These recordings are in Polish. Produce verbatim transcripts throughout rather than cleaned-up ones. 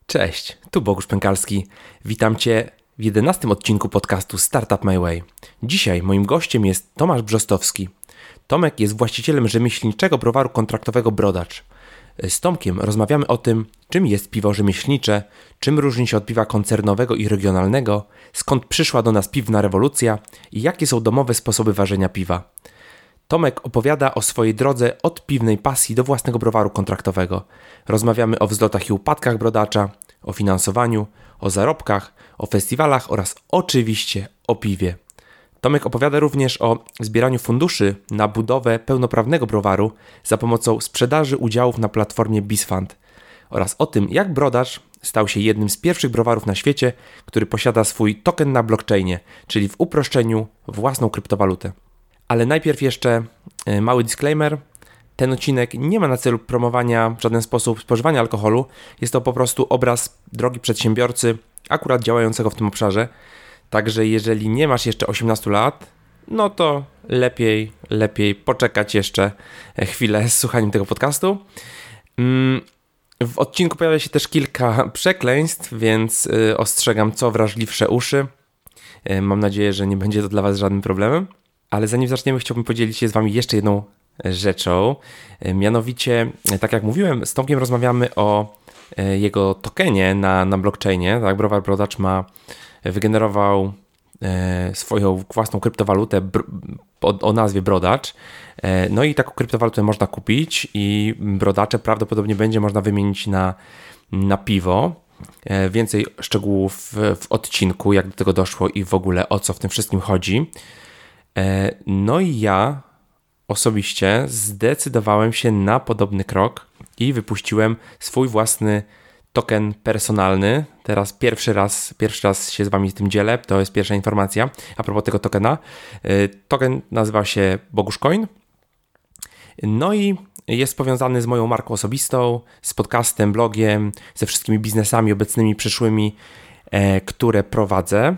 Cześć, tu Bogusz Pękalski. Witam Cię w jedenastym odcinku podcastu Startup My Way. Dzisiaj moim gościem jest Tomasz Brzostowski. Tomek jest właścicielem rzemieślniczego browaru kontraktowego Brodacz. Z Tomkiem rozmawiamy o tym, czym jest piwo rzemieślnicze, czym różni się od piwa koncernowego i regionalnego, skąd przyszła do nas piwna rewolucja i jakie są domowe sposoby ważenia piwa. Tomek opowiada o swojej drodze od piwnej pasji do własnego browaru kontraktowego. Rozmawiamy o wzlotach i upadkach Brodacza, o finansowaniu, o zarobkach, o festiwalach oraz oczywiście o piwie. Tomek opowiada również o zbieraniu funduszy na budowę pełnoprawnego browaru za pomocą sprzedaży udziałów na platformie BizFund oraz o tym, jak Brodacz stał się jednym z pierwszych browarów na świecie, który posiada swój token na blockchainie, czyli w uproszczeniu własną kryptowalutę. Ale najpierw jeszcze mały disclaimer. Ten odcinek nie ma na celu promowania w żaden sposób spożywania alkoholu. Jest to po prostu obraz drogi przedsiębiorcy akurat działającego w tym obszarze. Także jeżeli nie masz jeszcze osiemnastu lat, no to lepiej, lepiej poczekać jeszcze chwilę z słuchaniem tego podcastu. W odcinku pojawia się też kilka przekleństw, więc ostrzegam co wrażliwsze uszy. Mam nadzieję, że nie będzie to dla Was żadnym problemem. Ale zanim zaczniemy, chciałbym podzielić się z Wami jeszcze jedną rzeczą. Mianowicie, tak jak mówiłem, z Tomkiem rozmawiamy o jego tokenie na, na blockchainie. Tak, browar Brodacz ma, wygenerował swoją własną kryptowalutę o, o nazwie Brodacz. No i taką kryptowalutę można kupić i Brodacze prawdopodobnie będzie można wymienić na, na piwo. Więcej szczegółów w, w odcinku, jak do tego doszło i w ogóle o co w tym wszystkim chodzi. No i ja osobiście zdecydowałem się na podobny krok i wypuściłem swój własny token personalny. Teraz pierwszy raz, pierwszy raz się z Wami tym dzielę, to jest pierwsza informacja a propos tego tokena. Token nazywa się Bogusz Coin. No i jest powiązany z moją marką osobistą, z podcastem, blogiem, ze wszystkimi biznesami obecnymi, przyszłymi, które prowadzę.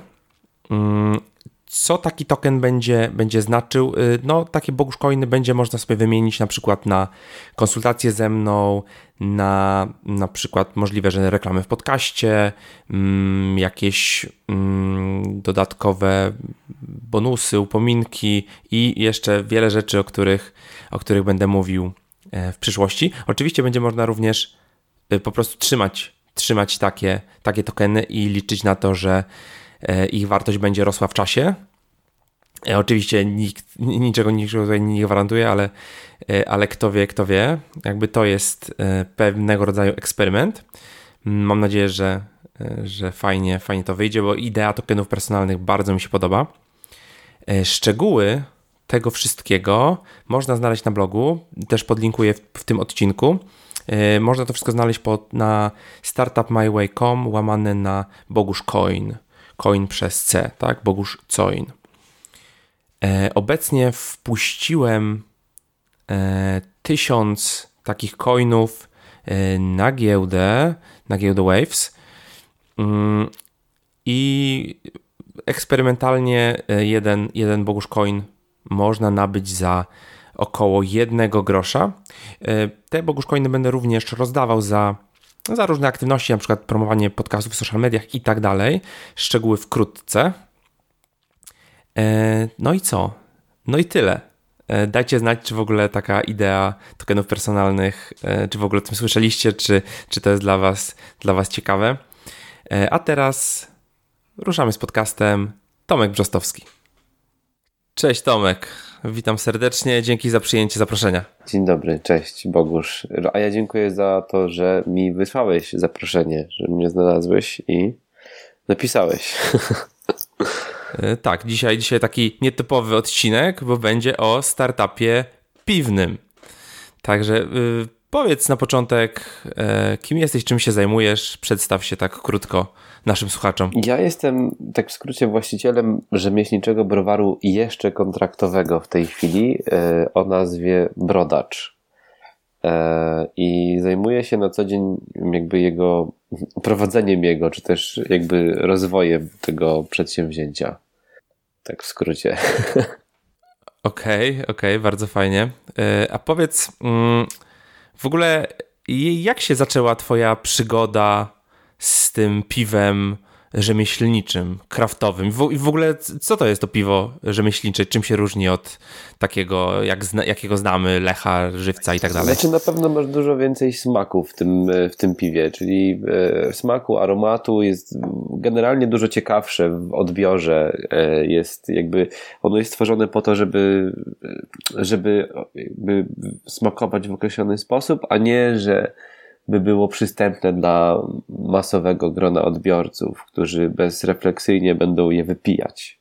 Co taki token będzie, będzie znaczył? No, takie Bogusz Coiny będzie można sobie wymienić na przykład na konsultacje ze mną, na na przykład możliwe, że reklamy w podcaście, mm, jakieś mm, dodatkowe bonusy, upominki i jeszcze wiele rzeczy, o których, o których będę mówił w przyszłości. Oczywiście będzie można również po prostu trzymać, trzymać takie, takie tokeny i liczyć na to, że ich wartość będzie rosła w czasie. Oczywiście nikt, niczego, niczego tutaj nie gwarantuje, ale, ale kto wie, kto wie. Jakby to jest pewnego rodzaju eksperyment. Mam nadzieję, że, że fajnie, fajnie to wyjdzie, bo idea tokenów personalnych bardzo mi się podoba. Szczegóły tego wszystkiego można znaleźć na blogu, też podlinkuję w, w tym odcinku. Można to wszystko znaleźć pod, na startupmyway kropka com łamane na Bogusz Coin. Coin przez C, tak? Bogusz Coin. E, obecnie wpuściłem e, tysiąc takich coinów e, na giełdę, na giełdę Waves mm, i eksperymentalnie jeden, jeden Bogusz Coin można nabyć za około jednego grosza. E, te Bogusz Coiny będę również rozdawał za za różne aktywności, na przykład promowanie podcastów w social mediach i tak dalej. Szczegóły wkrótce. No i co? No i tyle. Dajcie znać, czy w ogóle taka idea tokenów personalnych, czy w ogóle o tym słyszeliście, czy, czy to jest dla was, dla was ciekawe. A teraz ruszamy z podcastem. Tomek Brzostowski. Cześć Tomek. Witam serdecznie, dzięki za przyjęcie zaproszenia. Dzień dobry, cześć Bogusz. A ja dziękuję za to, że mi wysłałeś zaproszenie, że mnie znalazłeś i napisałeś. Tak, dzisiaj, dzisiaj taki nietypowy odcinek, bo będzie o startupie piwnym. Także yy, powiedz na początek, yy, kim jesteś, czym się zajmujesz, przedstaw się tak krótko naszym słuchaczom. Ja jestem, tak w skrócie, właścicielem rzemieślniczego browaru jeszcze kontraktowego w tej chwili yy, o nazwie Brodacz. Yy, I zajmuję się na co dzień jakby jego prowadzeniem jego, czy też jakby rozwojem tego przedsięwzięcia. Tak w skrócie. Okej, okay, okej, okay, bardzo fajnie. Yy, a powiedz, yy, w ogóle jak się zaczęła twoja przygoda z tym piwem rzemieślniczym, kraftowym. I w ogóle co to jest to piwo rzemieślnicze? Czym się różni od takiego, jak zna, jakiego znamy, Lecha, Żywca i tak dalej? Znaczy na pewno masz dużo więcej smaku w tym, w tym piwie, czyli smaku, aromatu jest generalnie dużo ciekawsze w odbiorze. Jest jakby, ono jest stworzone po to, żeby, żeby jakby smakować w określony sposób, a nie, że by było przystępne dla masowego grona odbiorców, którzy bezrefleksyjnie będą je wypijać.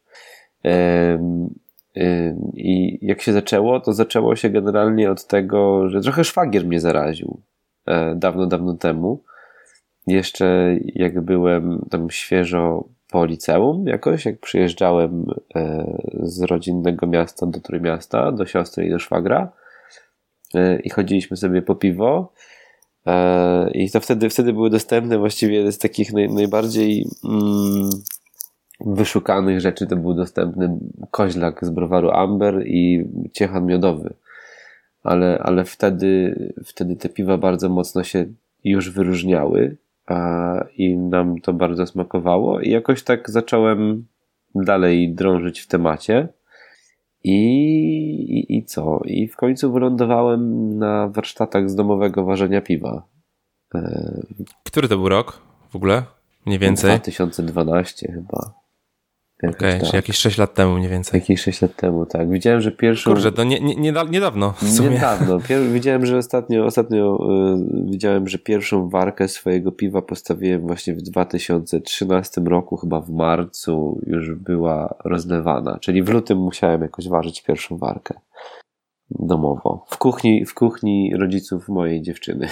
I jak się zaczęło, to zaczęło się generalnie od tego, że trochę szwagier mnie zaraził dawno, dawno temu. Jeszcze jak byłem tam świeżo po liceum jakoś, jak przyjeżdżałem z rodzinnego miasta do Trójmiasta, do siostry i do szwagra i chodziliśmy sobie po piwo. I to wtedy, wtedy były dostępne właściwie z takich naj, najbardziej mm, wyszukanych rzeczy to był dostępny koźlak z browaru Amber i ciechan miodowy. Ale, ale wtedy, wtedy te piwa bardzo mocno się już wyróżniały a, i nam to bardzo smakowało i jakoś tak zacząłem dalej drążyć w temacie. I, i, I co? I w końcu wylądowałem na warsztatach z domowego ważenia piwa. Który to był rok w ogóle? Mniej więcej? dwa tysiące dwanaście chyba. Okej, okay, tak. Czyli jakieś sześć lat temu mniej więcej. Jakieś sześć lat temu, tak. Widziałem, że pierwszą... Kurczę, to nie, nie, nie, niedawno w sumie. Niedawno. Pier... Widziałem, że ostatnio, ostatnio yy, widziałem, że pierwszą warkę swojego piwa postawiłem właśnie w dwa tysiące trzynastym roku, chyba w marcu już była rozlewana. Czyli w lutym musiałem jakoś ważyć pierwszą warkę domowo. W kuchni, w kuchni rodziców mojej dziewczyny.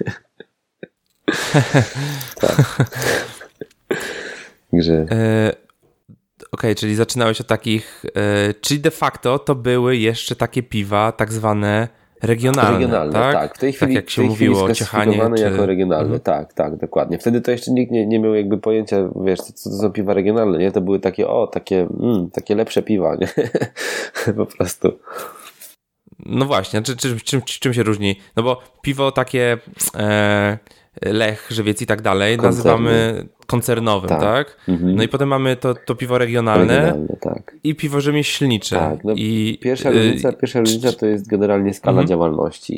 Tak. Także... E... Okej, okay, czyli zaczynałeś od takich, yy, czyli de facto to były jeszcze takie piwa tak zwane regionalne, regionalne tak? tak? W tej chwili, tak jak się tej mówiło, chwili Ciechanie czy... jako regionalne, mhm. tak, tak, dokładnie. Wtedy to jeszcze nikt nie, nie miał jakby pojęcia, wiesz, co to są piwa regionalne, nie? To były takie, o, takie, mm, takie lepsze piwa, nie? Po prostu. No właśnie, czy, czy, czym, czym się różni? No bo piwo takie... E... Lech, Żywiec i tak dalej, Koncerny. Nazywamy koncernowym, tak? tak? Mhm. No i potem mamy to, to piwo regionalne, regionalne tak. I piwo rzemieślnicze. Tak. No I, pierwsza różnica, y- pierwsza różnica to jest generalnie skala mhm. działalności.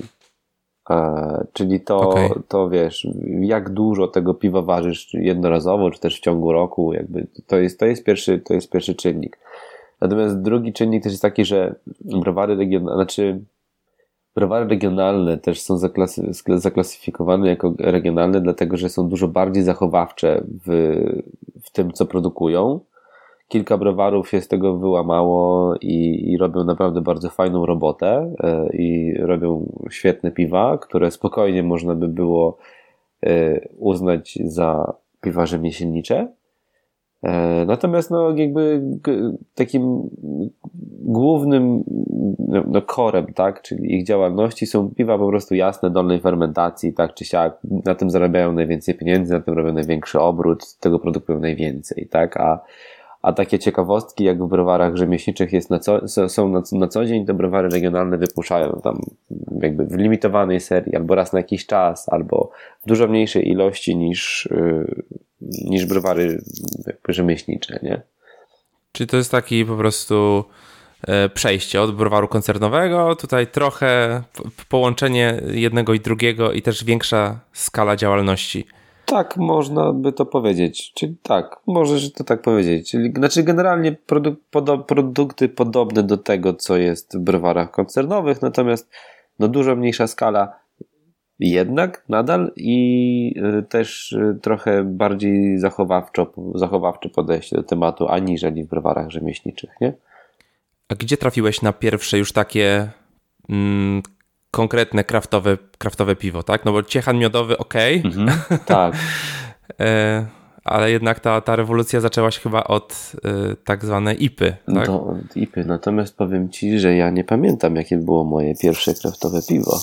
E, czyli to, okay. to wiesz, jak dużo tego piwa ważysz jednorazowo, czy też w ciągu roku, jakby to jest, to jest, pierwszy, to jest pierwszy czynnik. Natomiast drugi czynnik też jest taki, że browary regionalne, znaczy browary regionalne też są zaklasy- zaklasyfikowane jako regionalne, dlatego że są dużo bardziej zachowawcze w, w tym, co produkują. Kilka browarów się z tego wyłamało i, i robią naprawdę bardzo fajną robotę e, i robią świetne piwa, które spokojnie można by było e, uznać za piwa rzemieślnicze. Natomiast no jakby takim głównym no korem, tak, czyli ich działalności są piwa po prostu jasne, dolnej fermentacji, tak czy siak, na tym zarabiają najwięcej pieniędzy, na tym robią największy obrót, tego produkują najwięcej, tak, a, a takie ciekawostki jak w browarach rzemieślniczych jest na co, są na, na co dzień, to browary regionalne wypuszczają tam jakby w limitowanej serii, albo raz na jakiś czas, albo w dużo mniejszej ilości niż yy, niż browary rzemieślnicze, nie? Czyli to jest taki po prostu e, przejście od browaru koncernowego, tutaj trochę połączenie jednego i drugiego i też większa skala działalności. Tak, można by to powiedzieć. Czyli tak, możesz to tak powiedzieć. Czyli, znaczy generalnie produ- podo- produkty podobne do tego, co jest w browarach koncernowych, natomiast no dużo mniejsza skala jednak nadal i też trochę bardziej zachowawczo, zachowawcze podejście do tematu aniżeli w browarach rzemieślniczych, nie? A gdzie trafiłeś na pierwsze już takie mm, konkretne kraftowe, kraftowe piwo, tak? No bo ciechan miodowy okej, okay. Mhm, tak. e, ale jednak ta, ta rewolucja zaczęła się chyba od e, tak zwanej I P Y, tak? No, od I P Y, natomiast powiem ci, że ja nie pamiętam, jakie było moje pierwsze kraftowe piwo.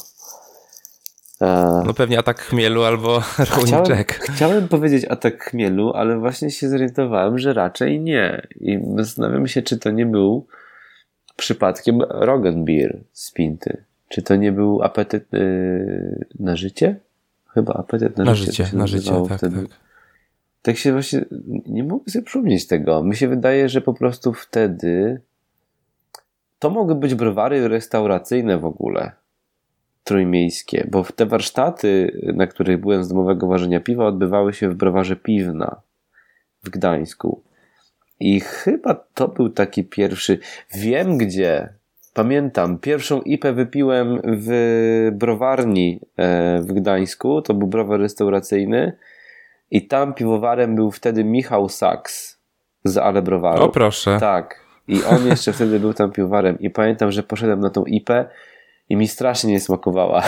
No pewnie Atak Chmielu albo Rolling Jack. Chciałem powiedzieć Atak Chmielu, ale właśnie się zorientowałem, że raczej nie. I zastanawiam się, czy to nie był przypadkiem Roggenbier z Pinty. Czy to nie był apetyt yy, na życie? Chyba apetyt na, na życie. życie na życie, tak, wtedy. tak. tak się właśnie nie mogę sobie przypomnieć tego. Mi się wydaje, że po prostu wtedy to mogły być browary restauracyjne w ogóle. Trójmiejskie, bo te warsztaty, na których byłem z domowego ważenia piwa, odbywały się w browarze Piwna w Gdańsku. I chyba to był taki pierwszy, wiem gdzie, pamiętam, pierwszą I P A wypiłem w browarni w Gdańsku, to był browar restauracyjny i tam piwowarem był wtedy Michał Saks z Ale Browaru. O proszę. Tak. I on jeszcze wtedy był tam piwowarem i pamiętam, że poszedłem na tą I P A i mi strasznie nie smakowała.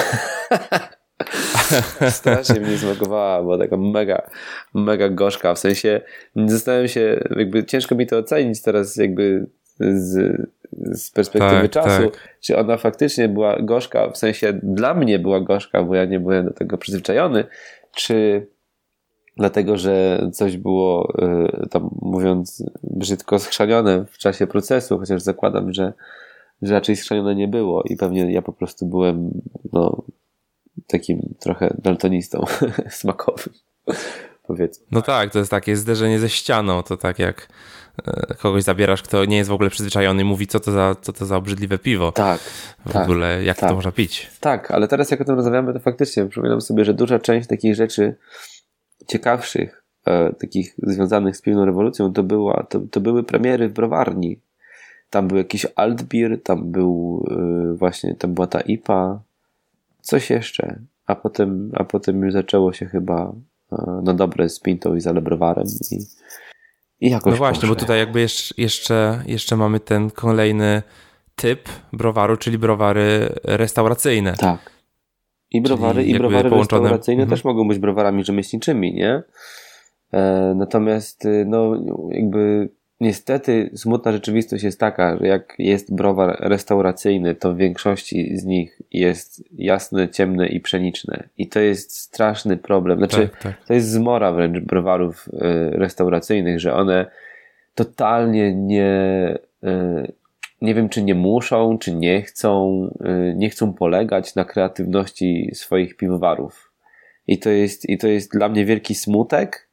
Strasznie mi nie smakowała, była taka mega, mega gorzka. W sensie zastanawiam się, jakby ciężko mi to ocenić teraz jakby z, z perspektywy tak, czasu, tak. czy ona faktycznie była gorzka, w sensie dla mnie była gorzka, bo ja nie byłem do tego przyzwyczajony, czy dlatego, że coś było tam, mówiąc brzydko, schrzanione w czasie procesu, chociaż zakładam, że że raczej schrzanione nie było i pewnie ja po prostu byłem no, takim trochę daltonistą smakowym, powiedzmy. No tak, to jest takie zderzenie ze ścianą, to tak jak kogoś zabierasz, kto nie jest w ogóle przyzwyczajony i mówi, co to za, co to za obrzydliwe piwo. Tak. W tak, ogóle, jak tak. to można pić. Tak, ale teraz jak o tym rozmawiamy, to faktycznie przypominam sobie, że duża część takich rzeczy ciekawszych, e, takich związanych z piwną rewolucją, to, była, to, to były premiery w browarni. Tam był jakiś Altbier, tam był yy, właśnie, tam była ta I P A, coś jeszcze, a potem, a potem już zaczęło się chyba yy, no dobre z Pintą i z Ale Browarem i, i jakoś No właśnie, poszło. bo tutaj jakby jeszcze, jeszcze, jeszcze mamy ten kolejny typ browaru, czyli browary restauracyjne. Tak. I browary, czyli i browary połączone... restauracyjne mhm. też mogą być browarami rzemieślniczymi, nie? E, natomiast no jakby niestety smutna rzeczywistość jest taka, że jak jest browar restauracyjny, to w większości z nich jest jasne, ciemne i pszeniczne. I to jest straszny problem. Znaczy, tak, tak. to jest zmora wręcz browarów y, restauracyjnych, że one totalnie nie, y, nie wiem, czy nie muszą, czy nie chcą, y, nie chcą polegać na kreatywności swoich piwowarów. I to jest, i to jest dla mnie wielki smutek,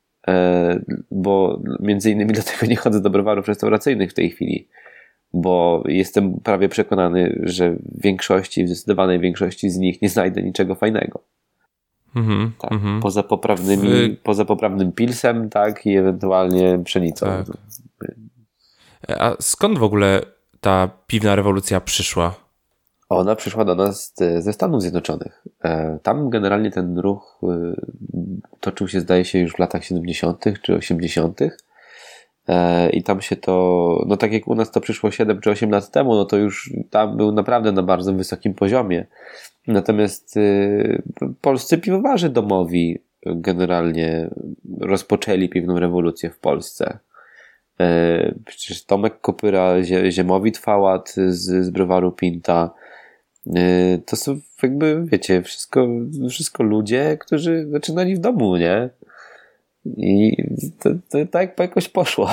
bo między innymi dlatego nie chodzę do browarów restauracyjnych w tej chwili, bo jestem prawie przekonany, że w większości, w zdecydowanej większości z nich nie znajdę niczego fajnego. Mm-hmm, tak. mm-hmm. Poza poprawnymi, w... poza poprawnym pilsem, tak, i ewentualnie pszenicą. Tak. A skąd w ogóle ta piwna rewolucja przyszła? Ona przyszła do nas ze Stanów Zjednoczonych. Tam generalnie ten ruch toczył się, zdaje się, już w latach siedemdziesiątych czy osiemdziesiątych. I tam się to, no tak jak u nas to przyszło siedem czy osiem lat temu, no to już tam był naprawdę na bardzo wysokim poziomie. Natomiast polscy piwowarze domowi generalnie rozpoczęli piwną rewolucję w Polsce. Przecież Tomek Kopyra, Ziemowit Fałat z, z browaru Pinta. To są jakby, wiecie, wszystko, wszystko ludzie, którzy zaczynali w domu, nie? I to, to tak jakoś poszło.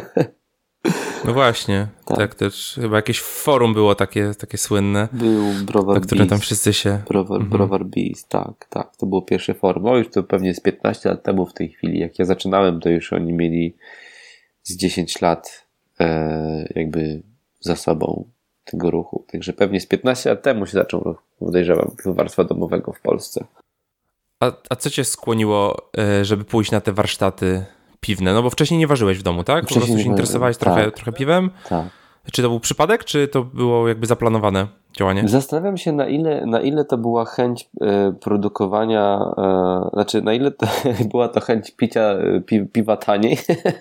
No właśnie, tak. tak też chyba jakieś forum było takie, takie słynne. Był Browar na które tam wszyscy się... Browar, mhm. Browar Beast, tak, tak. To było pierwsze forum. O, już to pewnie z piętnaście lat temu w tej chwili. Jak ja zaczynałem, to już oni mieli z dziesięć lat e, jakby za sobą tego ruchu. Także pewnie z piętnaście lat temu się zaczął ruch, podejrzewam, piwowarstwa domowego w Polsce. A, a co cię skłoniło, żeby pójść na te warsztaty piwne? No bo wcześniej nie ważyłeś w domu, tak? Po Wcześniej prostu się interesowałeś trochę, tak. trochę piwem? Tak. Czy to był przypadek, czy to było jakby zaplanowane działanie? Zastanawiam się, na ile, na ile to była chęć e, produkowania, e, znaczy na ile to była to chęć picia pi, piwa taniej.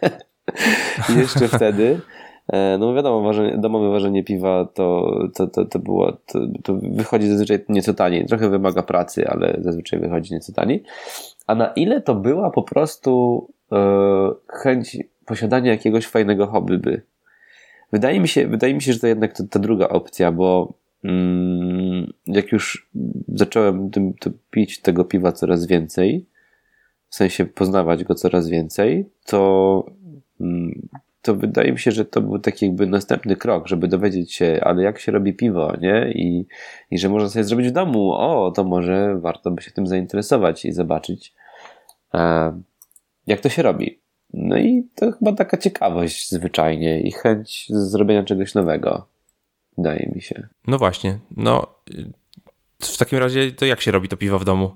Jeszcze wtedy. E, no wiadomo, ważenie, domowe ważenie piwa to, to, to, to było, to, to wychodzi zazwyczaj nieco taniej. Trochę wymaga pracy, ale zazwyczaj wychodzi nieco taniej. A na ile to była po prostu e, chęć posiadania jakiegoś fajnego hobby by. Wydaje mi się, wydaje mi się, że to jednak to, ta druga opcja, bo mm, jak już zacząłem tym, to pić tego piwa coraz więcej, w sensie poznawać go coraz więcej, to, mm, to wydaje mi się, że to był taki jakby następny krok, żeby dowiedzieć się, ale jak się robi piwo, nie? I, i że można sobie zrobić w domu. O, to może warto by się tym zainteresować i zobaczyć. E, jak to się robi. No i to chyba taka ciekawość zwyczajnie i chęć zrobienia czegoś nowego, wydaje mi się. No właśnie, no w takim razie to jak się robi to piwo w domu?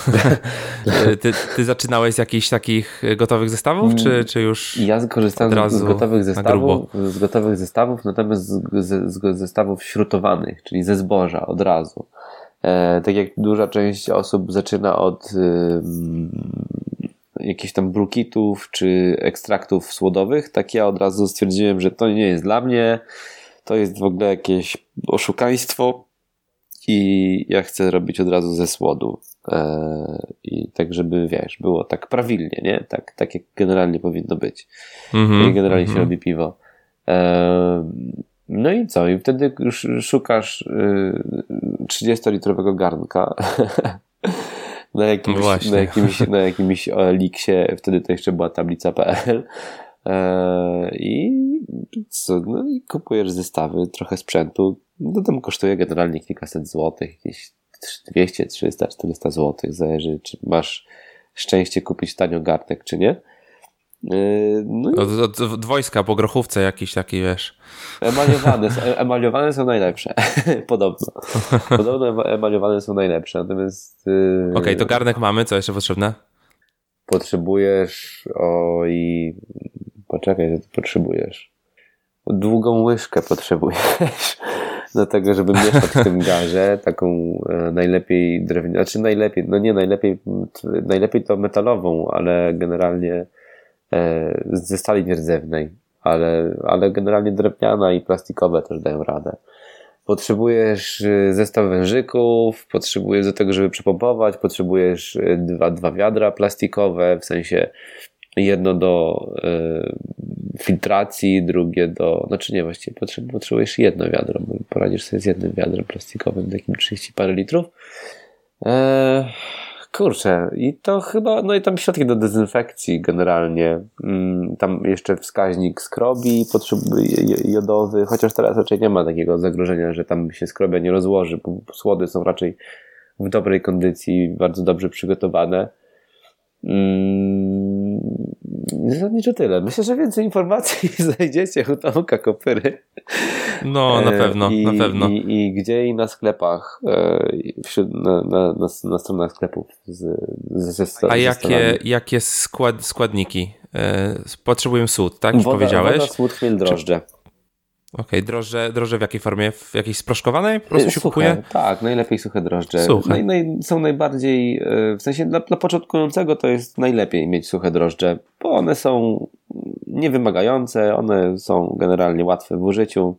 ty, ty zaczynałeś z jakichś takich gotowych zestawów, czy, czy już Ja korzystałem od razu z gotowych zestawów, z gotowych zestawów, natomiast z, z, z zestawów śrutowanych, czyli ze zboża od razu. E, tak jak duża część osób zaczyna od y, jakichś tam brukitów czy ekstraktów słodowych, tak ja od razu stwierdziłem, że to nie jest dla mnie, to jest w ogóle jakieś oszukaństwo i ja chcę robić od razu ze słodu. E, I tak, żeby wiesz, było tak prawilnie, nie? Tak, tak jak generalnie powinno być. Mm-hmm, jak generalnie mm-hmm. się robi piwo. E, no i co? I wtedy już szukasz y, trzydziestolitrowego garnka na jakimś, no na jakimś, na jakimś Elixie, wtedy to jeszcze była tablica kropka pe el. E, I co? No i kupujesz zestawy, trochę sprzętu. No tam kosztuje generalnie kilkaset złotych, jakieś dwieście, trzysta, czterysta złotych, zależy czy masz szczęście kupić tanio garnek, czy nie. No i... od, od, od wojska po grochówce jakiś taki, wiesz. Emaliowane, emaliowane są najlepsze. Podobno. Podobno emaliowane są najlepsze. Natomiast... Yy... Okej, okay, to garnek mamy, co jeszcze potrzebne? Potrzebujesz oj... Poczekaj, co ty potrzebujesz? Długą łyżkę potrzebujesz. Do tego, żeby mieszać w tym garze taką e, najlepiej drewnianą, znaczy najlepiej, no nie najlepiej, t, najlepiej to metalową, ale generalnie e, ze stali nierdzewnej, ale, ale generalnie drewniana i plastikowe też dają radę. Potrzebujesz zestaw wężyków, potrzebujesz do tego, żeby przepompować, potrzebujesz dwa, dwa wiadra plastikowe, w sensie jedno do y, filtracji, drugie do... Znaczy nie, właściwie potrzebujesz jedno wiadro, bo poradzisz sobie z jednym wiadrem plastikowym, takim trzydzieści parę litrów. E, kurczę, i to chyba... No i tam środki do dezynfekcji generalnie. Mm, tam jeszcze wskaźnik skrobi jodowy, chociaż teraz raczej nie ma takiego zagrożenia, że tam się skrobia nie rozłoży, bo słody są raczej w dobrej kondycji, bardzo dobrze przygotowane. Hmm, zasadniczo tyle. Myślę, że więcej informacji znajdziecie u Tomka Kopyry. No, na pewno, I, na pewno. I, i gdzie i na sklepach, wśród, na, na, na, na stronach sklepów z, ze, ze A jakie, jakie skład, składniki? Potrzebuję sód, tak? Już woda, powiedziałeś? Woda, słód, chmiel, drożdże. Okej, okay, drożdże, drożdże w jakiej formie? W jakiejś sproszkowanej? Po prostu się suche, kupuje? Tak, najlepiej suche drożdże. Suche. Naj, naj, są najbardziej, w sensie dla, dla początkującego to jest najlepiej mieć suche drożdże, bo one są niewymagające, one są generalnie łatwe w użyciu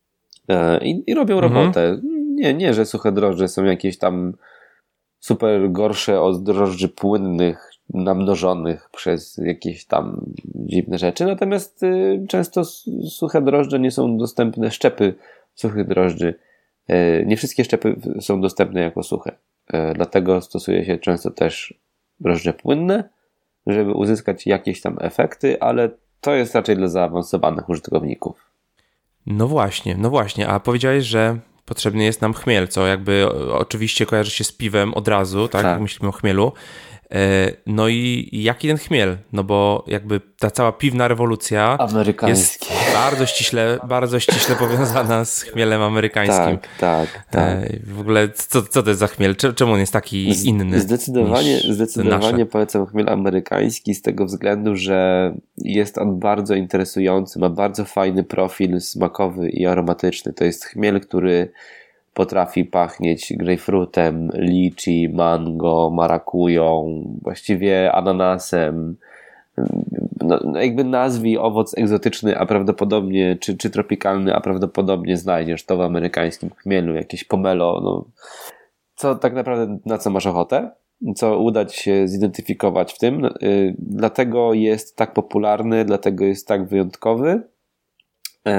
i, i robią mhm. robotę. Nie, nie, że suche drożdże są jakieś tam super gorsze od drożdży płynnych, namnożonych przez jakieś tam dziwne rzeczy, natomiast y, często suche drożdże nie są dostępne, szczepy suchych drożdży, y, nie wszystkie szczepy są dostępne jako suche, y, dlatego stosuje się często też drożdże płynne, żeby uzyskać jakieś tam efekty, ale to jest raczej dla zaawansowanych użytkowników. No właśnie, no właśnie, a powiedziałeś, że potrzebny jest nam chmiel, co jakby oczywiście kojarzy się z piwem od razu, tak, tak. Jak myślimy o chmielu. No i jaki ten chmiel? No bo jakby ta cała piwna rewolucja amerykański jest bardzo ściśle, bardzo ściśle powiązana z chmielem amerykańskim. Tak, tak, tak. W ogóle co, co to jest za chmiel? Czemu on jest taki inny? Zdecydowanie, niż zdecydowanie nasze? Polecam chmiel amerykański z tego względu, że jest on bardzo interesujący, ma bardzo fajny profil smakowy i aromatyczny. To jest chmiel, który potrafi pachnieć grejpfrutem, liczy, mango, marakują, właściwie ananasem. No, jakby nazwij owoc egzotyczny, a prawdopodobnie, czy, czy tropikalny, a prawdopodobnie znajdziesz to w amerykańskim chmielu, jakieś pomelo, no. Co tak naprawdę, na co masz ochotę, co uda ci się zidentyfikować w tym, yy, dlatego jest tak popularny, dlatego jest tak wyjątkowy. Yy,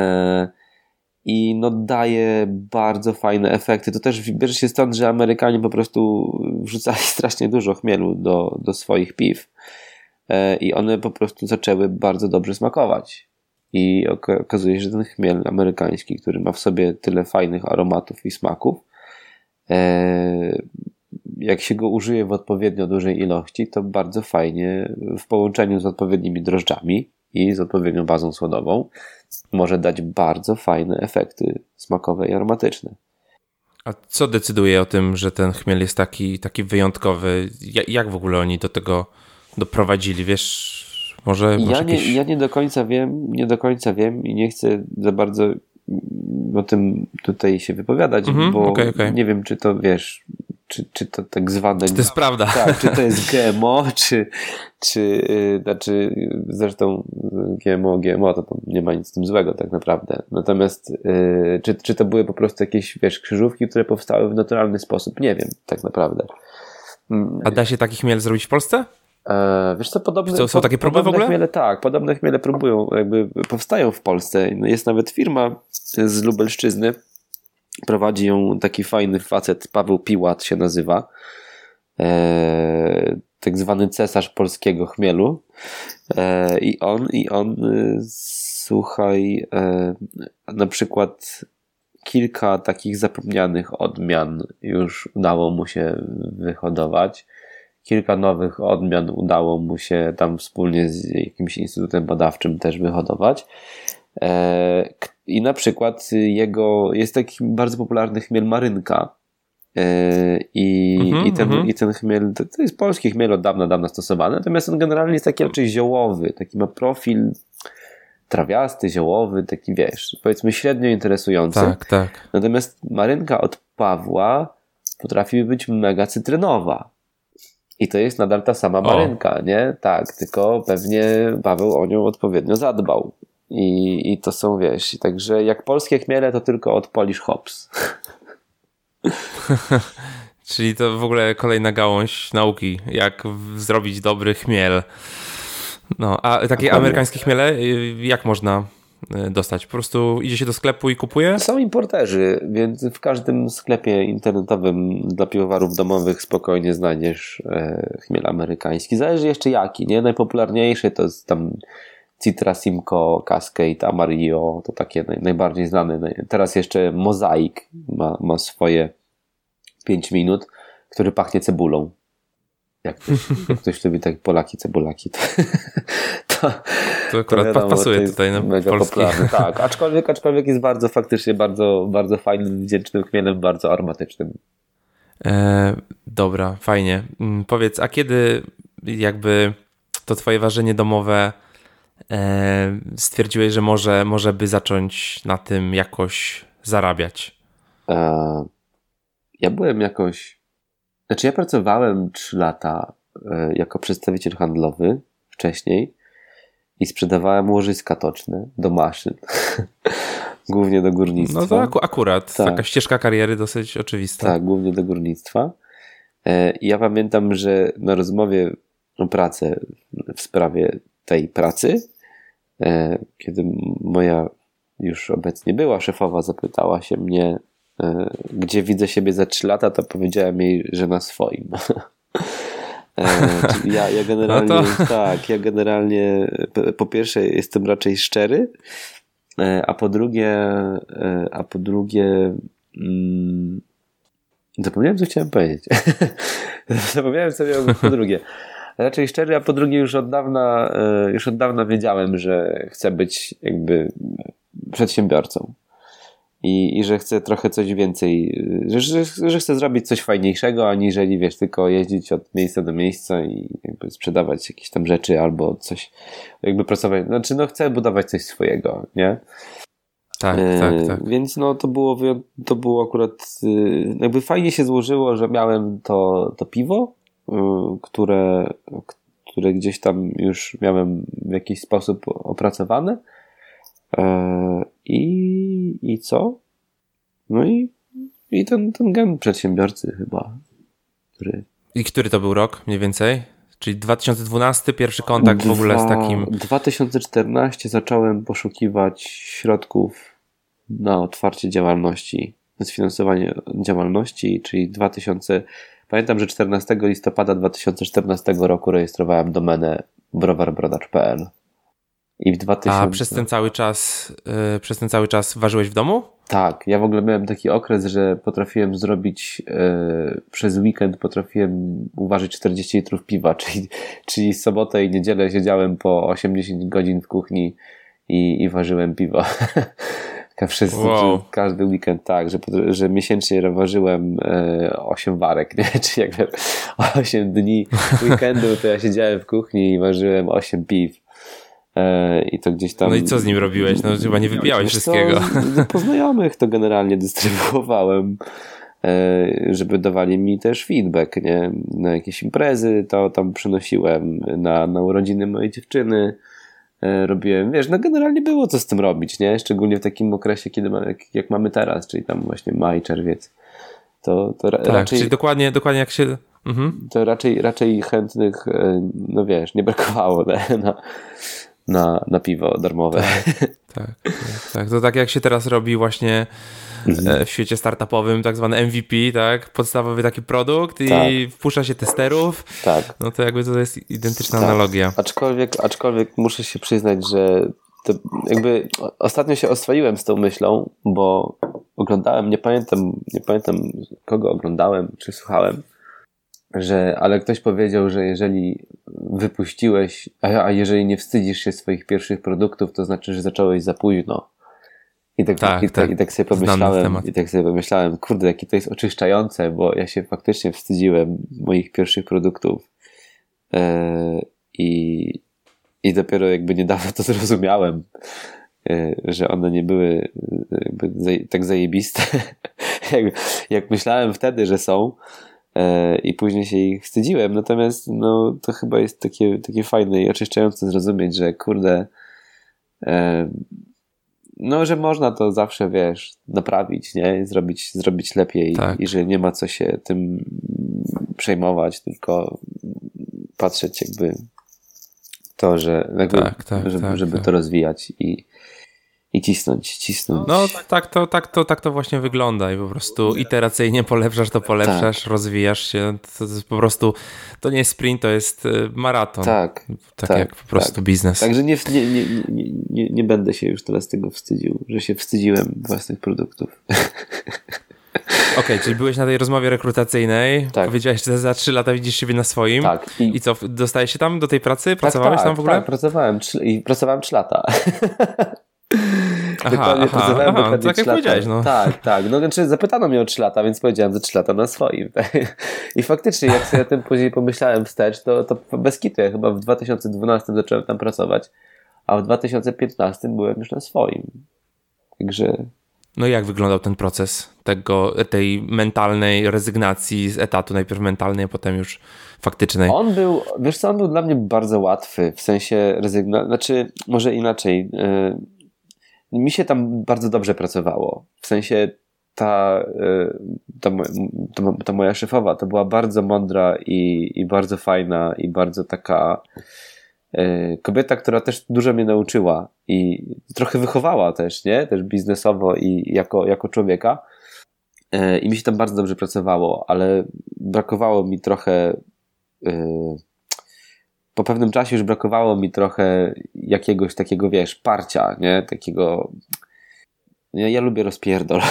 I no daje bardzo fajne efekty. To też bierze się stąd, że Amerykanie po prostu wrzucali strasznie dużo chmielu do, do swoich piw i one po prostu zaczęły bardzo dobrze smakować. I okazuje się, że ten chmiel amerykański, który ma w sobie tyle fajnych aromatów i smaków, jak się go użyje w odpowiednio dużej ilości, to bardzo fajnie w połączeniu z odpowiednimi drożdżami i z odpowiednią bazą słodową może dać bardzo fajne efekty smakowe i aromatyczne. A co decyduje o tym, że ten chmiel jest taki, taki wyjątkowy? Jak w ogóle oni do tego doprowadzili? Wiesz, może... Ja, może nie, jakieś... ja nie do końca wiem, nie do końca wiem i nie chcę za bardzo o tym tutaj się wypowiadać, mm-hmm, bo okay, okay. nie wiem, czy to wiesz, czy, czy to tak zwane... Czy to jest prawda? Tak, czy to jest G M O, czy, czy yy, znaczy zresztą G M O, G M O to, to nie ma nic z tym złego tak naprawdę. Natomiast yy, czy, czy to były po prostu jakieś, wiesz, krzyżówki, które powstały w naturalny sposób? Nie wiem, tak naprawdę. A da się taki chmiel zrobić w Polsce? E, wiesz co, podobne, co, są takie próby w ogóle? Chmiele, tak, podobne chmiele próbują, jakby powstają w Polsce. Jest nawet firma z Lubelszczyzny, prowadzi ją taki fajny facet, Paweł Piłat się nazywa, e, tak zwany cesarz polskiego chmielu e, i on, i on słuchaj, e, na przykład kilka takich zapomnianych odmian już udało mu się wyhodować. Kilka nowych odmian udało mu się tam wspólnie z jakimś instytutem badawczym też wyhodować. I na przykład jego, jest taki bardzo popularny chmiel Marynka. I, mm-hmm, i, ten, mm-hmm. i ten chmiel, to, to jest polski chmiel od dawna, dawna stosowany, natomiast on generalnie jest taki raczej ziołowy, taki ma profil trawiasty, ziołowy, taki wiesz, powiedzmy średnio interesujący. Tak, tak. Natomiast Marynka od Pawła potrafi być mega cytrynowa. I to jest nadal ta sama marynka, o. nie? Tak, tylko pewnie Paweł o nią odpowiednio zadbał. I, i to są, wiesz, także jak polskie chmiele, to tylko od Polish Hops. Czyli to w ogóle kolejna gałąź nauki, jak zrobić dobry chmiel. No, a takie a amerykańskie chmiele, jak można dostać? Po prostu idzie się do sklepu i kupuje? Są importerzy, więc w każdym sklepie internetowym dla piwowarów domowych spokojnie znajdziesz e, chmiel amerykański. Zależy jeszcze jaki, nie? Najpopularniejszy to jest tam Citra, Simcoe, Cascade, Amarillo, to takie naj, najbardziej znane. Teraz jeszcze Mosaic ma, ma swoje pięć minut, który pachnie cebulą. Jak ktoś, jak ktoś lubi tak Polaki, cebulaki, to, to, to akurat to wiadomo, pasuje to tutaj na mega polski. Popularny. Tak, aczkolwiek, aczkolwiek jest bardzo faktycznie bardzo, bardzo fajnym, wdzięcznym chmielem, bardzo aromatycznym. E, dobra, fajnie. Powiedz, a kiedy jakby to twoje ważenie domowe e, stwierdziłeś, że może, może by zacząć na tym jakoś zarabiać? E, ja byłem jakoś Znaczy ja pracowałem trzy lata y, jako przedstawiciel handlowy wcześniej i sprzedawałem łożyska toczne do maszyn. Głównie do górnictwa. No to ak- akurat. Tak. Taka ścieżka kariery dosyć oczywista. Tak, głównie do górnictwa. Y, ja pamiętam, że na rozmowie o pracę w sprawie tej pracy, y, kiedy moja już obecnie była szefowa zapytała się mnie, gdzie widzę siebie za trzy lata, to powiedziałem jej, że na swoim. ja, ja generalnie no to... tak, ja generalnie po pierwsze jestem raczej szczery, a po drugie a po drugie mm, zapomniałem, co chciałem powiedzieć. Zapomniałem, co miałem po drugie. Raczej szczery, a po drugie już od dawna już od dawna wiedziałem, że chcę być jakby przedsiębiorcą. I, I że chcę trochę coś więcej, że, że, że chcę zrobić coś fajniejszego, aniżeli wiesz, tylko jeździć od miejsca do miejsca i jakby sprzedawać jakieś tam rzeczy albo coś, jakby pracować, znaczy no chcę budować coś swojego, nie? Tak, e, tak, tak. Więc no to było, to było akurat, jakby fajnie się złożyło, że miałem to, to piwo, które, które gdzieś tam już miałem w jakiś sposób opracowane. I, i co? No i, i ten, ten gen przedsiębiorcy chyba. Który... I który to był rok mniej więcej? Czyli dwa tysiące dwunasty, pierwszy kontakt w ogóle z takim... dwa tysiące czternasty zacząłem poszukiwać środków na otwarcie działalności, na sfinansowanie działalności, czyli dwa tysiące... Pamiętam, że czternastego listopada dwa tysiące czternastego roku rejestrowałem domenę browar brodacz kropka p l. I w dwa tysiące... A przez ten cały czas, yy, przez ten cały czas ważyłeś w domu? Tak, ja w ogóle miałem taki okres, że potrafiłem zrobić yy, przez weekend potrafiłem uważać czterdzieści litrów piwa, czyli, czyli sobotę i niedzielę siedziałem po osiemdziesiąt godzin w kuchni i, i ważyłem piwo. Wszyscy, wow. Każdy weekend tak, że, że miesięcznie ważyłem e, osiem warek, nie? Czy jak osiem dni weekendu to ja siedziałem w kuchni i ważyłem osiem piw. E, I to gdzieś tam... No i co z nim robiłeś? No chyba nie wypijałeś wszystkiego. Co, po znajomych to generalnie dystrybuowałem, e, żeby dawali mi też feedback, nie? Na jakieś imprezy to tam przynosiłem, na, na urodziny mojej dziewczyny robiłem, wiesz, no generalnie było co z tym robić, nie? Szczególnie w takim okresie, kiedy mamy, jak, jak mamy teraz, czyli tam właśnie maj, czerwiec. To, to ra- tak, raczej... czyli dokładnie, dokładnie jak się... Mhm. To raczej, raczej chętnych, no wiesz, nie brakowało na, na, na piwo darmowe. Tak, tak, tak, tak. To tak jak się teraz robi właśnie w świecie startupowym, tak zwany M V P, tak? Podstawowy taki produkt i tak. wpuszcza się testerów. Tak. No to jakby to jest identyczna tak. analogia. Aczkolwiek, aczkolwiek muszę się przyznać, że to jakby ostatnio się oswoiłem z tą myślą, bo oglądałem, nie pamiętam, nie pamiętam kogo oglądałem, czy słuchałem, że, ale ktoś powiedział, że jeżeli wypuściłeś, a, a jeżeli nie wstydzisz się swoich pierwszych produktów, to znaczy, że zacząłeś za późno. I tak, tak, i, tak, tak, i tak sobie pomyślałem, i tak sobie pomyślałem, kurde, jakie to jest oczyszczające, bo ja się faktycznie wstydziłem moich pierwszych produktów. Yy, i, I dopiero jakby niedawno to zrozumiałem, yy, że one nie były jakby zaj- tak zajebiste, jak, jak myślałem wtedy, że są. Yy, I później się ich wstydziłem. Natomiast no, to chyba jest takie, takie fajne i oczyszczające zrozumieć, że kurde, yy, no, że można to zawsze, wiesz, naprawić, nie? Zrobić, zrobić lepiej tak. I że nie ma co się tym przejmować, tylko patrzeć jakby to, że jakby, tak, tak, żeby, tak, żeby tak. to rozwijać i, i cisnąć, cisnąć. No tak to, tak, to, tak to właśnie wygląda i po prostu iteracyjnie polepszasz to polepszasz, tak. rozwijasz się. To jest po prostu, to nie jest sprint, to jest maraton. Tak. Tak, tak jak po prostu tak. biznes. Także nie, nie, nie, nie, nie, nie będę się już teraz tego wstydził, że się wstydziłem własnych produktów. Okej, okay, czyli byłeś na tej rozmowie rekrutacyjnej, tak. powiedziałeś, że za trzy lata widzisz siebie na swoim. Tak. I, I co, dostajesz się tam do tej pracy? Pracowałeś tak, tam w ogóle? Tak, pracowałem i pracowałem trzy lata. Aha, dokładnie aha, pracowałem aha, tak jak powiedziałeś, no. Tak, tak. No, znaczy zapytano mnie o trzy lata, więc powiedziałem, że trzy lata na swoim. I faktycznie, jak sobie o tym później pomyślałem wstecz, to, to bez kitu, ja chyba w dwa tysiące dwunastym zacząłem tam pracować, a w dwa tysiące piętnastym byłem już na swoim. Także... No i jak wyglądał ten proces tego, tej mentalnej rezygnacji z etatu, najpierw mentalnej, a potem już faktycznej? On był, wiesz co, on był dla mnie bardzo łatwy, w sensie rezygnacji, znaczy może inaczej, yy, mi się tam bardzo dobrze pracowało, w sensie ta, yy, ta, ta, ta moja szefowa to była bardzo mądra i, i bardzo fajna i bardzo taka yy, kobieta, która też dużo mnie nauczyła i trochę wychowała też, nie? Też biznesowo i jako, jako człowieka. Yy, I mi się tam bardzo dobrze pracowało, ale brakowało mi trochę yy, po pewnym czasie już brakowało mi trochę jakiegoś takiego, wiesz, parcia, nie? Takiego... Ja, ja lubię rozpierdol.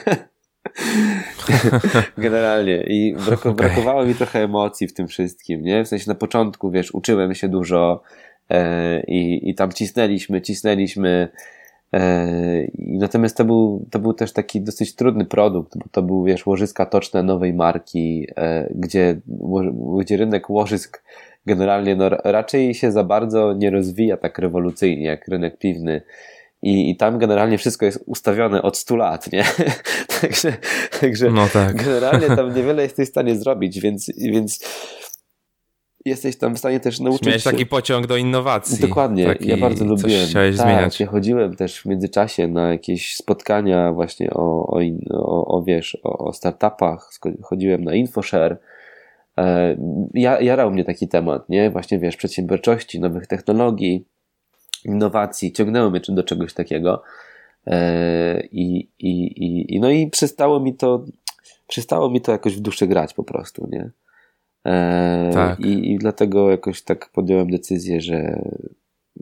Generalnie. I brako, okay. brakowało mi trochę emocji w tym wszystkim, nie? W sensie na początku, wiesz, uczyłem się dużo e, i, i tam cisnęliśmy, cisnęliśmy e, i natomiast to był, to był też taki dosyć trudny produkt, bo to był, wiesz, łożyska toczne nowej marki, e, gdzie, gdzie rynek łożysk generalnie no, raczej się za bardzo nie rozwija tak rewolucyjnie jak rynek piwny. I, I tam generalnie wszystko jest ustawione od stu lat, nie? także także no tak. generalnie tam niewiele jesteś w stanie zrobić, więc, więc jesteś tam w stanie też nauczyć Miałeś się. taki pociąg do innowacji. Dokładnie, taki, ja bardzo lubiłem. Chciałeś tak, zmieniać. Ja chodziłem też w międzyczasie na jakieś spotkania właśnie o, o, o, o wiesz, o, o startupach, chodziłem na InfoShare. Ja, jarał mnie taki temat, nie? Właśnie wiesz, przedsiębiorczości, nowych technologii, innowacji, ciągnęło mnie do czegoś takiego i, i, i, i no i przestało mi to przestało mi to jakoś w duszy grać po prostu, nie? E, tak. i, I dlatego jakoś tak podjąłem decyzję, że,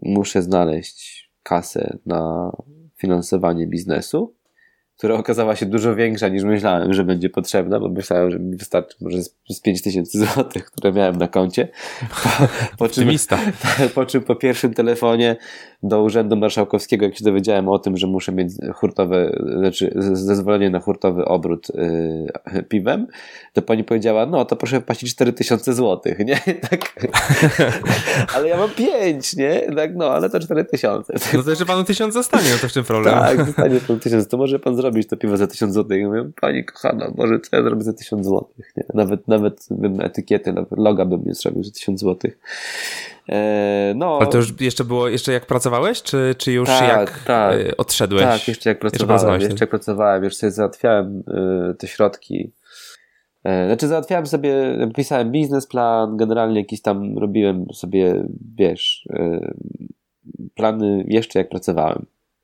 muszę znaleźć kasę na finansowanie biznesu, która okazała się dużo większa niż myślałem, że będzie potrzebna, bo myślałem, że mi wystarczy może z pięć tysięcy złotych, które miałem na koncie. Po, po, czym, po czym po pierwszym telefonie do Urzędu Marszałkowskiego, jak się dowiedziałem o tym, że muszę mieć hurtowe, znaczy zezwolenie na hurtowy obrót yy, piwem, to pani powiedziała, no to proszę wpłacić cztery tysiące złotych, nie? Tak. Ale ja mam pięć, nie? Tak, no, ale to cztery tysiące. No to jeszcze panu tysiąc zostanie, no to w czym problem? Tak, zostanie pan tysiąc, to może pan zrobić to piwo za tysiąc złotych. Ja mówię, pani kochana, może co ja zrobię za tysiąc złotych, nie? Nawet, nawet bym etykiety, nawet loga bym nie zrobił za tysiąc złotych. Eee, no. Ale to już jeszcze było, jeszcze jak pracowałeś, czy, czy już tak, jak tak. y, odszedłeś? Tak, jeszcze jak pracowałem, jeszcze, jeszcze jak pracowałem, już sobie załatwiałem y, te środki. E, znaczy załatwiałem sobie, pisałem biznesplan, generalnie jakiś tam robiłem sobie, wiesz, y, plany jeszcze jak pracowałem.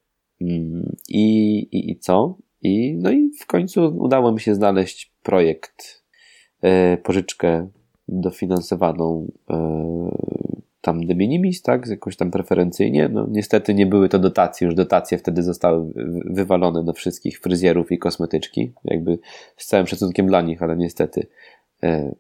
I, i, i co? I, no i w końcu udało mi się znaleźć projekt, e, pożyczkę dofinansowaną e, tam de minimis, tak? Jakoś tam preferencyjnie. No niestety nie były to dotacje, już dotacje wtedy zostały wywalone do wszystkich fryzjerów i kosmetyczki. Jakby z całym szacunkiem dla nich, ale niestety e,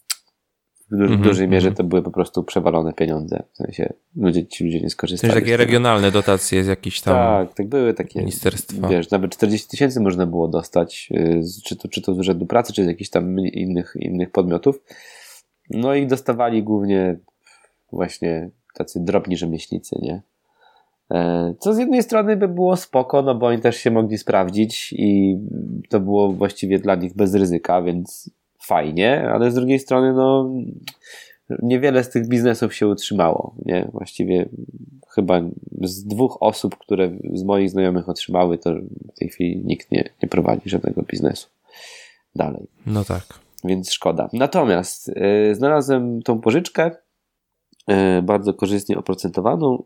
w du- mm-hmm, dużej mierze to były po prostu przewalone pieniądze. W sensie ludzie, ci ludzie nie skorzystali. To takie regionalne dotacje z jakichś tam Tak, tak były takie ministerstwa. Wiesz, nawet czterdzieści tysięcy można było dostać, czy to, czy to z Urzędu Pracy, czy z jakichś tam innych, innych podmiotów. No i dostawali głównie właśnie tacy drobni rzemieślnicy, nie? Co z jednej strony by było spoko, no bo oni też się mogli sprawdzić i to było właściwie dla nich bez ryzyka, więc fajnie, ale z drugiej strony no niewiele z tych biznesów się utrzymało, nie? Właściwie chyba z dwóch osób, które z moich znajomych otrzymały, to w tej chwili nikt nie, nie prowadzi żadnego biznesu dalej. No tak. Więc szkoda. Natomiast yy, znalazłem tą pożyczkę yy, bardzo korzystnie oprocentowaną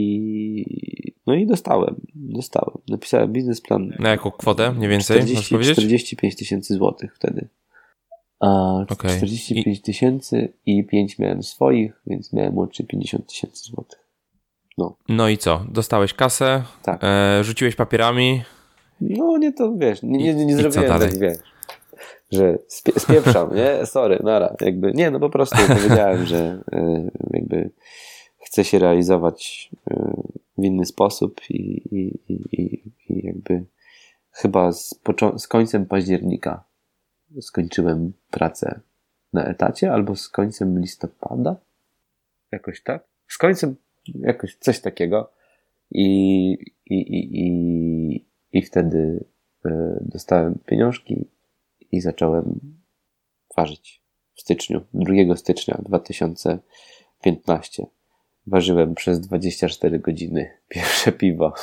i no i dostałem. Dostałem. Napisałem biznesplan. Na jaką kwotę mniej więcej? czterdzieści, czterdzieści pięć tysięcy złotych wtedy. A okay. czterdzieści pięć tysięcy i pięć miałem swoich, więc miałem łącznie pięćdziesiąt tysięcy złotych. No. No i co? Dostałeś kasę, tak. e, rzuciłeś papierami. No nie, to wiesz, nie, nie, nie, nie zrobiłem tak, wiesz, że spie- spieprzam, nie? Sorry, nara. Jakby, nie, no po prostu powiedziałem, że y, jakby chcę się realizować y, w inny sposób i, i, i, i jakby chyba z, począ- z końcem października skończyłem pracę na etacie, albo z końcem listopada. Jakoś tak? Z końcem jakoś coś takiego. I, i, i, i, i wtedy y, dostałem pieniążki i zacząłem ważyć w styczniu, drugiego stycznia dwa tysiące piętnastego. Ważyłem przez dwadzieścia cztery godziny pierwsze piwo.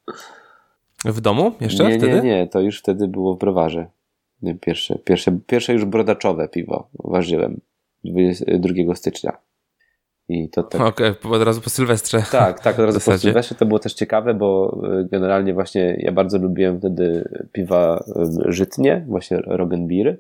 W domu jeszcze nie, wtedy? Nie, nie, to już wtedy było w browarze. Pierwsze, pierwsze, pierwsze już brodaczowe piwo ważyłem drugiego stycznia. I to tak. Okej, okay, od razu po Sylwestrze. Tak, tak, od razu po Sylwestrze. To było też ciekawe, bo generalnie właśnie ja bardzo lubiłem wtedy piwa żytnie, właśnie Roggenbier.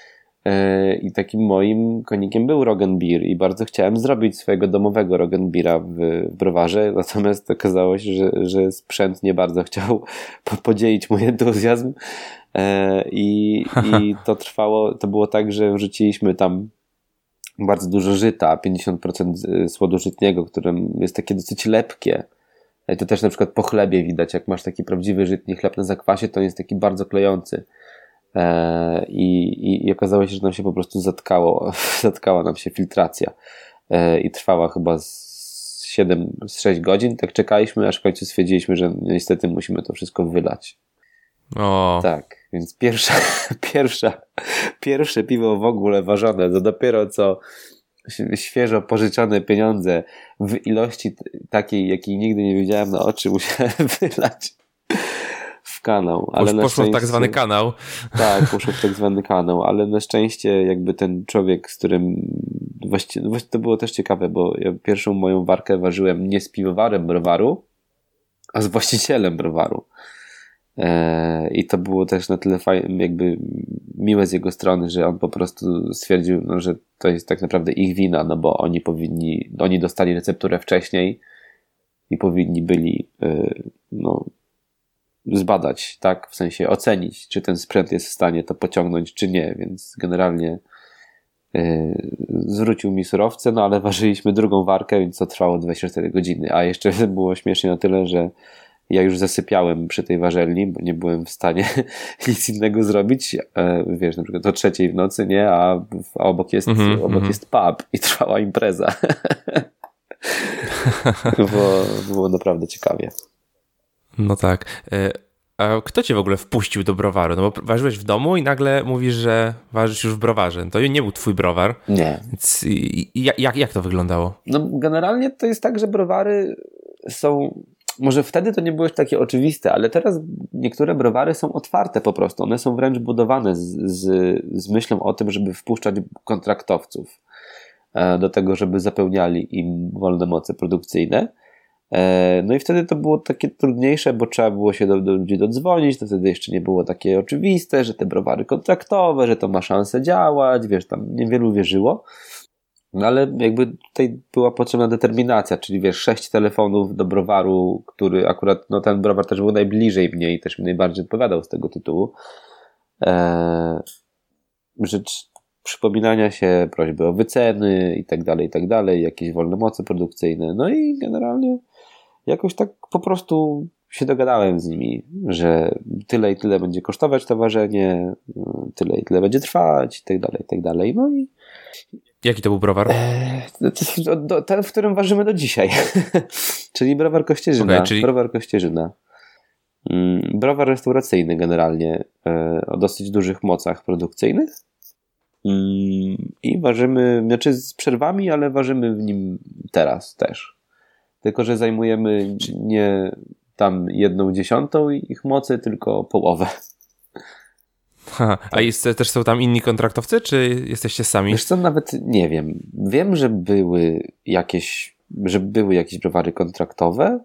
I takim moim konikiem był Roggenbier i bardzo chciałem zrobić swojego domowego Roggenbiera w, w browarze, natomiast okazało się, że, że sprzęt nie bardzo chciał podzielić mój entuzjazm i, i to trwało, to było tak, że wrzuciliśmy tam bardzo dużo żyta, pięćdziesiąt procent słodu żytniego, które jest takie dosyć lepkie. I to też na przykład po chlebie widać, jak masz taki prawdziwy żytni chleb na zakwasie, to jest taki bardzo klejący. I, i, i okazało się, że nam się po prostu zatkało, zatkała nam się filtracja i trwała chyba z siedem, z sześć godzin, tak czekaliśmy, aż w końcu stwierdziliśmy, że niestety musimy to wszystko wylać. O. Tak, więc pierwsza, pierwsza, pierwsze piwo w ogóle ważone, to dopiero co świeżo pożyczone pieniądze w ilości takiej, jakiej nigdy nie widziałem na oczy, musiałem wylać w kanał. Ale Posz, na poszło szczęście, w tak zwany kanał. Tak, poszło w tak zwany kanał, ale na szczęście jakby ten człowiek, z którym właściwie, właściwie to było też ciekawe, bo ja pierwszą moją warkę ważyłem nie z piwowarem browaru, a z właścicielem browaru. I to było też na tyle fajne, jakby miłe z jego strony, że on po prostu stwierdził, no, że to jest tak naprawdę ich wina, no bo oni powinni, oni dostali recepturę wcześniej i powinni byli no, zbadać, tak, w sensie ocenić, czy ten sprzęt jest w stanie to pociągnąć, czy nie, więc generalnie zwrócił mi surowce, no ale ważyliśmy drugą warkę, więc to trwało dwadzieścia cztery godziny, a jeszcze było śmiesznie na tyle, że ja już zasypiałem przy tej warzelni, bo nie byłem w stanie nic innego zrobić, wiesz, na przykład o trzeciej w nocy, nie, a, a obok jest, mm-hmm, obok mm-hmm. jest pub i trwała impreza. było, było naprawdę ciekawie. No tak. A kto cię w ogóle wpuścił do browaru? No bo ważyłeś w domu i nagle mówisz, że ważysz już w browarze. To nie był twój browar. Nie. Więc jak, jak to wyglądało? No generalnie to jest tak, że browary są... Może wtedy to nie było już takie oczywiste, ale teraz niektóre browary są otwarte po prostu. One są wręcz budowane z, z, z myślą o tym, żeby wpuszczać kontraktowców do tego, żeby zapełniali im wolne moce produkcyjne. No i wtedy to było takie trudniejsze, bo trzeba było się do, do ludzi dodzwonić, to wtedy jeszcze nie było takie oczywiste, że te browary kontraktowe, że to ma szansę działać, wiesz, tam niewielu wierzyło. No ale jakby tutaj była potrzebna determinacja, czyli wiesz, sześć telefonów do browaru, który akurat, no ten browar też był najbliżej mnie i też mi najbardziej odpowiadał z tego tytułu. Eee, rzecz przypominania się, prośby o wyceny i tak dalej, i tak dalej, jakieś wolne moce produkcyjne. No i generalnie jakoś tak po prostu się dogadałem z nimi, że tyle i tyle będzie kosztować to ważenie, tyle i tyle będzie trwać i tak dalej, i tak dalej. No i jaki to był browar? Ten, w którym ważymy do dzisiaj. Czyli browar Kościerzyna. Okay, czyli... Browar Kościerzyna. Browar restauracyjny generalnie o dosyć dużych mocach produkcyjnych. I ważymy, znaczy z przerwami, ale ważymy w nim teraz też. Tylko że zajmujemy nie tam jedną dziesiątą ich mocy, tylko połowę. Ha, a jest, też są tam inni kontraktowcy, czy jesteście sami? Wiesz co, nawet nie wiem. Wiem, że były jakieś, że były jakieś browary kontraktowe,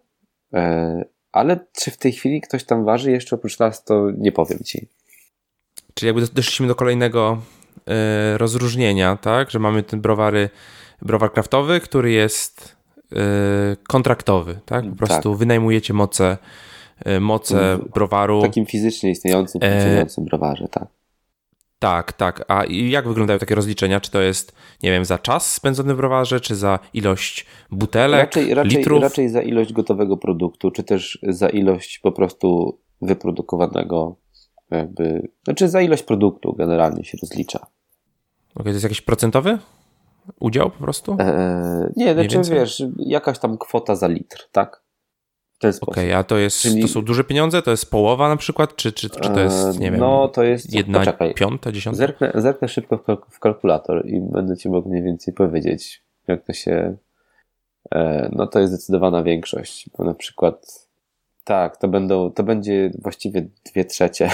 ale czy w tej chwili ktoś tam waży jeszcze oprócz nas, to nie powiem ci. Czyli jakby doszliśmy do kolejnego y, rozróżnienia, tak? Że mamy ten browary, browar kraftowy, który jest y, kontraktowy, tak? Po prostu tak. Wynajmujecie moce moce browaru. W takim fizycznie istniejącym, funkcjonującym e... browarze, tak. Tak, tak. A jak wyglądają takie rozliczenia? Czy to jest, nie wiem, za czas spędzony w browarze, czy za ilość butelek, raczej, raczej, litrów? Raczej za ilość gotowego produktu, czy też za ilość po prostu wyprodukowanego jakby, znaczy za ilość produktu generalnie się rozlicza. Okej, okay, to jest jakiś procentowy udział po prostu? Eee, nie, znaczy wiesz, jakaś tam kwota za litr, tak? Okej, okay, a to jest, Czyli... to są duże pieniądze? To jest połowa na przykład? Czy, czy, czy to jest, nie wiem, no, to jest, jedna poczekaj. piąta, dziesiąta? Zerknę, zerknę szybko w kalkulator i będę ci mógł mniej więcej powiedzieć, jak to się... E, no to jest zdecydowana większość, bo na przykład tak, to będą, to będzie właściwie dwie trzecie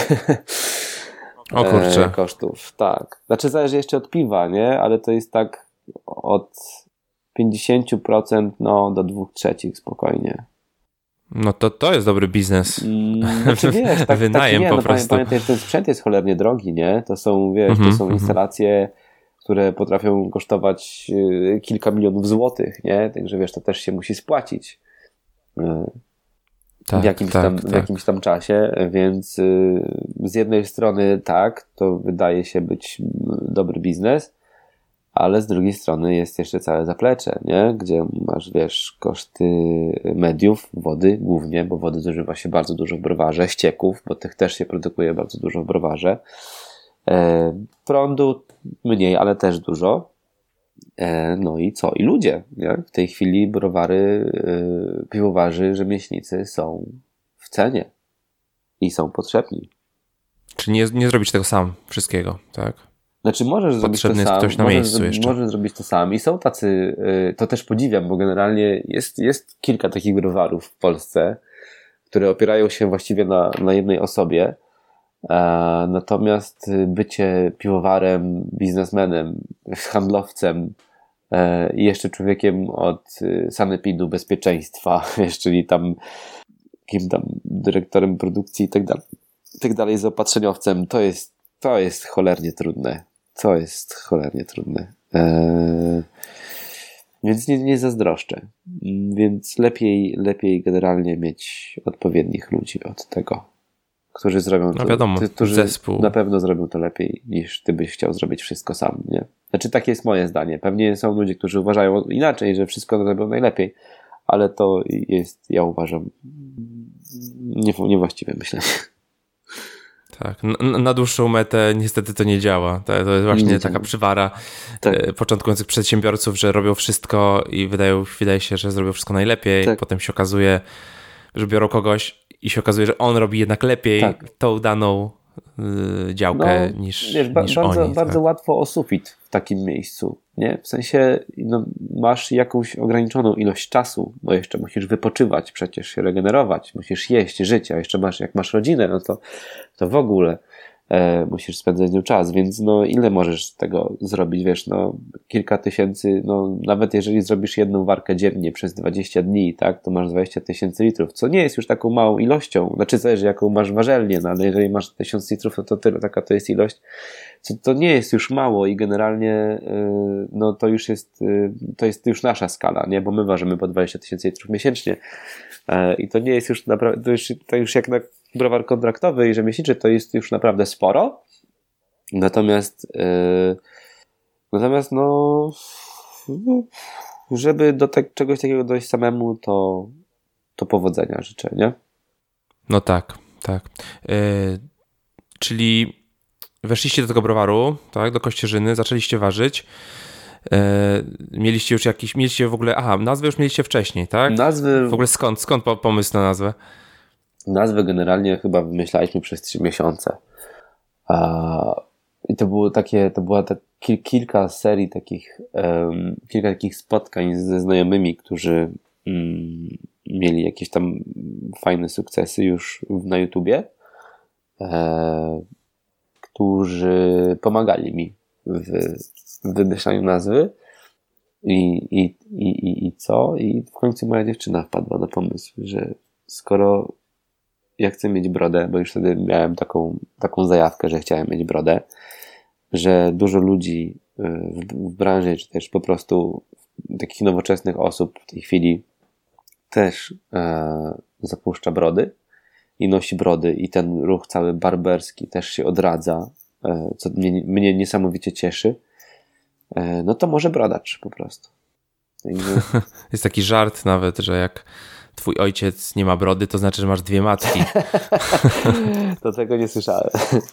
o kurczę. E, kosztów, tak. Znaczy zależy jeszcze od piwa, nie? Ale to jest tak od pięćdziesiąt procent no, do dwie trzecie spokojnie. No to to jest dobry biznes. Znaczy wiesz, tak, Wynajem tak, nie, po no, prostu. Pamiętaj, że ten sprzęt jest cholernie drogi, nie? To są, wiesz, mm-hmm, to są instalacje, mm-hmm. które potrafią kosztować y, kilka milionów złotych, nie? Także wiesz, to też się musi spłacić y, tak, w, jakimś tak, tam, tak. w jakimś tam czasie, więc y, z jednej strony tak, to wydaje się być dobry biznes, ale z drugiej strony jest jeszcze całe zaplecze, nie? Gdzie masz, wiesz, koszty mediów, wody głównie, bo wody zużywa się bardzo dużo w browarze, ścieków, bo tych też się produkuje bardzo dużo w browarze, e, prądu mniej, ale też dużo. E, no i co? I ludzie, nie? W tej chwili browary, e, piwowarzy, rzemieślnicy są w cenie i są potrzebni. Czyli nie, nie zrobić tego sam, wszystkiego, tak? Znaczy możesz zrobić to sam, jest ktoś na możesz, miejscu jeszcze. możesz zrobić to sam i są tacy, to też podziwiam, bo generalnie jest, jest kilka takich browarów w Polsce, które opierają się właściwie na, na jednej osobie, e, natomiast bycie piwowarem, biznesmenem, handlowcem e, i jeszcze człowiekiem od sanepidu, bezpieczeństwa, wiesz, czyli tam kim tam dyrektorem produkcji i tak dalej, i tak dalej, zaopatrzeniowcem, to jest, to jest cholernie trudne. To jest cholernie trudne. Eee, Więc nie, nie zazdroszczę. Więc lepiej, lepiej generalnie mieć odpowiednich ludzi od tego, którzy zrobią to. No wiadomo, ty, którzy zespół. Na pewno zrobią to lepiej, niż ty byś chciał zrobić wszystko sam, nie? Znaczy, takie jest moje zdanie. Pewnie są ludzie, którzy uważają inaczej, że wszystko zrobią najlepiej, ale to jest, ja uważam, nie, niewłaściwe myślenie. Tak, na, na dłuższą metę niestety to nie działa. To, to jest właśnie Nie taka działa. przywara Tak. początkujących przedsiębiorców, że robią wszystko i wydają, wydaje się, że zrobią wszystko najlepiej. Tak. Potem się okazuje, że biorą kogoś i się okazuje, że on robi jednak lepiej Tak. tą daną y, działkę no, niż, wiesz, ba- niż bardzo, oni. bardzo tak. łatwo o sufit w takim miejscu, nie? W sensie no, masz jakąś ograniczoną ilość czasu, bo jeszcze musisz wypoczywać, przecież się regenerować, musisz jeść, żyć, a jeszcze masz, jak masz rodzinę, no to, to w ogóle e, musisz spędzać z nią czas, więc no ile możesz tego zrobić, wiesz, no kilka tysięcy, no nawet jeżeli zrobisz jedną warkę dziennie przez dwadzieścia dni, tak, to masz dwadzieścia tysięcy litrów, co nie jest już taką małą ilością, znaczy zależy jaką masz ważelnię, no ale jeżeli masz tysiąc litrów, no to tyle, taka to jest ilość, co to nie jest już mało i generalnie yy, no to już jest, yy, to jest już nasza skala, nie, bo my ważymy po dwadzieścia tysięcy litrów miesięcznie yy, i to nie jest już naprawdę, to już, to już jak na browar kontraktowy i rzemieślniczy to jest już naprawdę sporo. Natomiast yy, natomiast no żeby do te, czegoś takiego dojść samemu, to, to powodzenia życzę, nie? No tak, tak. Yy, czyli weszliście do tego browaru, tak, do Kościerzyny, zaczęliście ważyć. Yy, mieliście już jakiś, mieliście w ogóle, aha, nazwę już mieliście wcześniej, tak? Nazwy... W ogóle skąd, skąd pomysł na nazwę? Nazwę generalnie chyba wymyślaliśmy przez trzy miesiące. A, I to było takie, to była tak kil, kilka serii takich, um, kilka takich spotkań ze znajomymi, którzy um, mieli jakieś tam fajne sukcesy już na YouTubie, e, którzy pomagali mi w, w wymyślaniu nazwy. I, i, i, i, I co? I w końcu moja dziewczyna wpadła na pomysł, że skoro ja chcę mieć brodę, bo już wtedy miałem taką, taką zajawkę, że chciałem mieć brodę, że dużo ludzi w, w branży, czy też po prostu takich nowoczesnych osób w tej chwili też e, zapuszcza brody i nosi brody i ten ruch cały barberski też się odradza, e, co mnie, mnie niesamowicie cieszy, e, no to może brodacz po prostu. Jakby... Jest taki żart nawet, że jak twój ojciec nie ma brody, to znaczy, że masz dwie matki. Do tego nie słyszałem.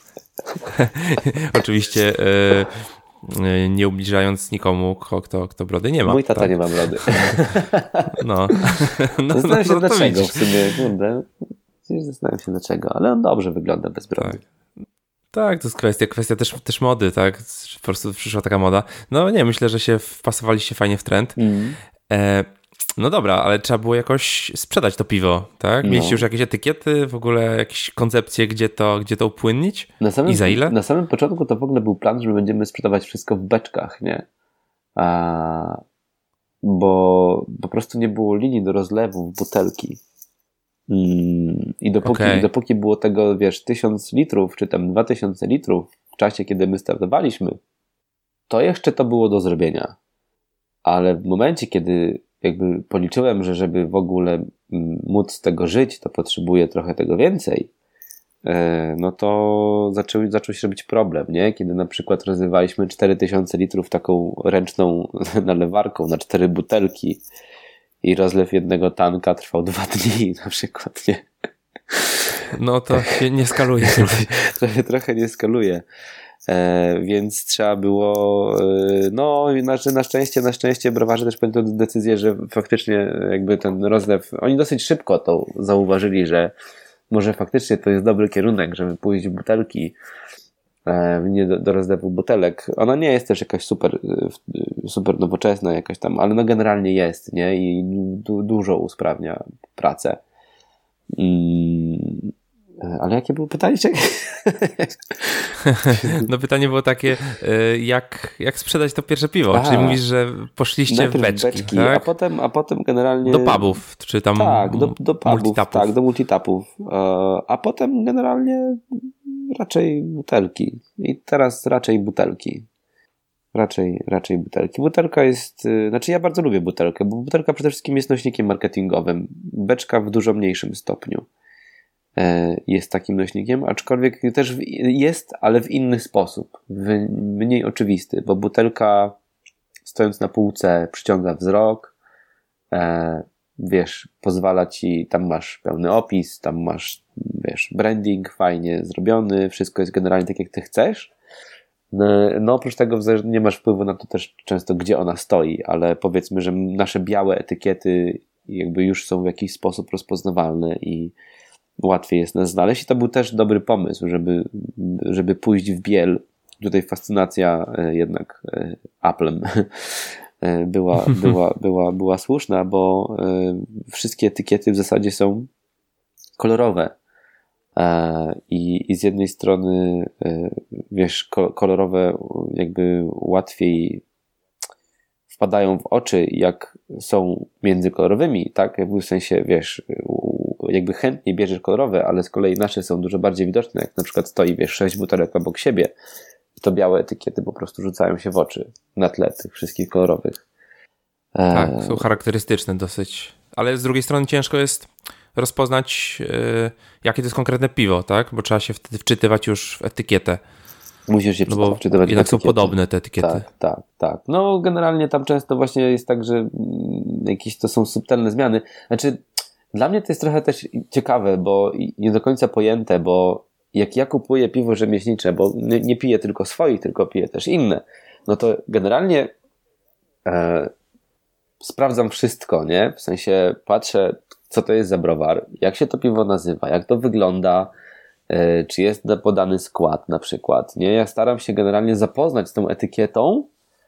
Oczywiście yy, nie ubliżając nikomu, kto, kto brody nie ma. Mój tata tak? nie ma brody. No. no Zastanawiam się no, no, dlaczego widzisz. w sumie. Kurde, zastanawiam się dlaczego, ale on dobrze wygląda bez brody. Tak. Tak, to jest kwestia, kwestia też, też mody, tak? Po prostu przyszła taka moda. No nie, myślę, że się wpasowaliście fajnie w trend. Mm. E, no dobra, ale trzeba było jakoś sprzedać to piwo, tak? Mieliście No. już jakieś etykiety, w ogóle jakieś koncepcje, gdzie to, gdzie to upłynnić? Na samym, I za ile? Na samym początku to w ogóle był plan, że będziemy sprzedawać wszystko w beczkach, nie? A, bo po prostu nie było linii do rozlewu w butelki. Mm, I dopóki, Okay. dopóki było tego, wiesz, tysiąc litrów, czy tam dwa tysiące litrów w czasie, kiedy my startowaliśmy, to jeszcze to było do zrobienia. Ale w momencie, kiedy jakby policzyłem, że żeby w ogóle móc z tego żyć, to potrzebuję trochę tego więcej, no to zaczął, zaczął się robić problem, nie? Kiedy na przykład rozlewaliśmy cztery tysiące litrów taką ręczną nalewarką na cztery butelki i rozlew jednego tanka trwał dwa dni na przykład, nie? No to się nie skaluje. trochę, trochę nie skaluje. E, więc trzeba było e, no na, na szczęście na szczęście browarze też podjęli decyzję, że faktycznie jakby ten rozlew, oni dosyć szybko to zauważyli, że może faktycznie to jest dobry kierunek, żeby pójść w butelki, e, nie do, do rozlewu butelek. Ona nie jest też jakaś super super nowoczesna jakaś tam, ale no generalnie jest, nie? I du, dużo usprawnia pracę. Mm. Ale jakie było pytanie? No pytanie było takie, jak, jak sprzedać to pierwsze piwo? Aha. Czyli mówisz, że poszliście w beczki, beczki tak? a, potem, a potem generalnie... Do pubów, czy tam Tak, do, do pubów, multitapów. tak, do multitapów. A potem generalnie raczej butelki. I teraz raczej butelki. raczej, raczej butelki. Butelka jest, yy, znaczy ja bardzo lubię butelkę, bo butelka przede wszystkim jest nośnikiem marketingowym. Beczka w dużo mniejszym stopniu yy, jest takim nośnikiem, aczkolwiek też w, jest, ale w inny sposób, w mniej oczywisty, bo butelka stojąc na półce przyciąga wzrok, yy, wiesz, pozwala ci, tam masz pełny opis, tam masz, wiesz, branding fajnie zrobiony, wszystko jest generalnie tak, jak ty chcesz. No oprócz tego nie masz wpływu na to też często, gdzie ona stoi, ale powiedzmy, że nasze białe etykiety jakby już są w jakiś sposób rozpoznawalne i łatwiej jest nas znaleźć i to był też dobry pomysł, żeby, żeby pójść w biel. Tutaj fascynacja jednak Applem była, była, była, była słuszna, bo wszystkie etykiety w zasadzie są kolorowe. I, I z jednej strony, wiesz, kolorowe jakby łatwiej wpadają w oczy, jak są między kolorowymi, tak? Jakby w sensie, wiesz, jakby chętnie bierzesz kolorowe, ale z kolei nasze są dużo bardziej widoczne, jak na przykład stoi, wiesz, sześć butelek obok siebie, to białe etykiety po prostu rzucają się w oczy na tle tych wszystkich kolorowych. Tak, są charakterystyczne dosyć, ale z drugiej strony ciężko jest rozpoznać, yy, jakie to jest konkretne piwo, tak? Bo trzeba się wtedy wczytywać już w etykietę. Musisz się no bo wczytywać jednak w są podobne te etykiety. Tak, tak, tak. No generalnie tam często właśnie jest tak, że jakieś to są subtelne zmiany. Znaczy, dla mnie to jest trochę też ciekawe, bo nie do końca pojęte, bo jak ja kupuję piwo rzemieślnicze, bo nie, nie piję tylko swoich, tylko piję też inne, no to generalnie e, sprawdzam wszystko, nie? W sensie patrzę, co to jest za browar, jak się to piwo nazywa, jak to wygląda, yy, czy jest podany skład na przykład, nie? Ja staram się generalnie zapoznać z tą etykietą,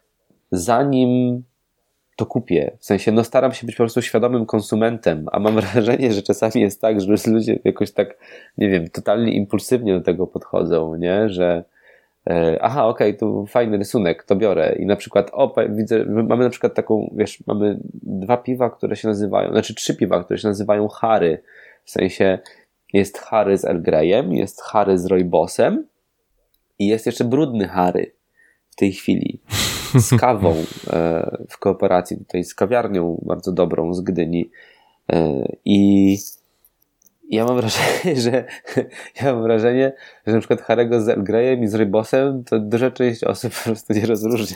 zanim to kupię. W sensie, no staram się być po prostu świadomym konsumentem, a mam wrażenie, że czasami jest tak, że ludzie jakoś tak, nie wiem, totalnie impulsywnie do tego podchodzą, nie? Że aha, okej, okay, tu fajny rysunek, to biorę i na przykład, o, widzę, mamy na przykład taką, wiesz, mamy dwa piwa, które się nazywają, znaczy trzy piwa, które się nazywają Harry, w sensie jest Harry z Earl Greyem, jest Harry z Rooibosem i jest jeszcze brudny Harry w tej chwili z kawą e, w kooperacji tutaj z kawiarnią bardzo dobrą z Gdyni e, i ja mam wrażenie, że ja mam wrażenie, że na przykład Harry'ego z Earl Greyem i z Rooibosem to duża część osób po prostu nie rozróżnia.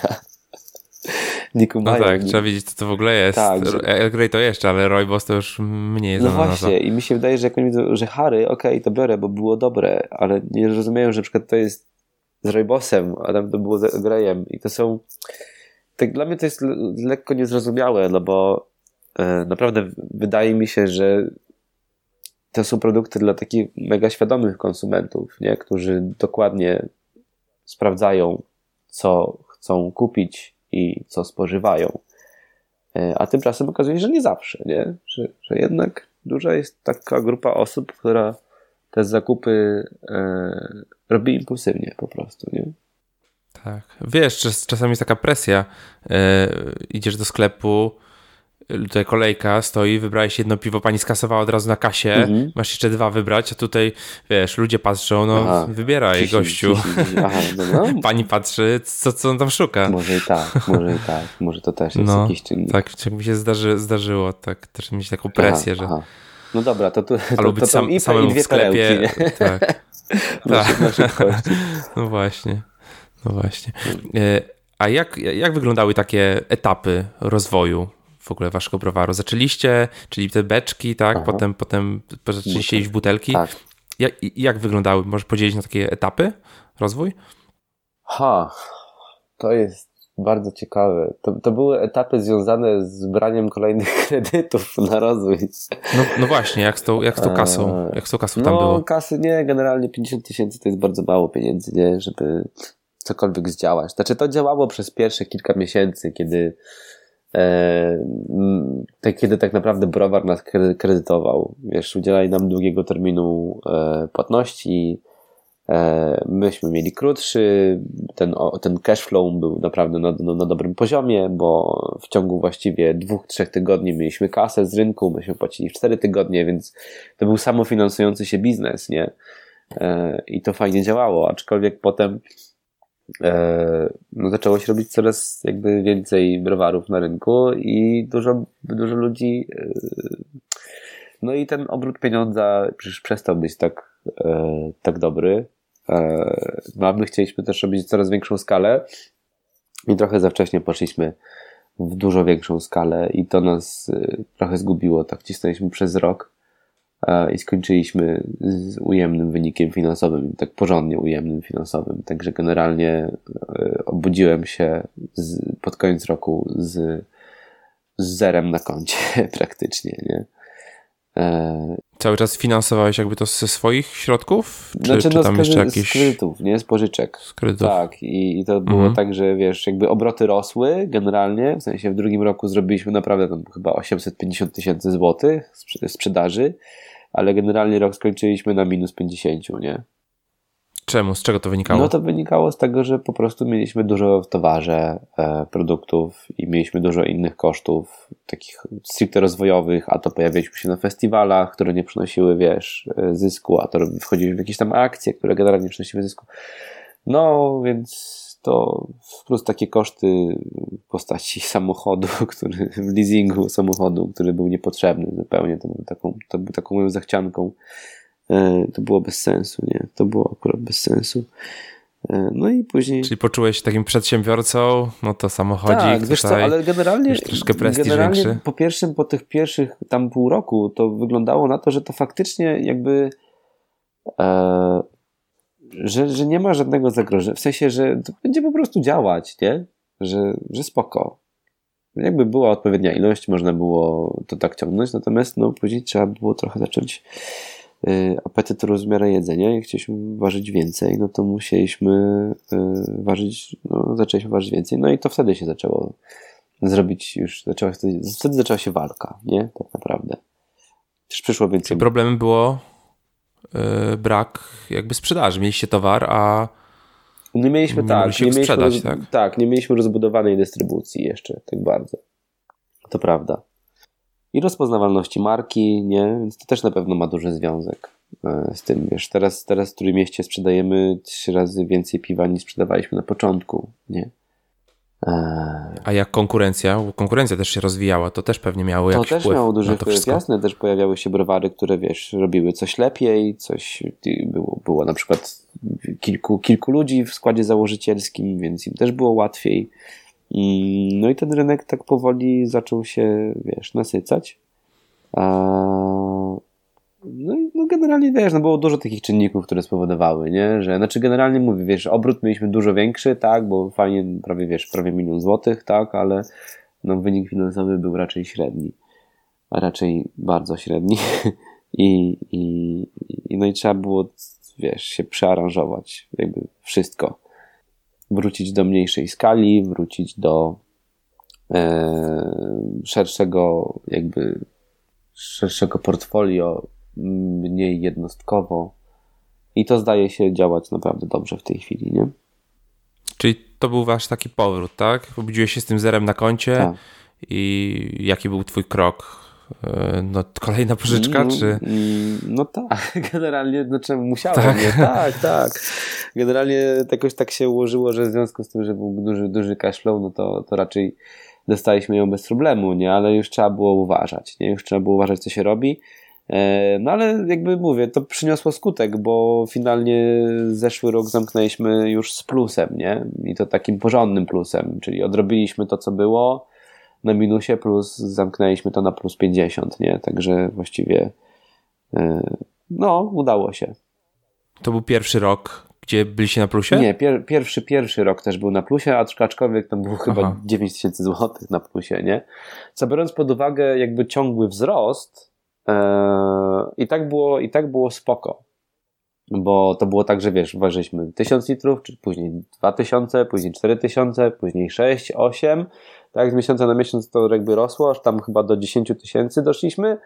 Nie kumają. No tak, nie... trzeba wiedzieć, co to w ogóle jest. Tak, Earl Grey to jeszcze, ale Rooibos to już mniej jest. No właśnie nazwa. I mi się wydaje, że jak oni widzą, że Harry, okej, okay, to biorę, bo było dobre, ale nie rozumieją, że na przykład to jest z Rooibosem, a tam to było z Earl Greyem i to są... Tak dla mnie to jest lekko niezrozumiałe, no bo e, naprawdę wydaje mi się, że to są produkty dla takich mega świadomych konsumentów, nie? Którzy dokładnie sprawdzają, co chcą kupić i co spożywają. A tymczasem okazuje się, że nie zawsze, nie? Że, że jednak duża jest taka grupa osób, która te zakupy e, robi impulsywnie po prostu, nie? Tak. Wiesz, czasami jest taka presja. E, idziesz do sklepu, tutaj kolejka stoi, wybrałeś jedno piwo, pani skasowała od razu na kasie, mhm. masz jeszcze dwa wybrać, a tutaj, wiesz, ludzie patrzą, no aha. wybieraj, ciśnij, gościu. Ciśnij. Aha, no, no. Pani patrzy, co, co on tam szuka. Może i tak, może i tak, może to też jest no, jakiś czynnik. Tak, tak mi się zdarzy, zdarzyło, tak, też mieć taką presję, aha, że... Aha. No dobra, to tu to, to, to sam, i samemu i dwie w sklepie. Perełki, tak. na, tak. na szybkości. No właśnie, no właśnie. A jak, jak wyglądały takie etapy rozwoju w ogóle waszego browaru? Zaczęliście, czyli te beczki, tak? Aha. Potem, potem zaczęliście iść w butelki. Tak. Jak, jak wyglądały? Możesz podzielić na takie etapy rozwój? Ha, to jest bardzo ciekawe. To, to były etapy związane z braniem kolejnych kredytów na rozwój. No, no właśnie, jak z tą, jak z tą kasą? Jak z tą kasą no, tam było? No kasy nie, generalnie pięćdziesiąt tysięcy to jest bardzo mało pieniędzy, nie? Żeby cokolwiek zdziałać. Znaczy to działało przez pierwsze kilka miesięcy, kiedy E, kiedy tak naprawdę browar nas kredytował. Wiesz, udzielali nam długiego terminu e, płatności, e, myśmy mieli krótszy, ten, o, ten cash flow był naprawdę na, na, na dobrym poziomie, bo w ciągu właściwie dwóch, trzech tygodni mieliśmy kasę z rynku, myśmy płacili w cztery tygodnie, więc to był samofinansujący się biznes, nie? E, I to fajnie działało, aczkolwiek potem no zaczęło się robić coraz jakby więcej browarów na rynku i dużo, dużo ludzi, no i ten obrót pieniądza przecież przestał być tak, tak dobry. No a my chcieliśmy też robić coraz większą skalę i trochę za wcześnie poszliśmy w dużo większą skalę i to nas trochę zgubiło, tak cisnęliśmy przez rok i skończyliśmy z ujemnym wynikiem finansowym, tak porządnie ujemnym finansowym, także generalnie obudziłem się z, pod koniec roku z, z zerem na koncie praktycznie, nie? Cały czas finansowałeś jakby to ze swoich środków? Czy, znaczy, czy no, tam z, jeszcze jakieś... z kredytów, nie? Z pożyczek. Z kredytów. Tak, i, i to było mhm. tak, że wiesz, jakby obroty rosły generalnie, w sensie w drugim roku zrobiliśmy naprawdę tam chyba osiemset pięćdziesiąt tysięcy złotych sprzedaży, ale generalnie rok skończyliśmy na minus pięćdziesiąt, nie? Czemu? Z czego to wynikało? No to wynikało z tego, że po prostu mieliśmy dużo w towarze e, produktów i mieliśmy dużo innych kosztów, takich stricte rozwojowych, a to pojawialiśmy się na festiwalach, które nie przynosiły, wiesz, zysku, a to wchodziliśmy w jakieś tam akcje, które generalnie nie przynosiły zysku. No, więc to plus takie koszty w postaci samochodu, który, leasingu samochodu, który był niepotrzebny zupełnie, to był taką, to był taką moją zachcianką. To było bez sensu, nie? To było akurat bez sensu. No i później... Czyli poczułeś się takim przedsiębiorcą, no to samochodzik, tak, wiesz co, ale generalnie, wiesz, troszkę prestiż generalnie większy. po pierwszym, po tych pierwszych tam pół roku to wyglądało na to, że to faktycznie jakby e, że, że nie ma żadnego zagrożenia, w sensie, że to będzie po prostu działać, nie? Że, że spoko. Jakby była odpowiednia ilość, można było to tak ciągnąć, natomiast no później trzeba było trochę zacząć apetyt rozmiaru jedzenia i chcieliśmy ważyć więcej, no to musieliśmy ważyć, no zaczęliśmy ważyć więcej, no i to wtedy się zaczęło zrobić już, zaczęła, wtedy, wtedy zaczęła się walka, nie? Tak naprawdę. Też przyszło więcej... Czyli problemem było yy, brak jakby sprzedaży. Mieliście towar, a nie mieliśmy nie tak, mogliście nie go mieliśmy sprzedać, roz... tak? Tak, nie mieliśmy rozbudowanej dystrybucji jeszcze, tak bardzo. To prawda. I rozpoznawalności marki, nie? Więc to też na pewno ma duży związek z tym, wiesz. Teraz, teraz w Trójmieście sprzedajemy trzy razy więcej piwa niż sprzedawaliśmy na początku, nie? Eee... A jak konkurencja? Bo konkurencja też się rozwijała, to też pewnie miało to jakiś też wpływ miało duży na to wpływ, wszystko. jasne, też pojawiały się browary, które, wiesz, robiły coś lepiej, coś było, było na przykład kilku, kilku ludzi w składzie założycielskim, więc im też było łatwiej. No i ten rynek tak powoli zaczął się, wiesz, nasycać. No i no generalnie, wiesz, no było dużo takich czynników, które spowodowały, nie, że, znaczy generalnie mówię, wiesz, obrót mieliśmy dużo większy, tak, bo fajnie, prawie, wiesz, prawie milion złotych, tak, ale no wynik finansowy był raczej średni, a raczej bardzo średni i, i, i no i trzeba było, wiesz, się przearanżować, jakby wszystko, wrócić do mniejszej skali, wrócić do e, szerszego, jakby szerszego portfolio, mniej jednostkowo i to zdaje się działać naprawdę dobrze w tej chwili, nie? Czyli to był wasz taki powrót, tak? Obudziłeś się z tym zerem na koncie tak. I jaki był twój krok? No kolejna pożyczka, no, czy? No tak, generalnie, znaczy musiałem, tak? Nie? tak, tak. Generalnie jakoś tak się ułożyło, że w związku z tym, że był duży, duży cash flow, no to, to raczej dostaliśmy ją bez problemu, nie? Ale już trzeba było uważać, nie? Już trzeba było uważać, co się robi. No ale jakby mówię, to przyniosło skutek, bo finalnie zeszły rok zamknęliśmy już z plusem, nie? I to takim porządnym plusem, czyli odrobiliśmy to, co było na minusie, plus zamknęliśmy to na plus pięćdziesiąt, nie? Także właściwie no, udało się. To był pierwszy rok, gdzie byliście na plusie? Nie, pier- pierwszy, pierwszy rok też był na plusie, aczkolwiek tam było chyba Aha. dziewięć tysięcy złotych na plusie, nie? Co biorąc pod uwagę jakby ciągły wzrost, i tak było, i tak było spoko, bo to było tak, że wiesz, ważyliśmy tysiąc litrów, czy później dwa tysiące, później cztery tysiące, później sześć, osiem, tak, z miesiąca na miesiąc to jakby rosło, aż tam chyba do dziesięć tysięcy doszliśmy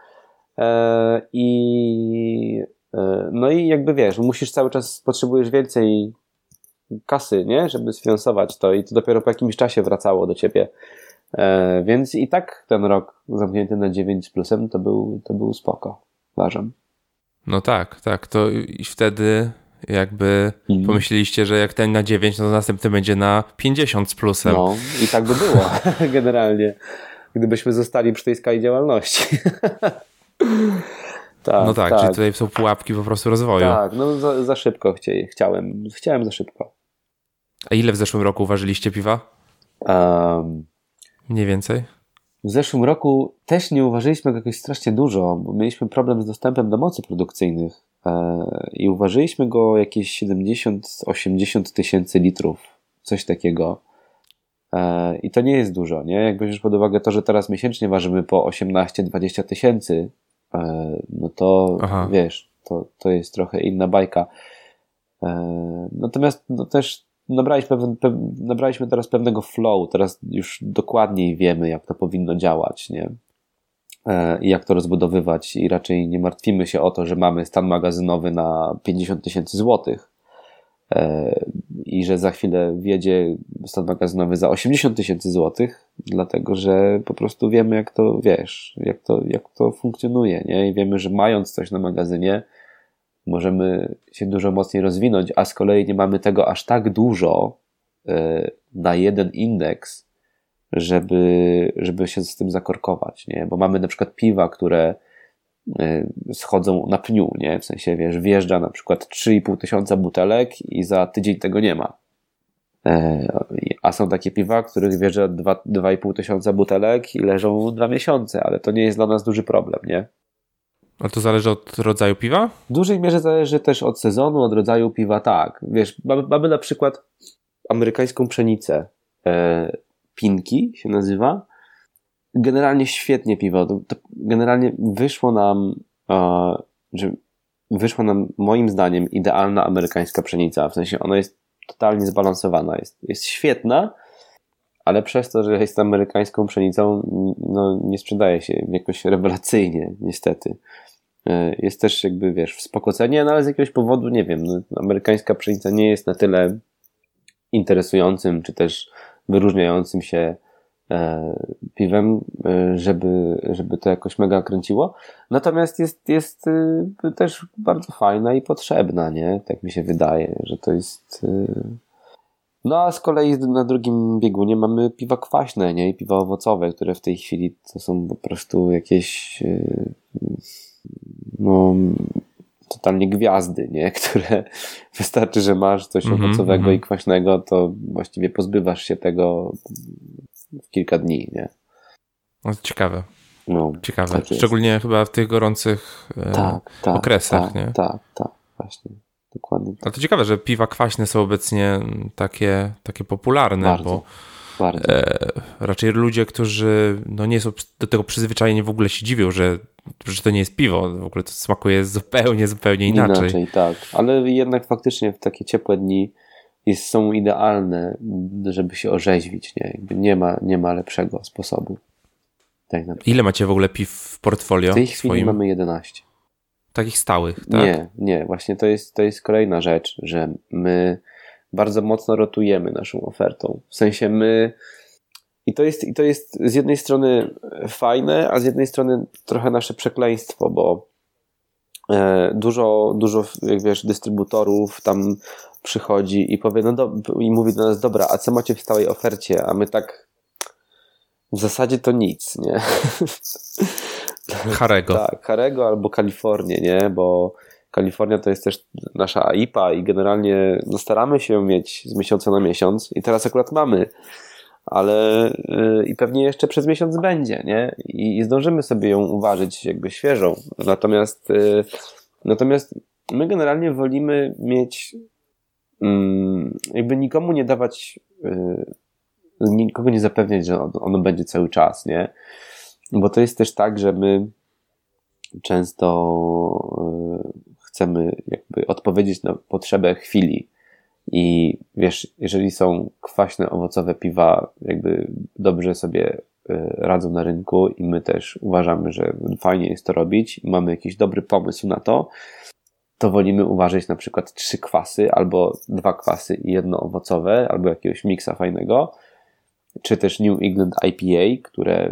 i no i jakby wiesz, musisz cały czas, potrzebujesz więcej kasy, nie, żeby sfinansować to i to dopiero po jakimś czasie wracało do ciebie. E, więc i tak ten rok zamknięty na dziewięć z plusem to był, to był spoko, uważam. No tak, tak. To i wtedy Jakby mm. pomyśleliście, że jak ten na dziewięć, no to następny będzie na pięćdziesiąt z plusem. No i tak by było generalnie, gdybyśmy zostali przy tej skali działalności. Tak, no tak, tak, czyli tutaj są pułapki po prostu rozwoju. Tak, no za, za szybko chcia, chciałem, chciałem za szybko. A ile w zeszłym roku uważyliście piwa? Um, Mniej więcej? W zeszłym roku też nie uważyliśmy go jakoś strasznie dużo, bo mieliśmy problem z dostępem do mocy produkcyjnych e, i uważyliśmy go jakieś siedemdziesiąt osiemdziesiąt tysięcy litrów, coś takiego. E, I to nie jest dużo, nie? Jak weźmiesz pod uwagę to, że teraz miesięcznie ważymy po osiemnaście dwadzieścia tysięcy, no to Aha. wiesz, to, to jest trochę inna bajka. Natomiast no też nabraliśmy, pewien, pew, nabraliśmy teraz pewnego flow, teraz już dokładniej wiemy, jak to powinno działać, nie? I jak to rozbudowywać i raczej nie martwimy się o to, że mamy stan magazynowy na pięćdziesiąt tysięcy złotych i że za chwilę wjedzie stan magazynowy za osiemdziesiąt tysięcy złotych, dlatego że po prostu wiemy, jak to, wiesz, jak to, jak to funkcjonuje, nie? I wiemy, że mając coś na magazynie możemy się dużo mocniej rozwinąć, a z kolei nie mamy tego aż tak dużo na jeden indeks, żeby, żeby się z tym zakorkować, nie? Bo mamy na przykład piwa, które schodzą na pniu, nie? W sensie, wiesz, wjeżdża na przykład trzy i pół tysiąca butelek i za tydzień tego nie ma. A są takie piwa, których wjeżdża dwa i pół tysiąca butelek i leżą dwa miesiące, ale to nie jest dla nas duży problem, nie? A to zależy od rodzaju piwa? W dużej mierze zależy też od sezonu, od rodzaju piwa, tak. Wiesz, mamy, mamy na przykład amerykańską pszenicę. E, Pinki się nazywa. Generalnie świetnie piwo. To, to generalnie wyszło nam, e, że wyszła nam moim zdaniem idealna amerykańska pszenica. W sensie ona jest totalnie zbalansowana. Jest, jest świetna, ale przez to, że jest amerykańską pszenicą, no, nie sprzedaje się jakoś rewelacyjnie, niestety. Jest też jakby, wiesz, w spoko cenie, no ale z jakiegoś powodu, nie wiem, no, amerykańska pszenica nie jest na tyle interesującym, czy też wyróżniającym się e, piwem, e, żeby, żeby to jakoś mega kręciło. Natomiast jest, jest e, też bardzo fajna i potrzebna, nie? Tak mi się wydaje, że to jest... E... No a z kolei na drugim biegunie mamy piwa kwaśne, nie? I piwa owocowe, które w tej chwili to są po prostu jakieś... E, no, totalnie gwiazdy, nie? Które wystarczy, że masz coś mm-hmm, owocowego mm-hmm. i kwaśnego, to właściwie pozbywasz się tego w kilka dni, nie? No, ciekawe. No, ciekawe. Tak Szczególnie jest. Chyba w tych gorących e, tak, tak, okresach, tak, nie? Tak, tak, właśnie. Dokładnie. Ale to ciekawe, że piwa kwaśne są obecnie takie, takie popularne, bardzo, bo bardzo. E, raczej ludzie, którzy no, nie są do tego przyzwyczajeni, w ogóle się dziwią, że, że to nie jest piwo. W ogóle to smakuje zupełnie, zupełnie inaczej. Inaczej, tak. Ale jednak faktycznie w takie ciepłe dni jest, są idealne, żeby się orzeźwić. Nie, Jakby nie, ma, nie ma lepszego sposobu. Tak naprawdę. Ile macie w ogóle piw w portfolio? W tej chwili swoim? mamy jedenaście. Takich stałych, tak? Nie, nie. Właśnie to jest, to jest kolejna rzecz, że my bardzo mocno rotujemy naszą ofertą. W sensie my... I to jest, i to jest z jednej strony fajne, a z jednej strony trochę nasze przekleństwo, bo e, dużo, dużo, jak wiesz, dystrybutorów tam przychodzi i powie, no do, i mówi do nas, dobra, a co macie w stałej ofercie? A my tak w zasadzie to nic, nie? Harego. Tak, Harego albo Kalifornię, nie? Bo Kalifornia to jest też nasza I P A i generalnie no, staramy się ją mieć z miesiąca na miesiąc i teraz akurat mamy, ale yy, i pewnie jeszcze przez miesiąc będzie, nie? I, i zdążymy sobie ją uważać jakby świeżą. Natomiast yy, natomiast my generalnie wolimy mieć yy, jakby nikomu nie dawać yy, nikogo nie zapewniać, że ono, ono będzie cały czas, nie? Bo to jest też tak, że my często yy, chcemy jakby odpowiedzieć na potrzebę chwili i wiesz, jeżeli są kwaśne, owocowe piwa jakby dobrze sobie radzą na rynku i my też uważamy, że fajnie jest to robić i mamy jakiś dobry pomysł na to, to wolimy uważać na przykład trzy kwasy albo dwa kwasy i jedno owocowe albo jakiegoś miksa fajnego, czy też New England I P A, które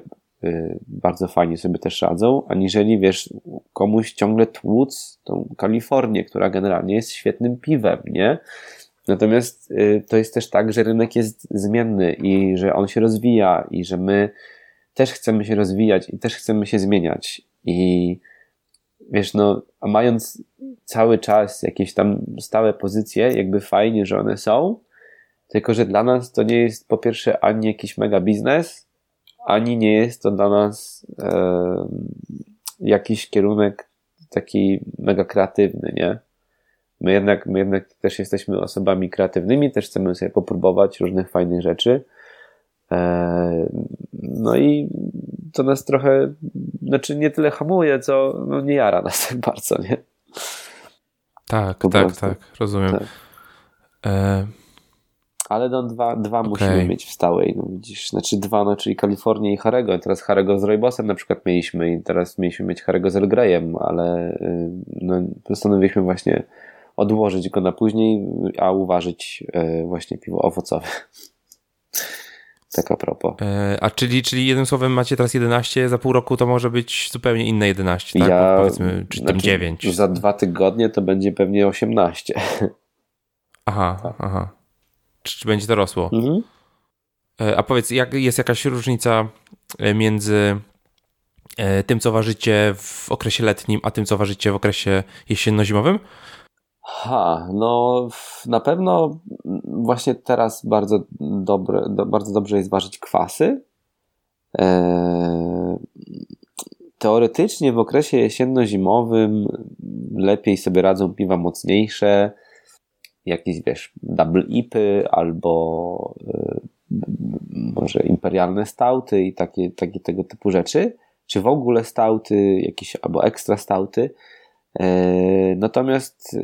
y, bardzo fajnie sobie też radzą, aniżeli, wiesz, komuś ciągle tłuc tą Kalifornię, która generalnie jest świetnym piwem, nie? Natomiast y, to jest też tak, że rynek jest zmienny i że on się rozwija i że my też chcemy się rozwijać i też chcemy się zmieniać i wiesz, no, a mając cały czas jakieś tam stałe pozycje, jakby fajnie, że one są, tylko że dla nas to nie jest po pierwsze ani jakiś mega biznes, ani nie jest to dla nas e, jakiś kierunek taki mega kreatywny, nie? My jednak, my jednak też jesteśmy osobami kreatywnymi, też chcemy sobie popróbować różnych fajnych rzeczy. E, no i to nas trochę, znaczy nie tyle hamuje, co no nie jara nas tak bardzo, nie? Tak, Po tak, prostu. tak, rozumiem. Tak. E... Ale no dwa, dwa Okay. musimy mieć w stałej, no widzisz, znaczy dwa, no czyli Kalifornię i Harego. Teraz Harego z Rooibosem na przykład mieliśmy i teraz mieliśmy mieć Harego z Earl Greyem, ale no, postanowiliśmy właśnie odłożyć go na później, a uważać właśnie piwo owocowe. Tak a propos. E, a czyli, czyli jednym słowem macie teraz jedenaście, za pół roku to może być zupełnie inne jedenaście, tak? Ja, Powiedzmy, czy tam znaczy, dziewięć. Za dwa tygodnie to będzie pewnie osiemnaście. Aha, tak. aha. Czy, czy będzie to rosło? Mhm. E, a powiedz, jak jest jakaś różnica między tym, co ważycie w okresie letnim, a tym, co ważycie w okresie jesienno-zimowym? Ha, no na pewno właśnie teraz bardzo, dobre, do, bardzo dobrze jest ważyć kwasy. Eee, teoretycznie w okresie jesienno-zimowym lepiej sobie radzą piwa mocniejsze, jakieś, wiesz, double I P Y albo e, może imperialne stouty i takie, takie tego typu rzeczy, czy w ogóle stouty, jakieś albo ekstra stouty. Natomiast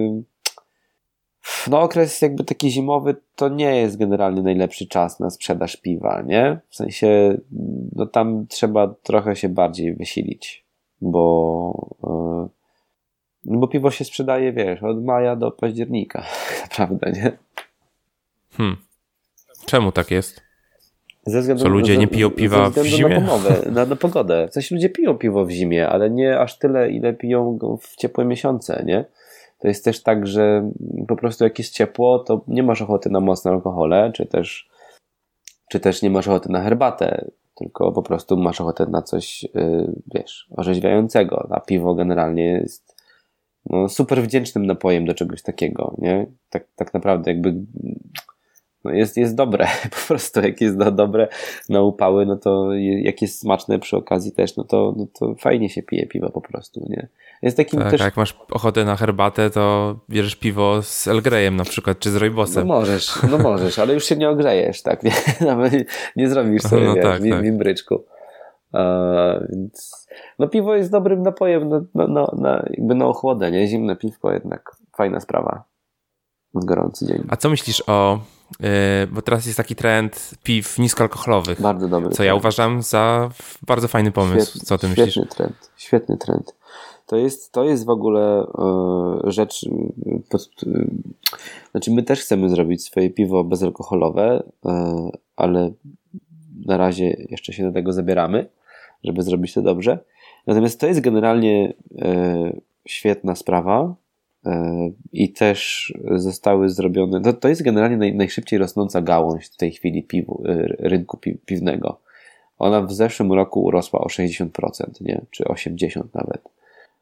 no okres jakby taki zimowy to nie jest generalnie najlepszy czas na sprzedaż piwa, nie? W sensie no tam trzeba trochę się bardziej wysilić, bo no bo piwo się sprzedaje, wiesz, od maja do października naprawdę, nie? Hmm. Czemu tak jest? Ze względu, Co ludzie ze, nie piją piwa w zimie? Na pomowę, na, na pogodę. W sensie ludzie piją piwo w zimie, ale nie aż tyle, ile piją go w ciepłe miesiące, nie? To jest też tak, że po prostu jak jest ciepło, to nie masz ochoty na mocne alkohole, czy też, czy też nie masz ochoty na herbatę, tylko po prostu masz ochotę na coś, yy, wiesz, orzeźwiającego. A piwo generalnie jest no, super wdzięcznym napojem do czegoś takiego, nie? Tak, tak naprawdę jakby no jest, jest dobre, po prostu jak jest do, dobre na upały, no to jak jest smaczne przy okazji też, no to, no to fajnie się pije piwo po prostu, nie? Jest takim tak, też... jak masz ochotę na herbatę, to bierzesz piwo z Earl Greyem na przykład, czy z Rooibosem. No możesz, no możesz, ale już się nie ogrzejesz, tak? Nie, nawet nie, nie zrobisz sobie, no wiesz, tak, w tak. imbryczku. A, więc no piwo jest dobrym napojem na, na, na, na, jakby na ochłodę, nie? Zimne piwko jednak fajna sprawa w gorący dzień. A co myślisz o, yy, bo teraz jest taki trend piw niskoalkoholowych. Bardzo dobry Co trend. ja uważam za bardzo fajny pomysł. Świetny, co ty świetny myślisz? Trend, świetny trend. To jest, to jest w ogóle y, rzecz, y, pod, y, znaczy my też chcemy zrobić swoje piwo bezalkoholowe, y, ale na razie jeszcze się do tego zabieramy, żeby zrobić to dobrze. Natomiast to jest generalnie y, świetna sprawa y, i też zostały zrobione, to, to jest generalnie naj, najszybciej rosnąca gałąź w tej chwili piwu, y, rynku pi, piwnego. Ona w zeszłym roku urosła o sześćdziesiąt procent, nie? Czy osiemdziesiąt procent nawet.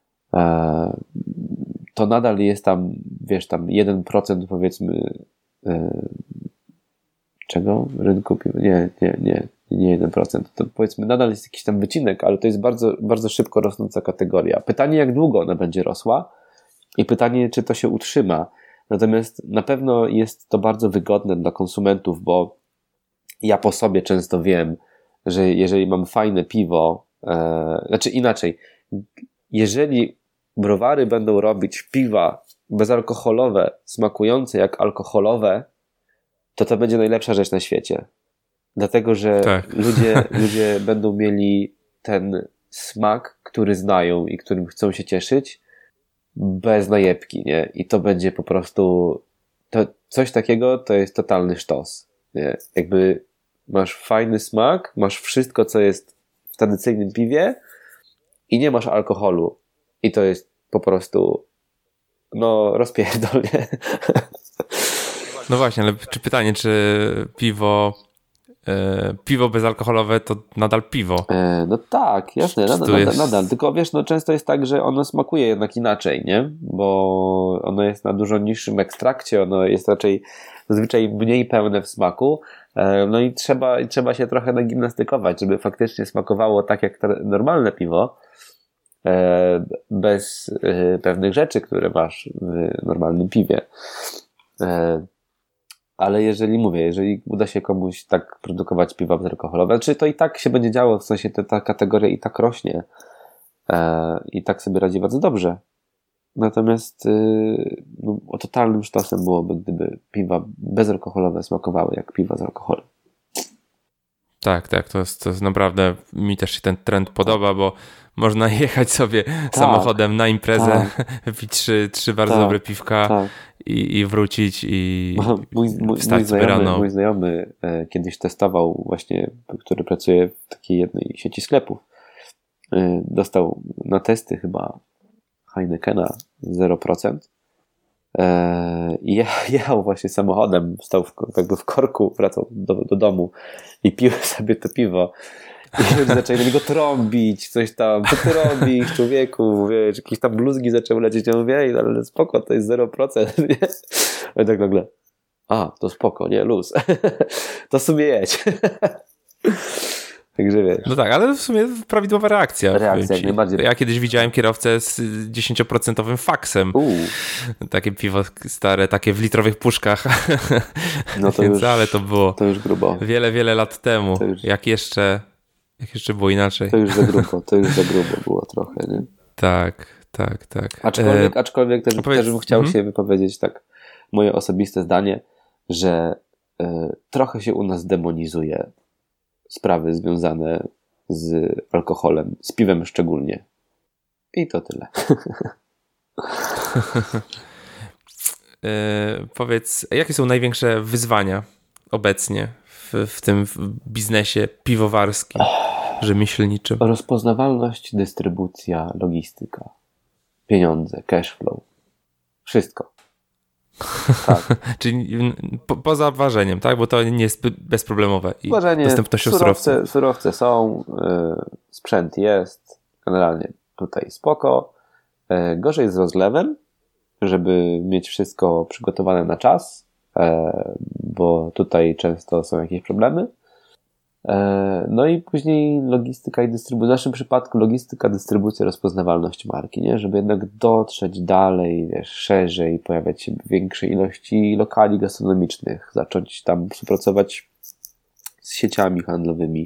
To nadal jest tam, wiesz, tam jeden procent powiedzmy czego? Rynku piwa? Nie, nie, nie, nie jeden procent. To powiedzmy nadal jest jakiś tam wycinek, ale to jest bardzo, bardzo szybko rosnąca kategoria. Pytanie, jak długo ona będzie rosła i pytanie, czy to się utrzyma. Natomiast na pewno jest to bardzo wygodne dla konsumentów, bo ja po sobie często wiem, że jeżeli mam fajne piwo, e, znaczy inaczej, jeżeli browary będą robić piwa bezalkoholowe, smakujące jak alkoholowe, to to będzie najlepsza rzecz na świecie. Dlatego, że tak. ludzie, ludzie będą mieli ten smak, który znają i którym chcą się cieszyć, bez najebki, nie? I to będzie po prostu to, coś takiego to jest totalny sztos, nie? Jakby masz fajny smak, masz wszystko, co jest w tradycyjnym piwie i nie masz alkoholu. I to jest po prostu no rozpierdol, nie? No właśnie, ale czy pytanie, czy piwo e, piwo bezalkoholowe to nadal piwo? E, no tak, jasne, nadal, nadal, jest... nadal. Tylko wiesz, no często jest tak, że ono smakuje jednak inaczej, nie? Bo ono jest na dużo niższym ekstrakcie, ono jest raczej zazwyczaj mniej pełne w smaku. E, no i trzeba, i trzeba się trochę nagimnastykować, żeby faktycznie smakowało tak jak normalne piwo. Bez pewnych rzeczy, które masz w normalnym piwie. Ale jeżeli mówię, jeżeli uda się komuś tak produkować piwa bezalkoholowe, znaczy to i tak się będzie działo, w sensie ta, ta kategoria i tak rośnie i tak sobie radzi bardzo dobrze. Natomiast no, o totalnym sztosem byłoby, gdyby piwa bezalkoholowe smakowały jak piwa z alkoholem. Tak, tak, to jest, to jest naprawdę, mi też się ten trend podoba, bo można jechać sobie tak. samochodem na imprezę, tak. wypić trzy, trzy bardzo tak. dobre piwka tak. i, i wrócić i mój, mój, wstać mój sobie znajomy, rano. Mój znajomy e, kiedyś testował właśnie, który pracuje w takiej jednej sieci sklepów. E, dostał na testy chyba Heinekena zero procent e, i jechał właśnie samochodem, stał w, jakby w korku, wracał do, do domu i pił sobie to piwo. I ludzie zaczęli na niego trąbić, coś tam, co ty robisz, człowieku, wiesz, jakieś tam bluzgi zaczęły lecieć, ja mówię, ej, ale spoko, to jest zero procent, nie? I tak nagle, a, to spoko, nie, luz, to sobie jedź. Także wiesz. No tak, ale w sumie prawidłowa reakcja. Reakcja, jak najbardziej. Ja kiedyś widziałem kierowcę z dziesięcioprocentowym faksem. Uu. Takie piwo stare, takie w litrowych puszkach. No to Więc, już, ale to było to już grubo. wiele, wiele lat temu. Już... Jak jeszcze jak jeszcze było inaczej. To już za grubo, to już za grubo było trochę, nie? Tak, tak, tak. Aczkolwiek, aczkolwiek też, opowiedz... też bym chciał mhm. się wypowiedzieć tak, moje osobiste zdanie, że y, trochę się u nas demonizuje sprawy związane z alkoholem, z piwem szczególnie. I to tyle. e, powiedz, jakie są największe wyzwania obecnie w, w tym biznesie piwowarskim, rzemieślniczym? Rozpoznawalność, dystrybucja, logistyka, pieniądze, cash flow. Wszystko. Tak. Czyli po, poza ważeniem, tak? Bo to nie jest bezproblemowe. I ważenie, dostępnością surowce, surowców. surowce są, yy, sprzęt jest, generalnie tutaj spoko. Yy, gorzej z rozlewem, żeby mieć wszystko przygotowane na czas, yy, bo tutaj często są jakieś problemy. No i później logistyka i dystrybucja. W naszym przypadku logistyka, dystrybucja, rozpoznawalność marki, nie? Żeby jednak dotrzeć dalej, wiesz, szerzej, pojawiać się w większej ilości lokali gastronomicznych, zacząć tam współpracować z sieciami handlowymi,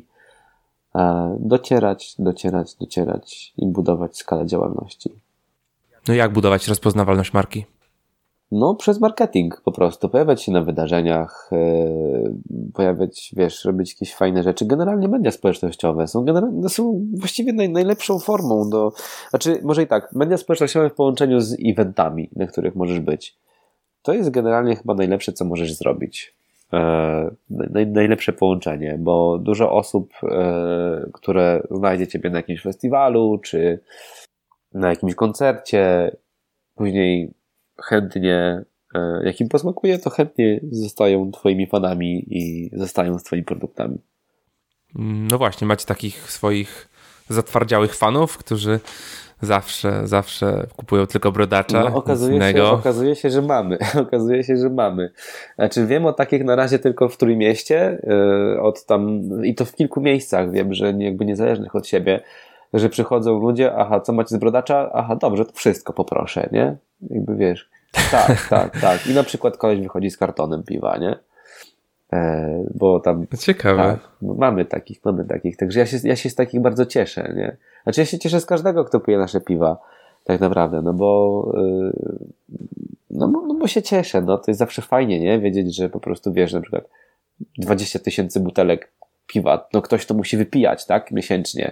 docierać, docierać, docierać i budować skalę działalności. No jak budować rozpoznawalność marki? No, przez marketing po prostu. Pojawiać się na wydarzeniach, yy, pojawiać, wiesz, robić jakieś fajne rzeczy. Generalnie media społecznościowe są, generalnie, są właściwie naj, najlepszą formą do... Znaczy, może i tak, media społecznościowe w połączeniu z eventami, na których możesz być. To jest generalnie chyba najlepsze, co możesz zrobić. Yy, naj, najlepsze połączenie, bo dużo osób, yy, które znajdzie ciebie na jakimś festiwalu, czy na jakimś koncercie, później chętnie, jak im posmakuje, to chętnie zostają twoimi fanami i zostają z twoimi produktami. No właśnie, macie takich swoich zatwardziałych fanów, którzy zawsze, zawsze kupują tylko brodacza. No, okazuje, się, okazuje się, że mamy. okazuje się, że mamy. Znaczy wiem o takich na razie tylko w Trójmieście, yy, od tam, i to w kilku miejscach wiem, że jakby niezależnych od siebie, że przychodzą ludzie, aha, co macie z brodacza? Aha, dobrze, to wszystko poproszę, nie? Jakby wiesz, tak, tak, tak. I na przykład koleś wychodzi z kartonem piwa, nie? E, bo tam... Ciekawe. Tak, mamy takich, mamy takich. Także ja się, ja się z takich bardzo cieszę, nie? Znaczy ja się cieszę z każdego, kto pije nasze piwa, tak naprawdę, no bo yy, no, no bo się cieszę, no. To jest zawsze fajnie, nie? Wiedzieć, że po prostu wiesz, na przykład dwadzieścia tysięcy butelek piwa, no ktoś to musi wypijać, tak? Miesięcznie.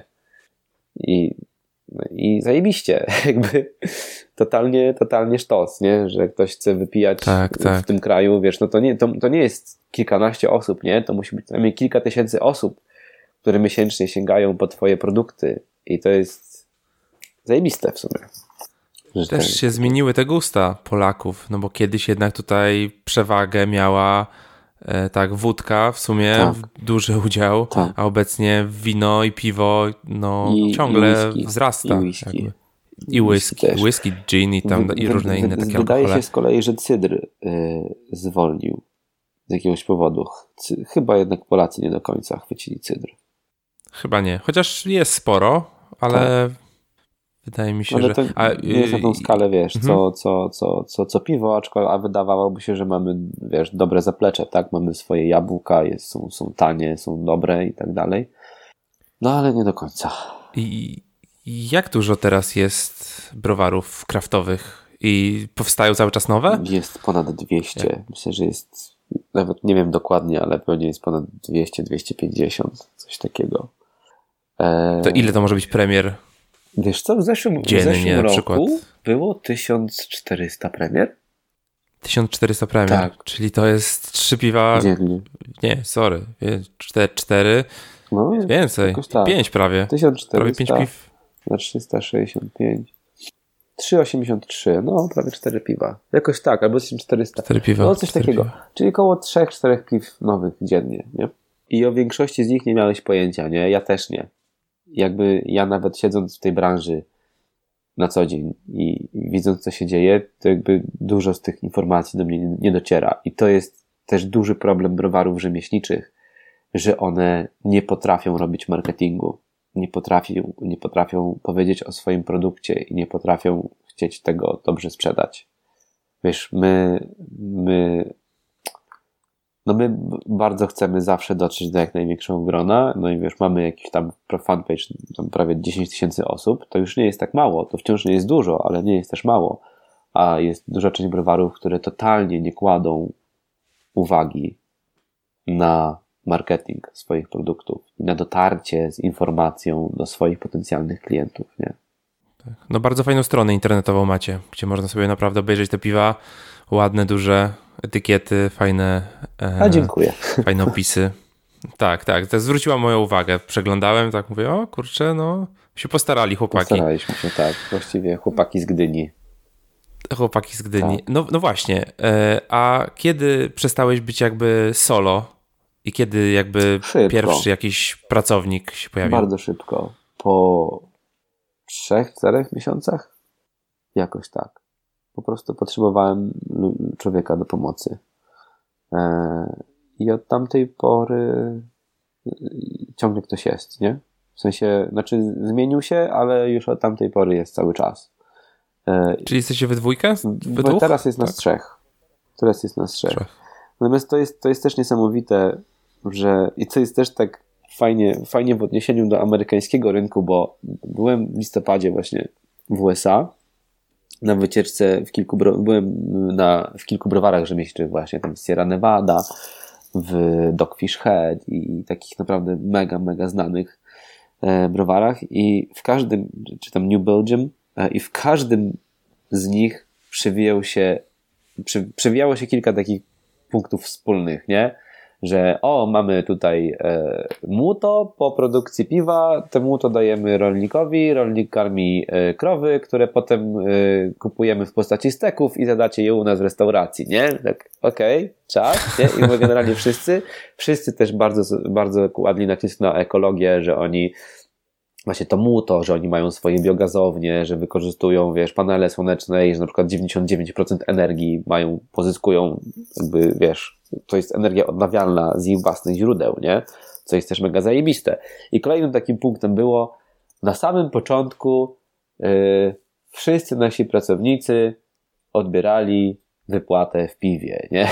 I I zajebiście, jakby totalnie, totalnie sztos, nie? Że ktoś chce wypijać tak, w tak. tym kraju, wiesz, no to nie, to, to nie jest kilkanaście osób, nie? To musi być najmniej kilka tysięcy osób, które miesięcznie sięgają po twoje produkty i to jest zajebiste w sumie. Też ten... się zmieniły te gusta Polaków, no bo kiedyś jednak tutaj przewagę miała e, tak wódka w sumie tak. duży udział, tak. a obecnie wino i piwo no I, ciągle i wzrasta. I whisky. I whisky, whisky, whisky, gin i tam wy, i różne wy, inne takie Wydaje alkohole. się z kolei, że cydr y, zwolnił z jakiegoś powodu. C- chyba jednak Polacy nie do końca chwycili cydr. Chyba nie, chociaż jest sporo, ale tak. wydaje mi się, ale że... to a, nie jest na tą skalę, wiesz, mhm. co, co, co, co, co piwo, aczkolwiek, a wydawałoby się, że mamy, wiesz, dobre zaplecze, tak? Mamy swoje jabłka, jest, są, są tanie, są dobre i tak dalej. No ale nie do końca. I jak dużo teraz jest browarów kraftowych i powstają cały czas nowe? Jest ponad dwieście. Jak? Myślę, że jest, nawet nie wiem dokładnie, ale pewnie jest ponad dwieście dwieście pięćdziesiąt, coś takiego. E... To ile to może być premier? Wiesz co, w zeszłym, Dziennie, w zeszłym na roku przykład. było tysiąc czterysta premier? tysiąc czterysta premier, tak. Czyli to jest trzy piwa... Dziennie. Nie, sorry, cztery, cztery no, więcej, tak. pięć prawie. tysiąc czterysta prawie pięć piw. Na trzysta sześćdziesiąt pięć. trzysta osiemdziesiąt trzy, no prawie cztery piwa. Jakoś tak, albo tysiąc czterysta. cztery piwa. No coś takiego. Piwa. Czyli około trzy cztery piw nowych dziennie, nie? I o większości z nich nie miałeś pojęcia, nie? Ja też nie. Jakby ja nawet siedząc w tej branży na co dzień i widząc co się dzieje, to jakby dużo z tych informacji do mnie nie, nie dociera. I to jest też duży problem browarów rzemieślniczych, że one nie potrafią robić marketingu. Nie potrafią, nie potrafią powiedzieć o swoim produkcie i nie potrafią chcieć tego dobrze sprzedać. Wiesz, my, my, no my bardzo chcemy zawsze dotrzeć do jak największego grona, no i wiesz, mamy jakiś tam fanpage, tam prawie dziesięć tysięcy osób, to już nie jest tak mało, to wciąż nie jest dużo, ale nie jest też mało, a jest duża część browarów, które totalnie nie kładą uwagi na marketing swoich produktów i na dotarcie z informacją do swoich potencjalnych klientów, nie? Tak. No bardzo fajną stronę internetową macie, gdzie można sobie naprawdę obejrzeć te piwa, ładne, duże etykiety, fajne e, A dziękuję. Fajne opisy. Tak, tak, to zwróciła moją uwagę. Przeglądałem, tak mówię, o kurczę, no się postarali chłopaki. Postaraliśmy się, tak. Właściwie chłopaki z Gdyni. Chłopaki z Gdyni. Tak. No, no właśnie, e, a kiedy przestałeś być jakby solo? I kiedy jakby szybko. Pierwszy jakiś pracownik się pojawił? Bardzo szybko. Po trzech, czterech miesiącach? Jakoś tak. Po prostu potrzebowałem człowieka do pomocy. I od tamtej pory ciągle ktoś jest, nie? W sensie, znaczy zmienił się, ale już od tamtej pory jest cały czas. Czyli jesteście we dwójkę? We dwóch? Teraz jest nas tak. trzech. Teraz jest nas trzech. trzech. Natomiast to jest, to jest też niesamowite, że i to jest też tak fajnie, fajnie w odniesieniu do amerykańskiego rynku, bo byłem w listopadzie właśnie w U S A na wycieczce w kilku, byłem na, w kilku browarach rzemieślniczych właśnie, tam w Sierra Nevada, w Dogfish Head i takich naprawdę mega, mega znanych e, browarach i w każdym, czy tam New Belgium e, i w każdym z nich przewijał się, przy, przewijało się kilka takich punktów wspólnych, nie? Że o, mamy tutaj e, młoto po produkcji piwa, to młoto dajemy rolnikowi, rolnik karmi e, krowy, które potem e, kupujemy w postaci steków i zadacie je u nas w restauracji, nie? Tak, okej, okay, czas, nie? I my generalnie wszyscy, wszyscy też bardzo, bardzo kładli nacisk na ekologię, że oni właśnie to młoto, że oni mają swoje biogazownie, że wykorzystują, wiesz, panele słoneczne i że na przykład dziewięćdziesiąt dziewięć procent energii mają, pozyskują, jakby, wiesz, to jest energia odnawialna z ich własnych źródeł, nie? Co jest też mega zajebiste. I kolejnym takim punktem było, na samym początku yy, wszyscy nasi pracownicy odbierali wypłatę w piwie, nie?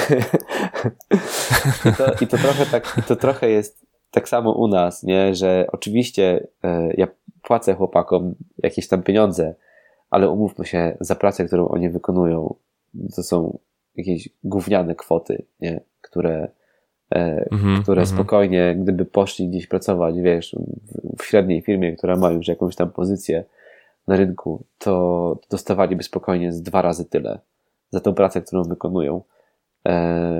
I, to, i to trochę tak, i to trochę jest tak samo u nas, nie? Że oczywiście e, ja płacę chłopakom jakieś tam pieniądze, ale umówmy się, za pracę, którą oni wykonują, to są jakieś gówniane kwoty, nie? Które, e, mm-hmm, które mm-hmm. spokojnie, gdyby poszli gdzieś pracować, wiesz, w, w średniej firmie, która ma już jakąś tam pozycję na rynku, to dostawaliby spokojnie z dwa razy tyle za tą pracę, którą wykonują. E,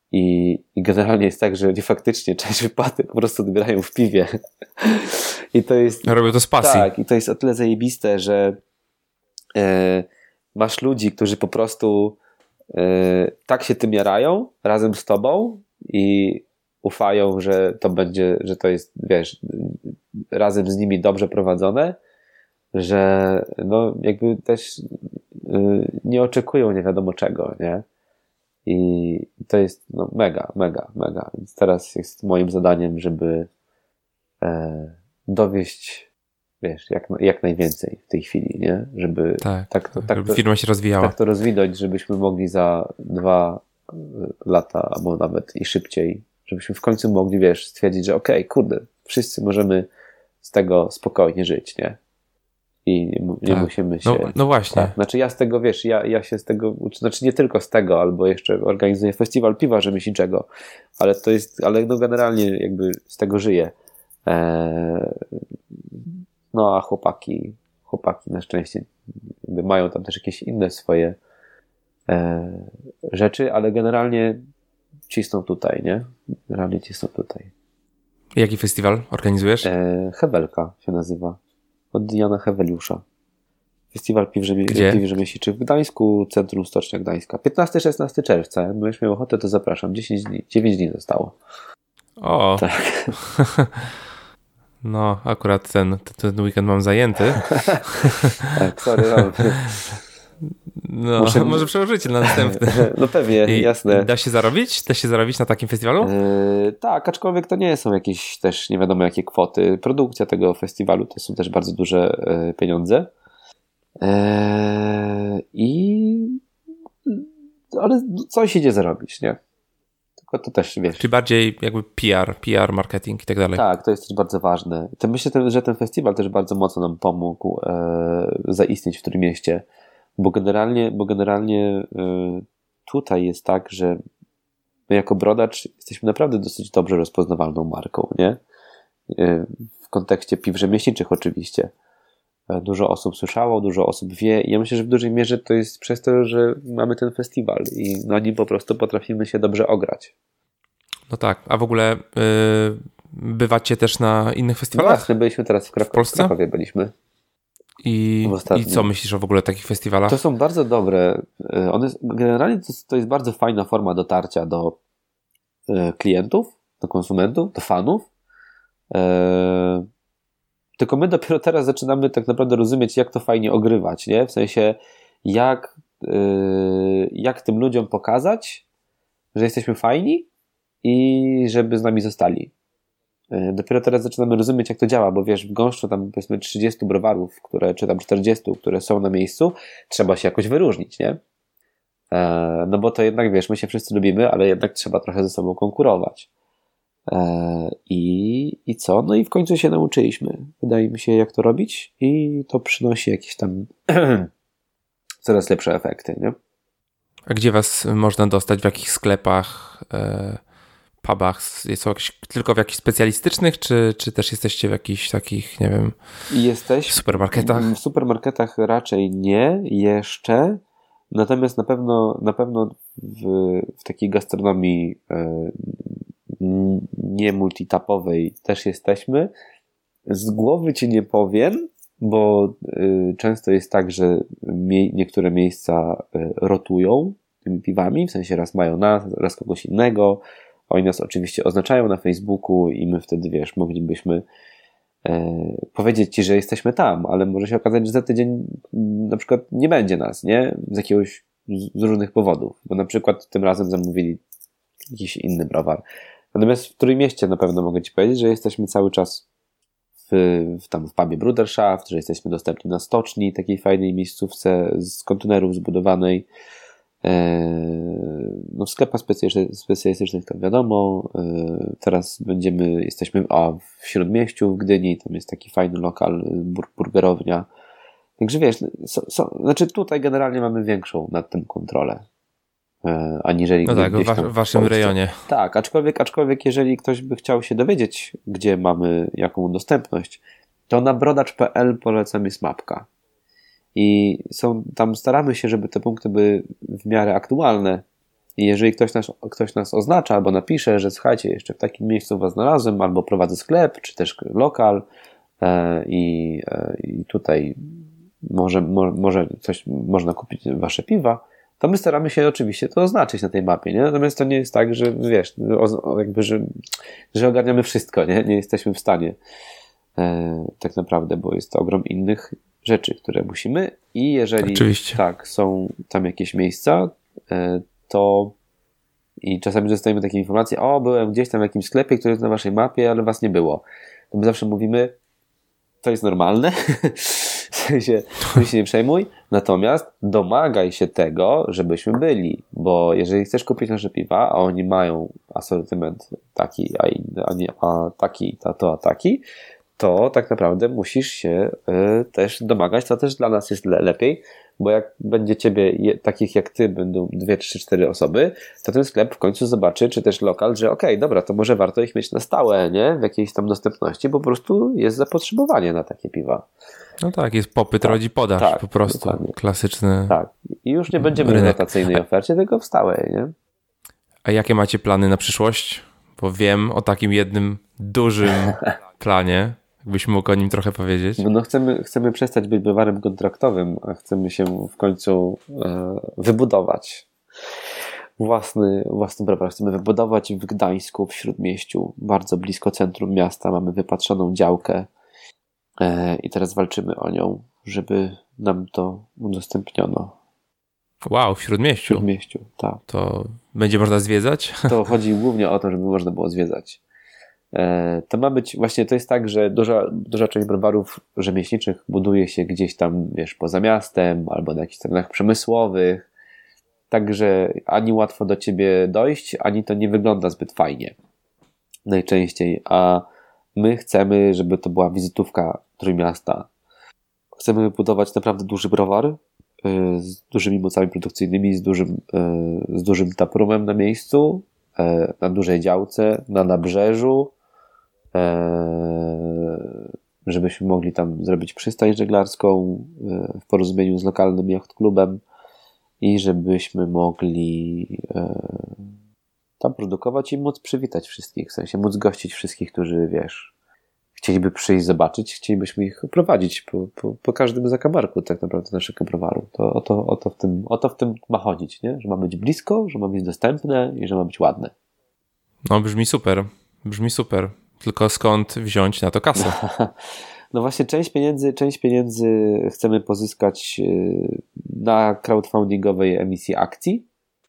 I, I generalnie jest tak, że oni faktycznie część wypadek po prostu odbierają w piwie. I to jest... Robią to z pasji. Tak, i to jest o tyle zajebiste, że e, masz ludzi, którzy po prostu e, tak się tym jarają razem z tobą i ufają, że to będzie, że to jest, wiesz, razem z nimi dobrze prowadzone, że no jakby też e, nie oczekują nie wiadomo czego, nie? I to jest no, mega, mega, mega. Więc teraz jest moim zadaniem, żeby e, dowieść, wiesz, jak, jak najwięcej w tej chwili, nie? Żeby tak, tak to, tak żeby to, firma się rozwijała. Tak to rozwinąć, żebyśmy mogli za dwa lata, albo nawet i szybciej, żebyśmy w końcu mogli, wiesz, stwierdzić, że okej, okay, kurde, wszyscy możemy z tego spokojnie żyć, nie? I nie, nie tak. musimy się... No, no właśnie. Tak, znaczy ja z tego, wiesz, ja, ja się z tego uczę, znaczy nie tylko z tego, albo jeszcze organizuję festiwal piwa rzemieślniczego, ale to jest, ale no generalnie jakby z tego żyję. Eee, no a chłopaki, chłopaki na szczęście jakby mają tam też jakieś inne swoje e, rzeczy, ale generalnie cisną tutaj, nie? Generalnie cisną tutaj. Jaki festiwal organizujesz? E, Hebelka się nazywa. Od Jana Heweliusza. Festiwal Piw, Rzemie- Piw Rzemieślniczych w Gdańsku, Centrum Stocznia Gdańska. piętnastego szesnastego czerwca. Jak będziesz miał ochotę, to zapraszam. dziesięć dni, dziewięć dni zostało. O! Tak. No, akurat ten, ten weekend mam zajęty. Tak, sorry. No, no Muszę... może przełożycie na następny. No pewnie, I, jasne. Da się zarobić? Da się zarobić na takim festiwalu? Yy, tak, aczkolwiek to nie są jakieś też nie wiadomo jakie kwoty. Produkcja tego festiwalu to są też bardzo duże yy, pieniądze. Yy, I ale coś idzie zarobić, nie? Tylko to też, wiesz... Czyli bardziej jakby P R, P R, marketing i tak dalej. Tak, to jest też bardzo ważne. To myślę, że ten festiwal też bardzo mocno nam pomógł e, zaistnieć w Trójmieście, bo generalnie, bo generalnie e, tutaj jest tak, że my jako Brodacz jesteśmy naprawdę dosyć dobrze rozpoznawalną marką, nie? E, w kontekście piw rzemieślniczych oczywiście. E, dużo osób słyszało, dużo osób wie i ja myślę, że w dużej mierze to jest przez to, że mamy ten festiwal i na nim po prostu potrafimy się dobrze ograć. No tak, a w ogóle yy, bywacie też na innych festiwalach? No jasne, byliśmy teraz w, Krak- w Polsce? W Krakowie byliśmy. I, I co myślisz o w ogóle takich festiwalach? To są bardzo dobre. One, generalnie to, to jest bardzo fajna forma dotarcia do e, klientów, do konsumentów, do fanów. E, tylko my dopiero teraz zaczynamy tak naprawdę rozumieć, jak to fajnie ogrywać, nie? W sensie, jak, e, jak tym ludziom pokazać, że jesteśmy fajni i żeby z nami zostali. Dopiero teraz zaczynamy rozumieć, jak to działa, bo wiesz, w gąszczu tam powiedzmy trzydziestu browarów, które, czy tam czterdziestu, które są na miejscu, trzeba się jakoś wyróżnić, nie? E, no bo to jednak, wiesz, my się wszyscy lubimy, ale jednak trzeba trochę ze sobą konkurować. E, i, I co? No i w końcu się nauczyliśmy. Wydaje mi się, jak to robić i to przynosi jakieś tam coraz lepsze efekty, nie? A gdzie was można dostać? W jakich sklepach? E... pubach? Są jakieś, tylko w jakichś specjalistycznych, czy, czy też jesteście w jakichś takich, nie wiem, Jesteś supermarketach? W supermarketach raczej nie, jeszcze. Natomiast na pewno, na pewno w, w takiej gastronomii e, nie multitapowej też jesteśmy. Z głowy ci nie powiem, bo e, często jest tak, że mie- niektóre miejsca e, rotują tymi piwami, w sensie raz mają nas, raz kogoś innego. Oni nas oczywiście oznaczają na Facebooku i my wtedy, wiesz, moglibyśmy e, powiedzieć ci, że jesteśmy tam, ale może się okazać, że za tydzień na przykład nie będzie nas, nie? Z jakiegoś, z różnych powodów, bo na przykład tym razem zamówili jakiś inny browar. Natomiast w Trójmieście na pewno mogę ci powiedzieć, że jesteśmy cały czas w, w, tam w pubie Bruderschaft, że jesteśmy dostępni na stoczni, takiej fajnej miejscówce z kontenerów zbudowanej. No w sklepach specjalistycznych to wiadomo. Teraz będziemy, jesteśmy a, w Śródmieściu w Gdyni, tam jest taki fajny lokal, bur- burgerownia. Także wiesz, so, so, znaczy tutaj generalnie mamy większą nad tym kontrolę. Aniżeli no tak, w, wa- w waszym w rejonie. Tak, aczkolwiek, aczkolwiek jeżeli ktoś by chciał się dowiedzieć, gdzie mamy jaką dostępność, to na brodacz kropka p l polecam jest mapka. I są, tam staramy się, żeby te punkty były w miarę aktualne I jeżeli ktoś nas, ktoś nas oznacza albo napisze, że słuchajcie, jeszcze w takim miejscu was znalazłem, albo prowadzę sklep, czy też lokal e, i, e, i tutaj może, mo, może coś można kupić wasze piwa, to my staramy się oczywiście to oznaczyć na tej mapie, nie? Natomiast to nie jest tak, że wiesz, o, jakby, że, że ogarniamy wszystko, nie? Nie jesteśmy w stanie e, tak naprawdę, bo jest to ogrom innych rzeczy, które musimy i jeżeli Oczywiście. tak, są tam jakieś miejsca, e, to i czasami dostajemy takie informacje, o, byłem gdzieś tam w jakimś sklepie, który jest na waszej mapie, ale was nie było. To my zawsze mówimy, to jest normalne, w sensie, ty się nie przejmuj, natomiast domagaj się tego, żebyśmy byli, bo jeżeli chcesz kupić nasze piwa, a oni mają asortyment taki, a, inny, a, nie, a taki, a to, a taki, to tak naprawdę musisz się y, też domagać, to też dla nas jest le- lepiej, bo jak będzie ciebie, je, takich jak ty, będą dwie, trzy, cztery osoby, to ten sklep w końcu zobaczy, czy też lokal, że okej, okay, dobra, to może warto ich mieć na stałe, nie? W jakiejś tam dostępności, bo po prostu jest zapotrzebowanie na takie piwa. No tak, jest popyt, tak, rodzi podaż, tak, po prostu. Dokładnie. Klasyczny Tak. I już nie będziemy rynek. W rotacyjnej ofercie, tylko w stałej, nie? A jakie macie plany na przyszłość? Bo wiem o takim jednym dużym planie. Jakbyś mógł o nim trochę powiedzieć? No chcemy, chcemy przestać być browarem kontraktowym, a chcemy się w końcu e, wybudować. Własny, własny browar. Chcemy wybudować w Gdańsku, w Śródmieściu, bardzo blisko centrum miasta. Mamy wypatrzoną działkę e, i teraz walczymy o nią, żeby nam to udostępniono. Wow, w Śródmieściu? W Śródmieściu, tak. To będzie można zwiedzać? To chodzi głównie o to, żeby można było zwiedzać. To ma być, właśnie to jest tak, że duża, duża część browarów rzemieślniczych buduje się gdzieś tam, wiesz, poza miastem albo na jakichś terenach przemysłowych, także ani łatwo do ciebie dojść, ani to nie wygląda zbyt fajnie najczęściej, a my chcemy, żeby to była wizytówka Trójmiasta. Chcemy wybudować naprawdę duży browar z dużymi mocami produkcyjnymi, z dużym, z dużym taproomem na miejscu, na dużej działce, na nabrzeżu, żebyśmy mogli tam zrobić przystań żeglarską w porozumieniu z lokalnym jachtklubem i żebyśmy mogli tam produkować i móc przywitać wszystkich, w sensie móc gościć wszystkich, którzy, wiesz, chcieliby przyjść, zobaczyć, chcielibyśmy ich prowadzić po, po, po każdym zakamarku tak naprawdę naszego browaru. To o to, o to w tym, o to w tym ma chodzić, nie? Że ma być blisko, że ma być dostępne i że ma być ładne. No brzmi super, brzmi super. Tylko skąd wziąć na to kasę? No właśnie część pieniędzy, część pieniędzy chcemy pozyskać na crowdfundingowej emisji akcji,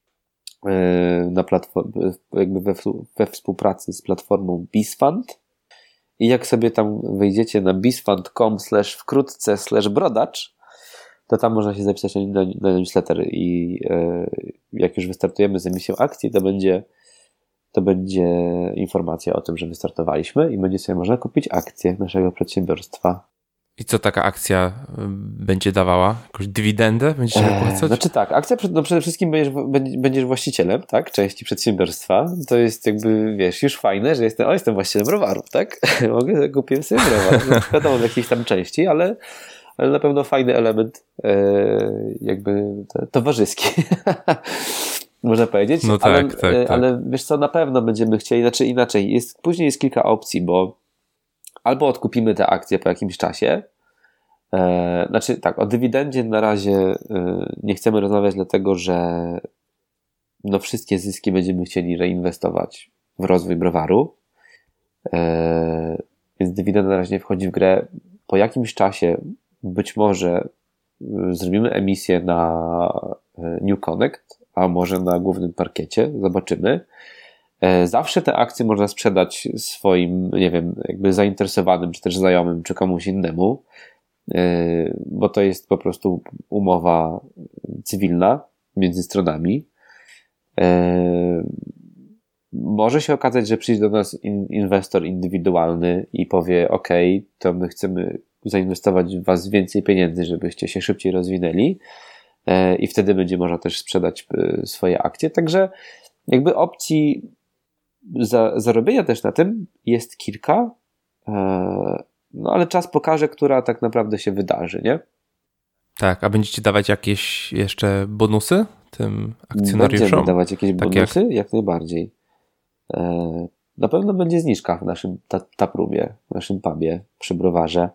na platform, jakby we, we współpracy z platformą BizFund. I jak sobie tam wejdziecie na bizfund.com slash wkrótce slash brodacz, to tam można się zapisać na, na newsletter i e, jak już wystartujemy z emisją akcji, to będzie to będzie informacja o tym, że wystartowaliśmy i będzie sobie można kupić akcje naszego przedsiębiorstwa. I co taka akcja będzie dawała? Jakąś dywidendę będziecie wypłacać? Znaczy tak, akcja no przede wszystkim będziesz, będziesz właścicielem, tak, części przedsiębiorstwa. To jest jakby, wiesz, już fajne, że jestem, o, jestem właścicielem browaru, tak? Mogę kupić sobie browar. Wiadomo, w jakiejś tam części, ale, ale na pewno fajny element e, jakby to, towarzyski. Można powiedzieć. No tak, ale, tak, tak. ale wiesz co, na pewno będziemy chcieli, znaczy inaczej, jest, później jest kilka opcji, bo albo odkupimy te akcje po jakimś czasie. E, znaczy tak, o dywidendzie na razie e, nie chcemy rozmawiać, dlatego że no wszystkie zyski będziemy chcieli reinwestować w rozwój browaru. E, więc dywidenda na razie nie wchodzi w grę. Po jakimś czasie być może zrobimy emisję na New Connect, a może na głównym parkiecie. Zobaczymy. Zawsze te akcje można sprzedać swoim, nie wiem, jakby zainteresowanym, czy też znajomym, czy komuś innemu, bo to jest po prostu umowa cywilna między stronami. Może się okazać, że przyjdzie do nas inwestor indywidualny i powie, ok, to my chcemy zainwestować w was więcej pieniędzy, żebyście się szybciej rozwinęli i wtedy będzie można też sprzedać swoje akcje. Także jakby opcji za, zarobienia też na tym jest kilka, no ale czas pokaże, która tak naprawdę się wydarzy, nie? Tak, a będziecie dawać jakieś jeszcze bonusy tym akcjonariuszom? Będziemy dawać jakieś bonusy? jak... jak najbardziej. Na pewno będzie zniżka w naszym taprumie, w naszym pubie przy browarze.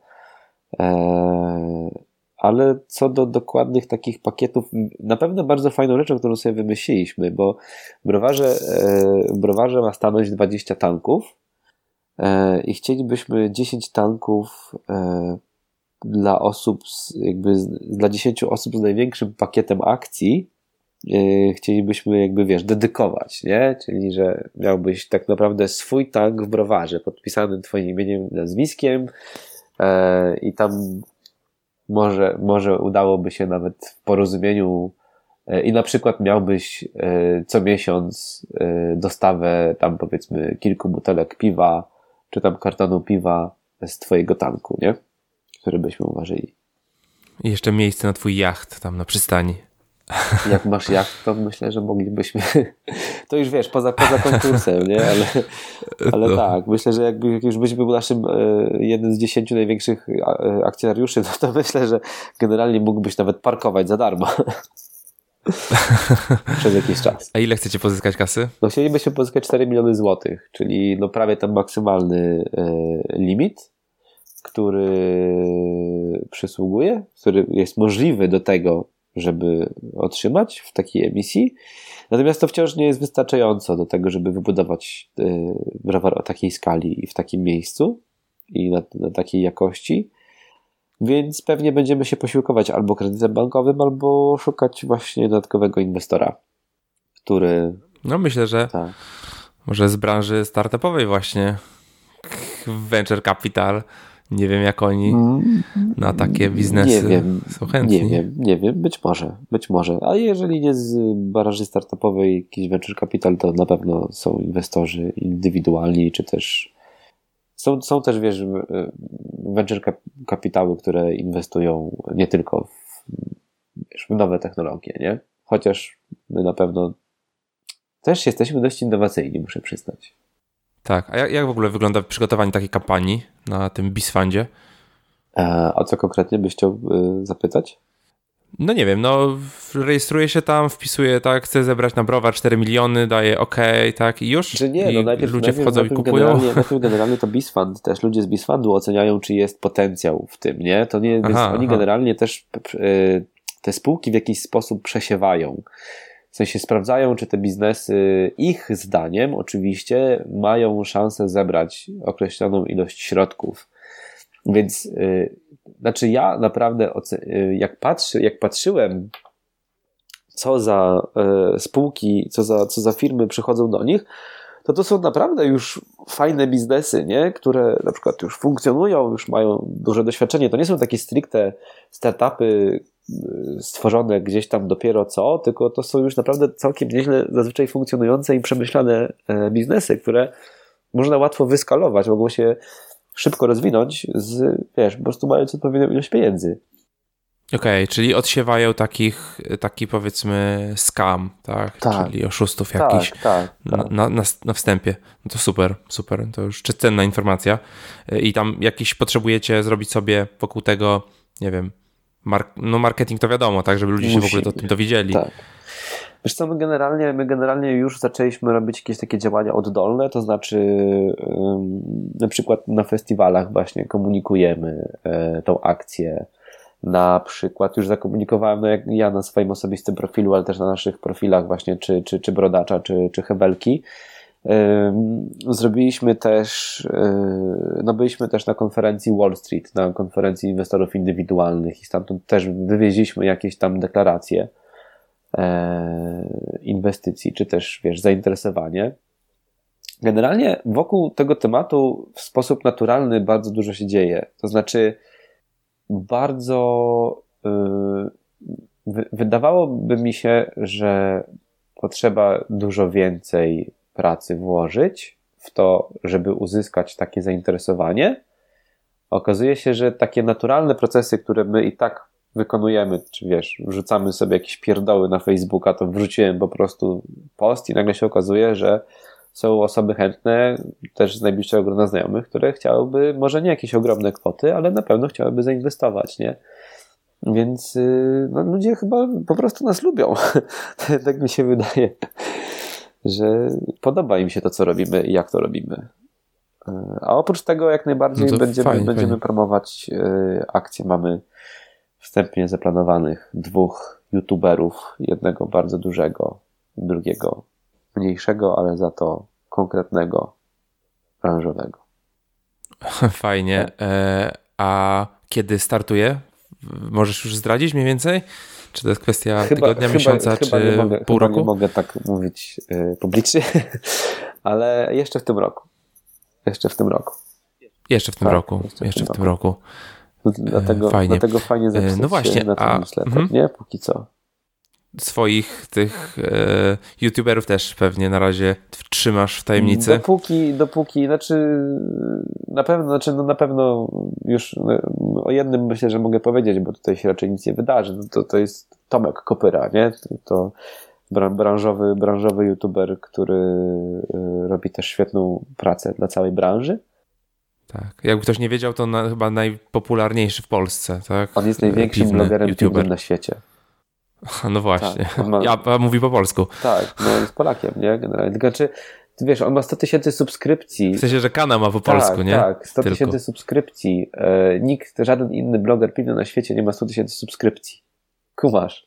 Ale co do dokładnych takich pakietów, na pewno bardzo fajną rzeczą, którą sobie wymyśliliśmy, bo w browarze, w browarze ma stanąć dwadzieścia tanków i chcielibyśmy dziesięć tanków dla osób, z, jakby z, dla dziesięciu osób z największym pakietem akcji. Chcielibyśmy jakby, wiesz, dedykować, nie? Czyli, że miałbyś tak naprawdę swój tank w browarze podpisany twoim imieniem, nazwiskiem e, i tam może, może udałoby się nawet w porozumieniu e, i na przykład miałbyś e, co miesiąc e, dostawę tam powiedzmy kilku butelek piwa, czy tam kartonu piwa z twojego tanku, nie? Który byśmy uważali. I jeszcze miejsce na twój jacht tam na przystani. Jak masz jacht, to myślę, że moglibyśmy. To już wiesz, poza, poza konkursem, nie? Ale, ale no. Tak, myślę, że jakby jak już byś był naszym e, jednym z dziesięciu największych e, akcjonariuszy, no to myślę, że generalnie mógłbyś nawet parkować za darmo. Przez jakiś czas. A ile chcecie pozyskać kasy? No chcielibyśmy pozyskać cztery miliony złotych, czyli no prawie ten maksymalny e, limit, który przysługuje, który jest możliwy do tego, żeby otrzymać w takiej emisji. Natomiast to wciąż nie jest wystarczająco do tego, żeby wybudować browar o takiej skali i w takim miejscu i na, na takiej jakości. Więc pewnie będziemy się posiłkować albo kredytem bankowym, albo szukać właśnie dodatkowego inwestora, który... No myślę, że tak. Może z branży startupowej właśnie Venture Capital. Nie wiem, jak oni na takie biznesy nie wiem, są chętni. Nie wiem, nie wiem, być może, być może. A jeżeli nie z branży startupowej jakiś venture capital, to na pewno są inwestorzy indywidualni, czy też są, są też, wiesz, venture kapitały, które inwestują nie tylko w, wiesz, w nowe technologie, nie? Chociaż my na pewno też jesteśmy dość innowacyjni, muszę przyznać. Tak, a jak, jak w ogóle wygląda przygotowanie takiej kampanii na tym BizFundzie? A co konkretnie byś chciał y, zapytać? No nie wiem, no rejestruję się tam, wpisuję, tak, chcę zebrać na browar cztery miliony, daję OK, tak i już? Czy nie, no najpierw, ludzie najpierw, wchodzą najpierw i kupują? Generalnie, najpierw generalnie to BizFund, też ludzie z BizFundu oceniają, czy jest potencjał w tym, nie? To nie, aha, więc oni aha. generalnie też y, te spółki w jakiś sposób przesiewają. W sensie sprawdzają, czy te biznesy, ich zdaniem oczywiście, mają szansę zebrać określoną ilość środków. Więc yy, znaczy ja naprawdę yy, jak, patrzy, jak patrzyłem, co za yy, spółki, co za, co za firmy przychodzą do nich, to to są naprawdę już fajne biznesy, nie? Które na przykład już funkcjonują, już mają duże doświadczenie. To nie są takie stricte startupy stworzone gdzieś tam dopiero co, tylko to są już naprawdę całkiem nieźle zazwyczaj funkcjonujące i przemyślane biznesy, które można łatwo wyskalować, mogą się szybko rozwinąć z, wiesz, po prostu mając odpowiednią ilość pieniędzy. Okej, okay, czyli odsiewają takich, taki powiedzmy scam, tak? tak. Czyli oszustów jakichś tak, tak, tak. Na, na, na wstępie. No to super, super, to już cenna informacja. I tam jakiś potrzebujecie zrobić sobie wokół tego, nie wiem, mark- no marketing to wiadomo, tak? Żeby ludzie Musimy. się w ogóle o tym dowiedzieli. Tak. Wiesz co, my generalnie, my generalnie już zaczęliśmy robić jakieś takie działania oddolne, to znaczy um, na przykład na festiwalach właśnie komunikujemy e, tą akcję. Na przykład już zakomunikowałem, no jak ja na swoim osobistym profilu, ale też na naszych profilach właśnie, czy, czy, czy Brodacza, czy, czy Hebelki. Um, zrobiliśmy też, um, no byliśmy też na konferencji Wall Street, na konferencji inwestorów indywidualnych i stamtąd też wywieźliśmy jakieś tam deklaracje e, inwestycji, czy też, wiesz, zainteresowanie. Generalnie wokół tego tematu w sposób naturalny bardzo dużo się dzieje. To znaczy bardzo yy, wydawałoby mi się, że potrzeba dużo więcej pracy włożyć w to, żeby uzyskać takie zainteresowanie. Okazuje się, że takie naturalne procesy, które my i tak wykonujemy, czy wiesz, wrzucamy sobie jakieś pierdoły na Facebooka, to wrzuciłem po prostu post i nagle się okazuje, że są osoby chętne, też z najbliższego grona znajomych, które chciałyby, może nie jakieś ogromne kwoty, ale na pewno chciałyby zainwestować, nie? Więc no, ludzie chyba po prostu nas lubią. Tak mi się wydaje, że podoba im się to, co robimy i jak to robimy. A oprócz tego jak najbardziej no będziemy, fajnie, będziemy fajnie. promować akcje. Mamy wstępnie zaplanowanych dwóch youtuberów, jednego bardzo dużego, drugiego mniejszego, ale za to konkretnego, branżowego. Fajnie. E, a kiedy startuje? Możesz już zdradzić mniej więcej? Czy to jest kwestia chyba, tygodnia, chyba, miesiąca, chyba czy nie mogę, pół chyba roku? Nie mogę tak mówić y, publicznie, ale jeszcze w tym roku. Jeszcze w tym roku. Jeszcze w tym tak, roku. Jeszcze, jeszcze w tym, w tym roku. roku. Dlatego fajnie, dlatego fajnie zapisać no właśnie, się na ten newsletter, mm-hmm. nie? Póki co. Swoich tych e, youtuberów też pewnie na razie trzymasz w tajemnicy. Dopóki, dopóki, znaczy na pewno, znaczy no na pewno już no, o jednym myślę, że mogę powiedzieć, bo tutaj się raczej nic nie wydarzy. No to, to jest Tomek Kopyra, nie? To branżowy, branżowy youtuber, który y, robi też świetną pracę dla całej branży. Tak. Jakby ktoś nie wiedział, to na, chyba najpopularniejszy w Polsce, tak? On jest największym Piwny blogerem YouTuber. piwnym na świecie. No właśnie. Tak, ma... Ja, a mówi po polsku. Tak, no jest Polakiem, nie? Generalnie. Tylko czy, ty wiesz, on ma sto tysięcy subskrypcji. W sensie, że kanał ma po polsku, tak, nie? Tak, sto tysięcy subskrypcji. E, nikt, żaden inny bloger piwny na świecie nie ma sto tysięcy subskrypcji. Kumasz.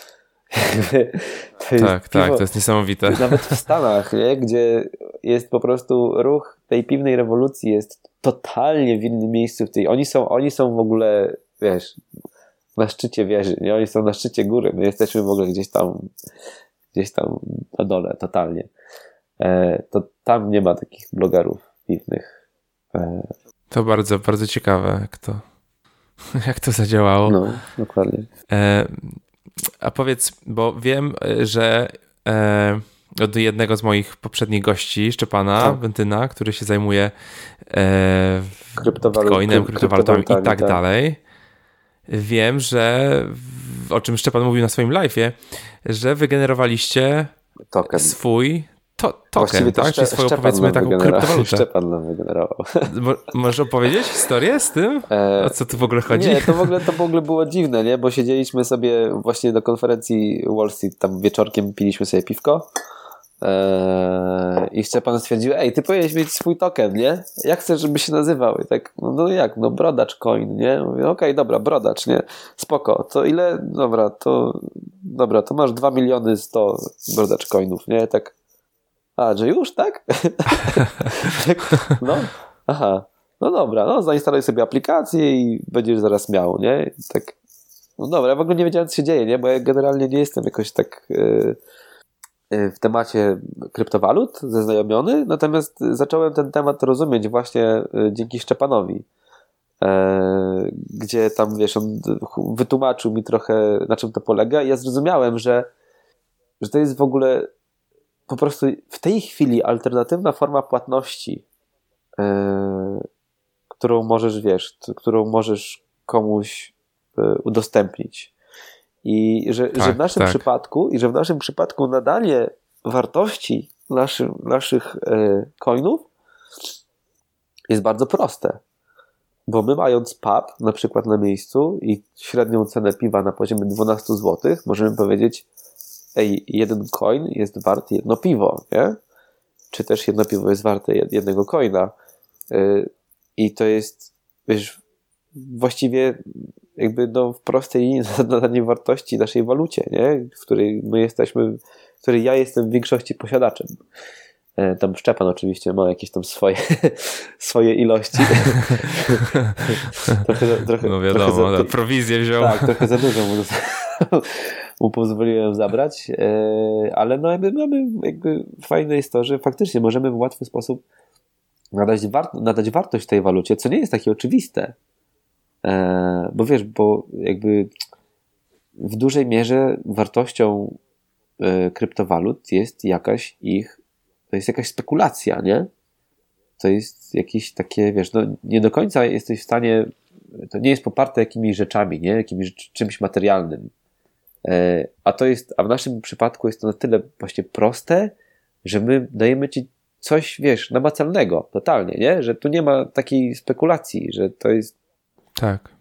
to jest tak, piwo, tak, to jest niesamowite. Nawet w Stanach, nie? Gdzie jest po prostu ruch tej piwnej rewolucji jest totalnie w innym miejscu. W tej. Oni są, oni są w ogóle, wiesz, na szczycie wieży, nie? Oni są na szczycie góry, my jesteśmy w ogóle gdzieś tam gdzieś tam na dole, totalnie. E, to tam nie ma takich blogerów piwnych. E. To bardzo, bardzo ciekawe, jak to jak to zadziałało. No, dokładnie. E, a powiedz, bo wiem, że e, od jednego z moich poprzednich gości, Szczepana tak. Wentyna, który się zajmuje e, bitcoinem, kryptowalutami i tak, tak dalej. Wiem, że o czym Szczepan mówił na swoim live'ie, że wygenerowaliście token. swój to, token, tak? Czyli swoją, Szczepan powiedzmy, taką kryptowalutę. Szczepan nam wygenerował. Mo- możesz opowiedzieć historię z tym? O co tu w ogóle chodzi? Nie, to w ogóle, to w ogóle było dziwne, nie? Bo siedzieliśmy sobie właśnie do konferencji Wall Street, tam wieczorkiem piliśmy sobie piwko eee, i Szczepan stwierdził, ej, ty powinieneś mieć swój token, nie? Jak chcesz, żeby się nazywał? I tak, no, no jak? No Brodacz Coin, nie? Mówię, okej, okay, dobra, Brodacz, nie? Spoko. To ile? Dobra, to dobra, to masz dwa miliony sto Brodacz Coinów, nie? Tak a, że już, tak? No, aha. No dobra, no zainstaluj sobie aplikację i będziesz zaraz miał, nie? Tak. No dobra, ja w ogóle nie wiedziałem, co się dzieje, nie? Bo ja generalnie nie jestem jakoś tak yy, yy, w temacie kryptowalut zaznajomiony, natomiast zacząłem ten temat rozumieć właśnie yy, dzięki Szczepanowi. Yy, gdzie tam, wiesz, on wytłumaczył mi trochę, na czym to polega i ja zrozumiałem, że, że to jest w ogóle po prostu w tej chwili alternatywna forma płatności, yy, którą możesz, wiesz, t- którą możesz komuś yy, udostępnić. I że, tak, że w naszym tak. przypadku, i że w naszym przypadku nadanie wartości naszym, naszych yy, coinów jest bardzo proste. Bo my mając pub na przykład na miejscu i średnią cenę piwa na poziomie dwanaście złotych, możemy powiedzieć, ej, jeden coin jest wart jedno piwo, nie? Czy też jedno piwo jest warte jednego coina. Yy, I to jest, wiesz, właściwie jakby no w prostej linii nadanie wartości naszej walucie, nie? W której my jesteśmy, w której ja jestem w większości posiadaczem. Yy, tam Szczepan oczywiście ma jakieś tam swoje swoje ilości. trochę, trochę, no wiadomo, trochę za, prowizję wziął. Tak, trochę za dużo mu mu pozwoliłem zabrać, ale no jakby mamy, jakby fajne jest to, że faktycznie możemy w łatwy sposób nadać, war- nadać wartość tej walucie, co nie jest takie oczywiste. Bo wiesz, bo jakby w dużej mierze wartością kryptowalut jest jakaś ich, to jest jakaś spekulacja, nie? To jest jakieś takie, wiesz, no nie do końca jesteś w stanie, to nie jest poparte jakimiś rzeczami, nie? Jakimś czymś materialnym. A to jest, a w naszym przypadku jest to na tyle właśnie proste, że my dajemy ci coś, wiesz, namacalnego, totalnie, nie? Że tu nie ma takiej spekulacji, że to jest... Tak.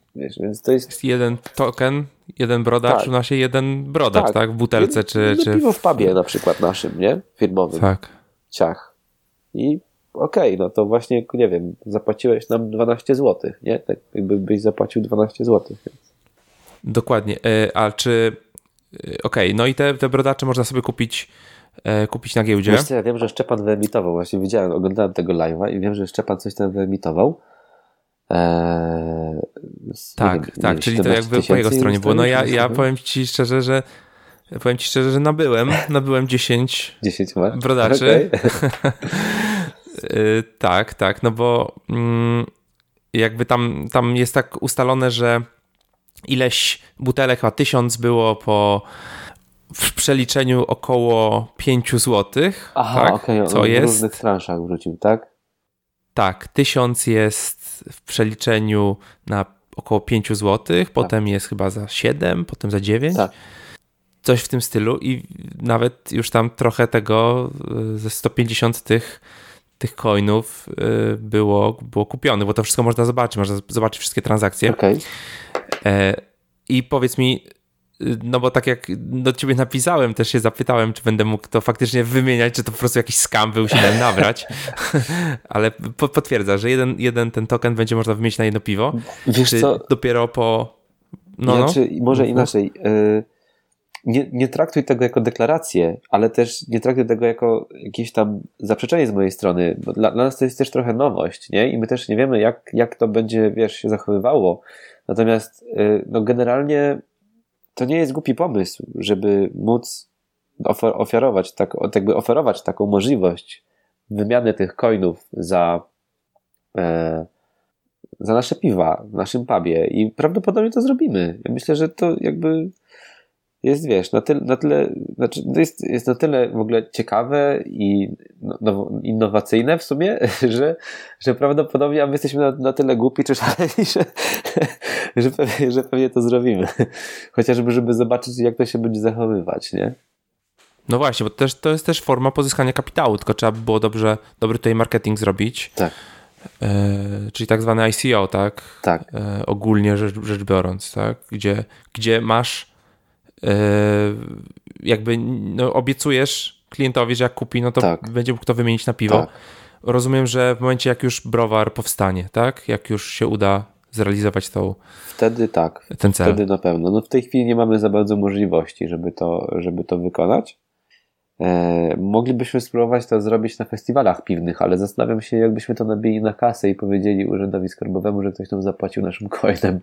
Wiesz, więc to jest... jest jeden token, jeden brodacz, tak. równa się jeden brodacz, tak? tak? W butelce czy... No, czy piwo w pubie na przykład naszym, nie? Firmowym. Tak. Ciach. I okej, okay, no to właśnie, nie wiem, zapłaciłeś nam dwanaście złotych, nie? Tak jakby byś zapłacił dwanaście złotych. Więc... Dokładnie. A czy... Okej, okay, no i te, te brodacze można sobie kupić kupić na giełdzie. Wiesz co, ja wiem, że Szczepan wyemitował, właśnie widziałem, oglądałem tego live'a i wiem, że Szczepan coś tam wyemitował. Eee, tak, wiem, tak, czyli to jakby po jego stronie było. No ja, ja powiem ci szczerze, że powiem ci szczerze, że nabyłem, nabyłem dziesięć, dziesięć masz? brodaczy. Okay. tak, tak, no bo mm, jakby tam, tam jest tak ustalone, że ileś butelek, chyba tysiąc było po w przeliczeniu około pięć złotych. Aha, tak? okej, okay, co jest? W różnych transzach wrócił, tak? Tak, tysiąc jest w przeliczeniu na około pięć złotych, tak. Potem jest chyba za siedem, potem za dziewięć. Tak. Coś w tym stylu i nawet już tam trochę tego ze sto pięćdziesiąt tych, tych coinów było, było kupione, bo to wszystko można zobaczyć, można zobaczyć wszystkie transakcje. Okay. I powiedz mi, no bo tak jak do ciebie napisałem, też się zapytałem, czy będę mógł to faktycznie wymieniać, czy to po prostu jakiś scam był, się miałem nabrać, ale po, potwierdza, że jeden, jeden ten token będzie można wymienić na jedno piwo. Wiesz czy co? Dopiero po... No, znaczy, no. Może inaczej. Nie, nie traktuj tego jako deklarację, ale też nie traktuj tego jako jakieś tam zaprzeczenie z mojej strony, bo dla, dla nas to jest też trochę nowość, nie? I my też nie wiemy, jak, jak to będzie, wiesz, się zachowywało. Natomiast no generalnie to nie jest głupi pomysł, żeby móc ofer- ofiarować, tak, jakby oferować taką możliwość wymiany tych coinów za, e, za nasze piwa w naszym pubie i prawdopodobnie to zrobimy. Ja myślę, że to jakby jest, wiesz, na tyle, na tyle znaczy to jest, jest na tyle w ogóle ciekawe i no, innowacyjne w sumie, że, że prawdopodobnie my jesteśmy na, na tyle głupi czy szaleni, że, że, pewnie, że pewnie to zrobimy. Chociażby, żeby zobaczyć, jak to się będzie zachowywać, nie? No właśnie, bo to, też, to jest też forma pozyskania kapitału, tylko trzeba by było dobrze, dobry tutaj marketing zrobić. Tak. E, czyli tak zwany I C O, tak? Tak. E, ogólnie rzecz, rzecz biorąc, tak? Gdzie, gdzie masz jakby no, obiecujesz klientowi, że jak kupi, no to tak. będzie mógł to wymienić na piwo. Tak. Rozumiem, że w momencie jak już browar powstanie, tak? Jak już się uda zrealizować tą Wtedy tak. Ten cel. Wtedy na pewno. No w tej chwili nie mamy za bardzo możliwości, żeby to, żeby to wykonać. E, moglibyśmy spróbować to zrobić na festiwalach piwnych, ale zastanawiam się, jakbyśmy to nabili na kasę i powiedzieli urzędowi skarbowemu, że ktoś nam zapłacił naszym coinem.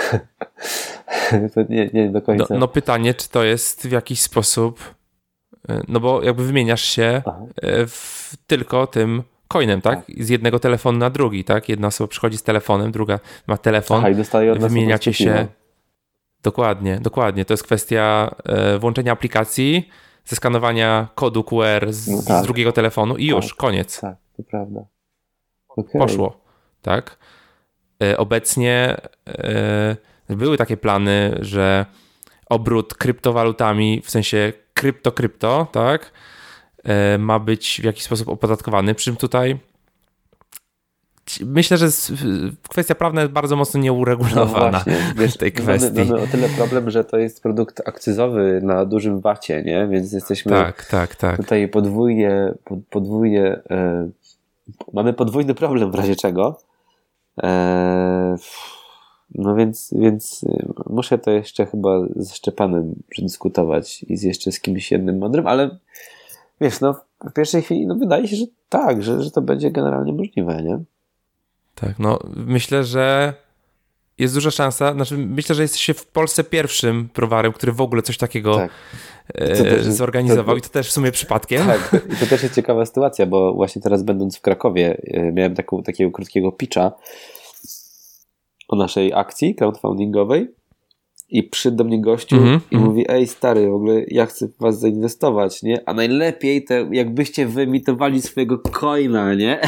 To nie, nie do końca. No, no pytanie, czy to jest w jakiś sposób, no bo jakby wymieniasz się w, tylko tym coinem, tak? tak? Z jednego telefonu na drugi, tak? Jedna osoba przychodzi z telefonem, druga ma telefon. Aha, i dostaje od nas wymieniacie się. Dokładnie, dokładnie. To jest kwestia e, włączenia aplikacji, zeskanowania kodu Q R z, no tak. z drugiego telefonu i już, tak, koniec. Tak, to prawda. Okay. Poszło, tak? E, obecnie e, były takie plany, że obrót kryptowalutami, w sensie krypto-krypto, tak, e, ma być w jakiś sposób opodatkowany. Przy czym tutaj myślę, że kwestia prawna jest bardzo mocno nieuregulowana no wiesz, w tej kwestii. Mamy, mamy o tyle problem, że to jest produkt akcyzowy na dużym wacie, nie? Więc jesteśmy tak, tak, tak. tutaj podwójnie, podwójnie e, mamy podwójny problem w razie czego. E, no więc, więc muszę to jeszcze chyba ze Szczepanem przedyskutować i z jeszcze z kimś jednym mądrym, ale wiesz, no w pierwszej chwili no wydaje się, że tak, że, że to będzie generalnie możliwe, nie? Tak, no myślę, że jest duża szansa, znaczy myślę, że jesteście w Polsce pierwszym browarem, który w ogóle coś takiego tak. e, zorganizował to, i to też w sumie przypadkiem. Tak, i to też jest ciekawa sytuacja, bo właśnie teraz będąc w Krakowie miałem taką, takiego krótkiego pitcha o naszej akcji crowdfundingowej i przyszedł do mnie gościu mm-hmm, i mm. mówi, ej stary, w ogóle ja chcę w was zainwestować, nie? A najlepiej to jakbyście wyemitowali swojego coina, nie?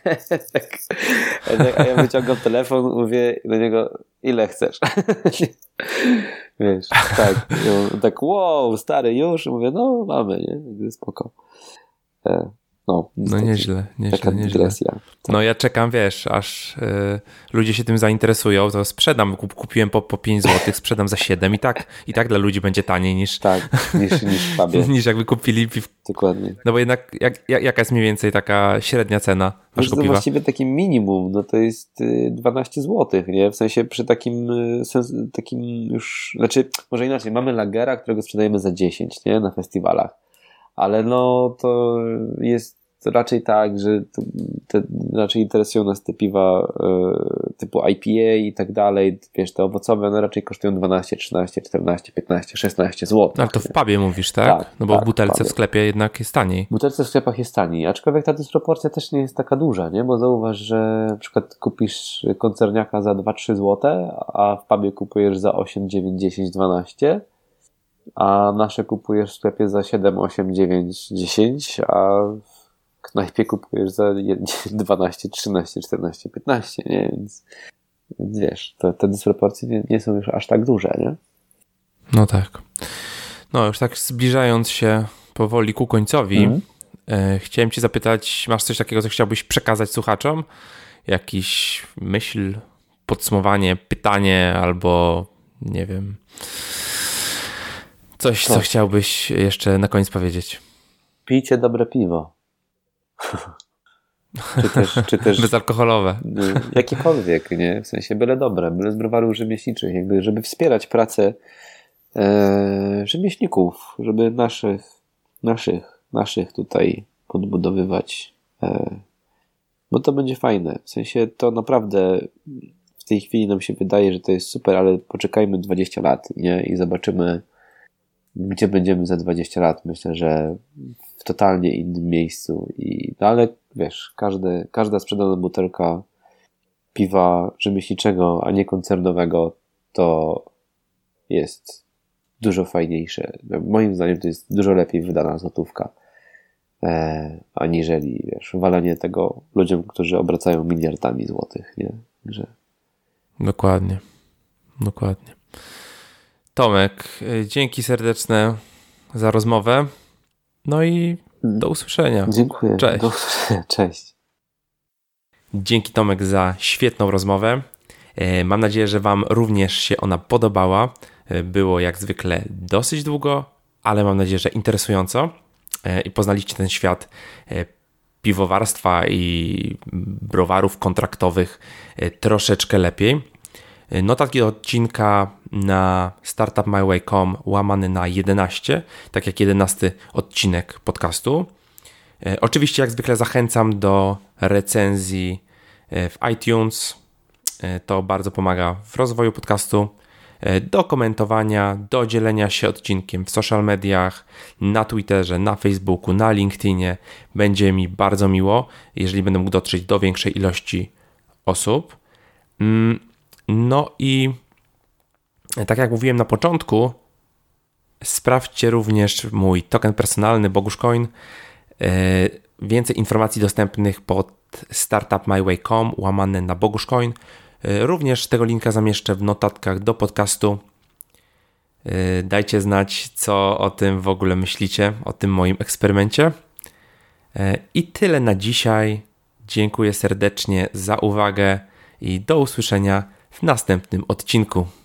A ja wyciągam telefon, mówię do niego, ile chcesz? Wiesz, tak. Ja tak, wow, stary, już? Mówię, no mamy, nie? Spoko. No, no nieźle, nieźle. Taka nieźle. dygresja. Tak. No ja czekam, wiesz, aż y, ludzie się tym zainteresują, to sprzedam, kup, kupiłem po, po pięć złotych, sprzedam za siedem i tak, i tak dla ludzi będzie taniej niż, tak, niż, niż w pubie. niż jakby kupili piw. Dokładnie. No bo jednak jak, jak, jaka jest mniej więcej taka średnia cena waszego to piwa? Właściwie takim minimum, no to jest dwanaście złotych, nie? W sensie przy takim, sens, takim już, znaczy może inaczej, mamy lagera, którego sprzedajemy za dziesięć, nie? Na festiwalach. Ale no to jest raczej tak, że to, te, raczej interesują nas te piwa y, typu I P A i tak dalej, wiesz, te owocowe, one raczej kosztują dwanaście, trzynaście, czternaście, piętnaście, szesnaście złotych. Ale to w pubie mówisz, tak? tak no bo tak, w butelce w, w sklepie jednak jest taniej. W butelce w sklepach jest taniej, aczkolwiek ta dysproporcja też nie jest taka duża, nie? Bo zauważ, że na przykład kupisz koncerniaka za dwa trzy złote, a w pubie kupujesz za osiem, dziewięć, dziesięć, dwanaście, a nasze kupujesz w sklepie za siedem, osiem, dziewięć, dziesięć, a w knajpie kupujesz za dwanaście, trzynaście, czternaście, piętnaście, nie? Więc, więc wiesz, to, te dysproporcje nie, nie są już aż tak duże, nie? No tak. No już tak zbliżając się powoli ku końcowi, mm. e, chciałem cię zapytać, masz coś takiego, co chciałbyś przekazać słuchaczom? Jakiś myśl, podsumowanie, pytanie albo nie wiem, coś, co, co chciałbyś jeszcze na koniec powiedzieć? Pijcie dobre piwo. czy też, czy też bezalkoholowe. Jakiekolwiek, nie? W sensie byle dobre, byle z browarów rzemieślniczych, jakby, żeby wspierać pracę e, rzemieślników, żeby naszych, naszych, naszych tutaj podbudowywać, e, bo to będzie fajne. W sensie to naprawdę w tej chwili nam się wydaje, że to jest super, ale poczekajmy dwadzieścia lat, nie? I zobaczymy, gdzie będziemy za dwadzieścia lat. Myślę, że w totalnie innym miejscu. I, no ale wiesz, każde, każda sprzedana butelka piwa rzemieślniczego, a nie koncernowego, to jest dużo fajniejsze. Moim zdaniem to jest dużo lepiej wydana złotówka, e, aniżeli wiesz, walenie tego ludziom, którzy obracają miliardami złotych. Nie? Że... Dokładnie. Dokładnie. Tomek, dzięki serdeczne za rozmowę. No i do usłyszenia. Dziękuję. Cześć. Do usłyszenia. Cześć. Dzięki Tomek za świetną rozmowę. Mam nadzieję, że wam również się ona podobała. Było jak zwykle dosyć długo, ale mam nadzieję, że interesująco i poznaliście ten świat piwowarstwa i browarów kontraktowych troszeczkę lepiej. Notatki do odcinka na startupmyway kropka com łamany na jedenaście, tak jak jedenasty odcinek podcastu. E, oczywiście jak zwykle zachęcam do recenzji w iTunes. E, to bardzo pomaga w rozwoju podcastu. E, do komentowania, do dzielenia się odcinkiem w social mediach, na Twitterze, na Facebooku, na LinkedInie. Będzie mi bardzo miło, jeżeli będę mógł dotrzeć do większej ilości osób. Mm. No i tak jak mówiłem na początku, sprawdźcie również mój token personalny Boguszcoin. Więcej informacji dostępnych pod startupmyway kropka com łamane na Boguszcoin. Również tego linka zamieszczę w notatkach do podcastu. Dajcie znać, co o tym w ogóle myślicie, o tym moim eksperymencie. I tyle na dzisiaj. Dziękuję serdecznie za uwagę i do usłyszenia w następnym odcinku.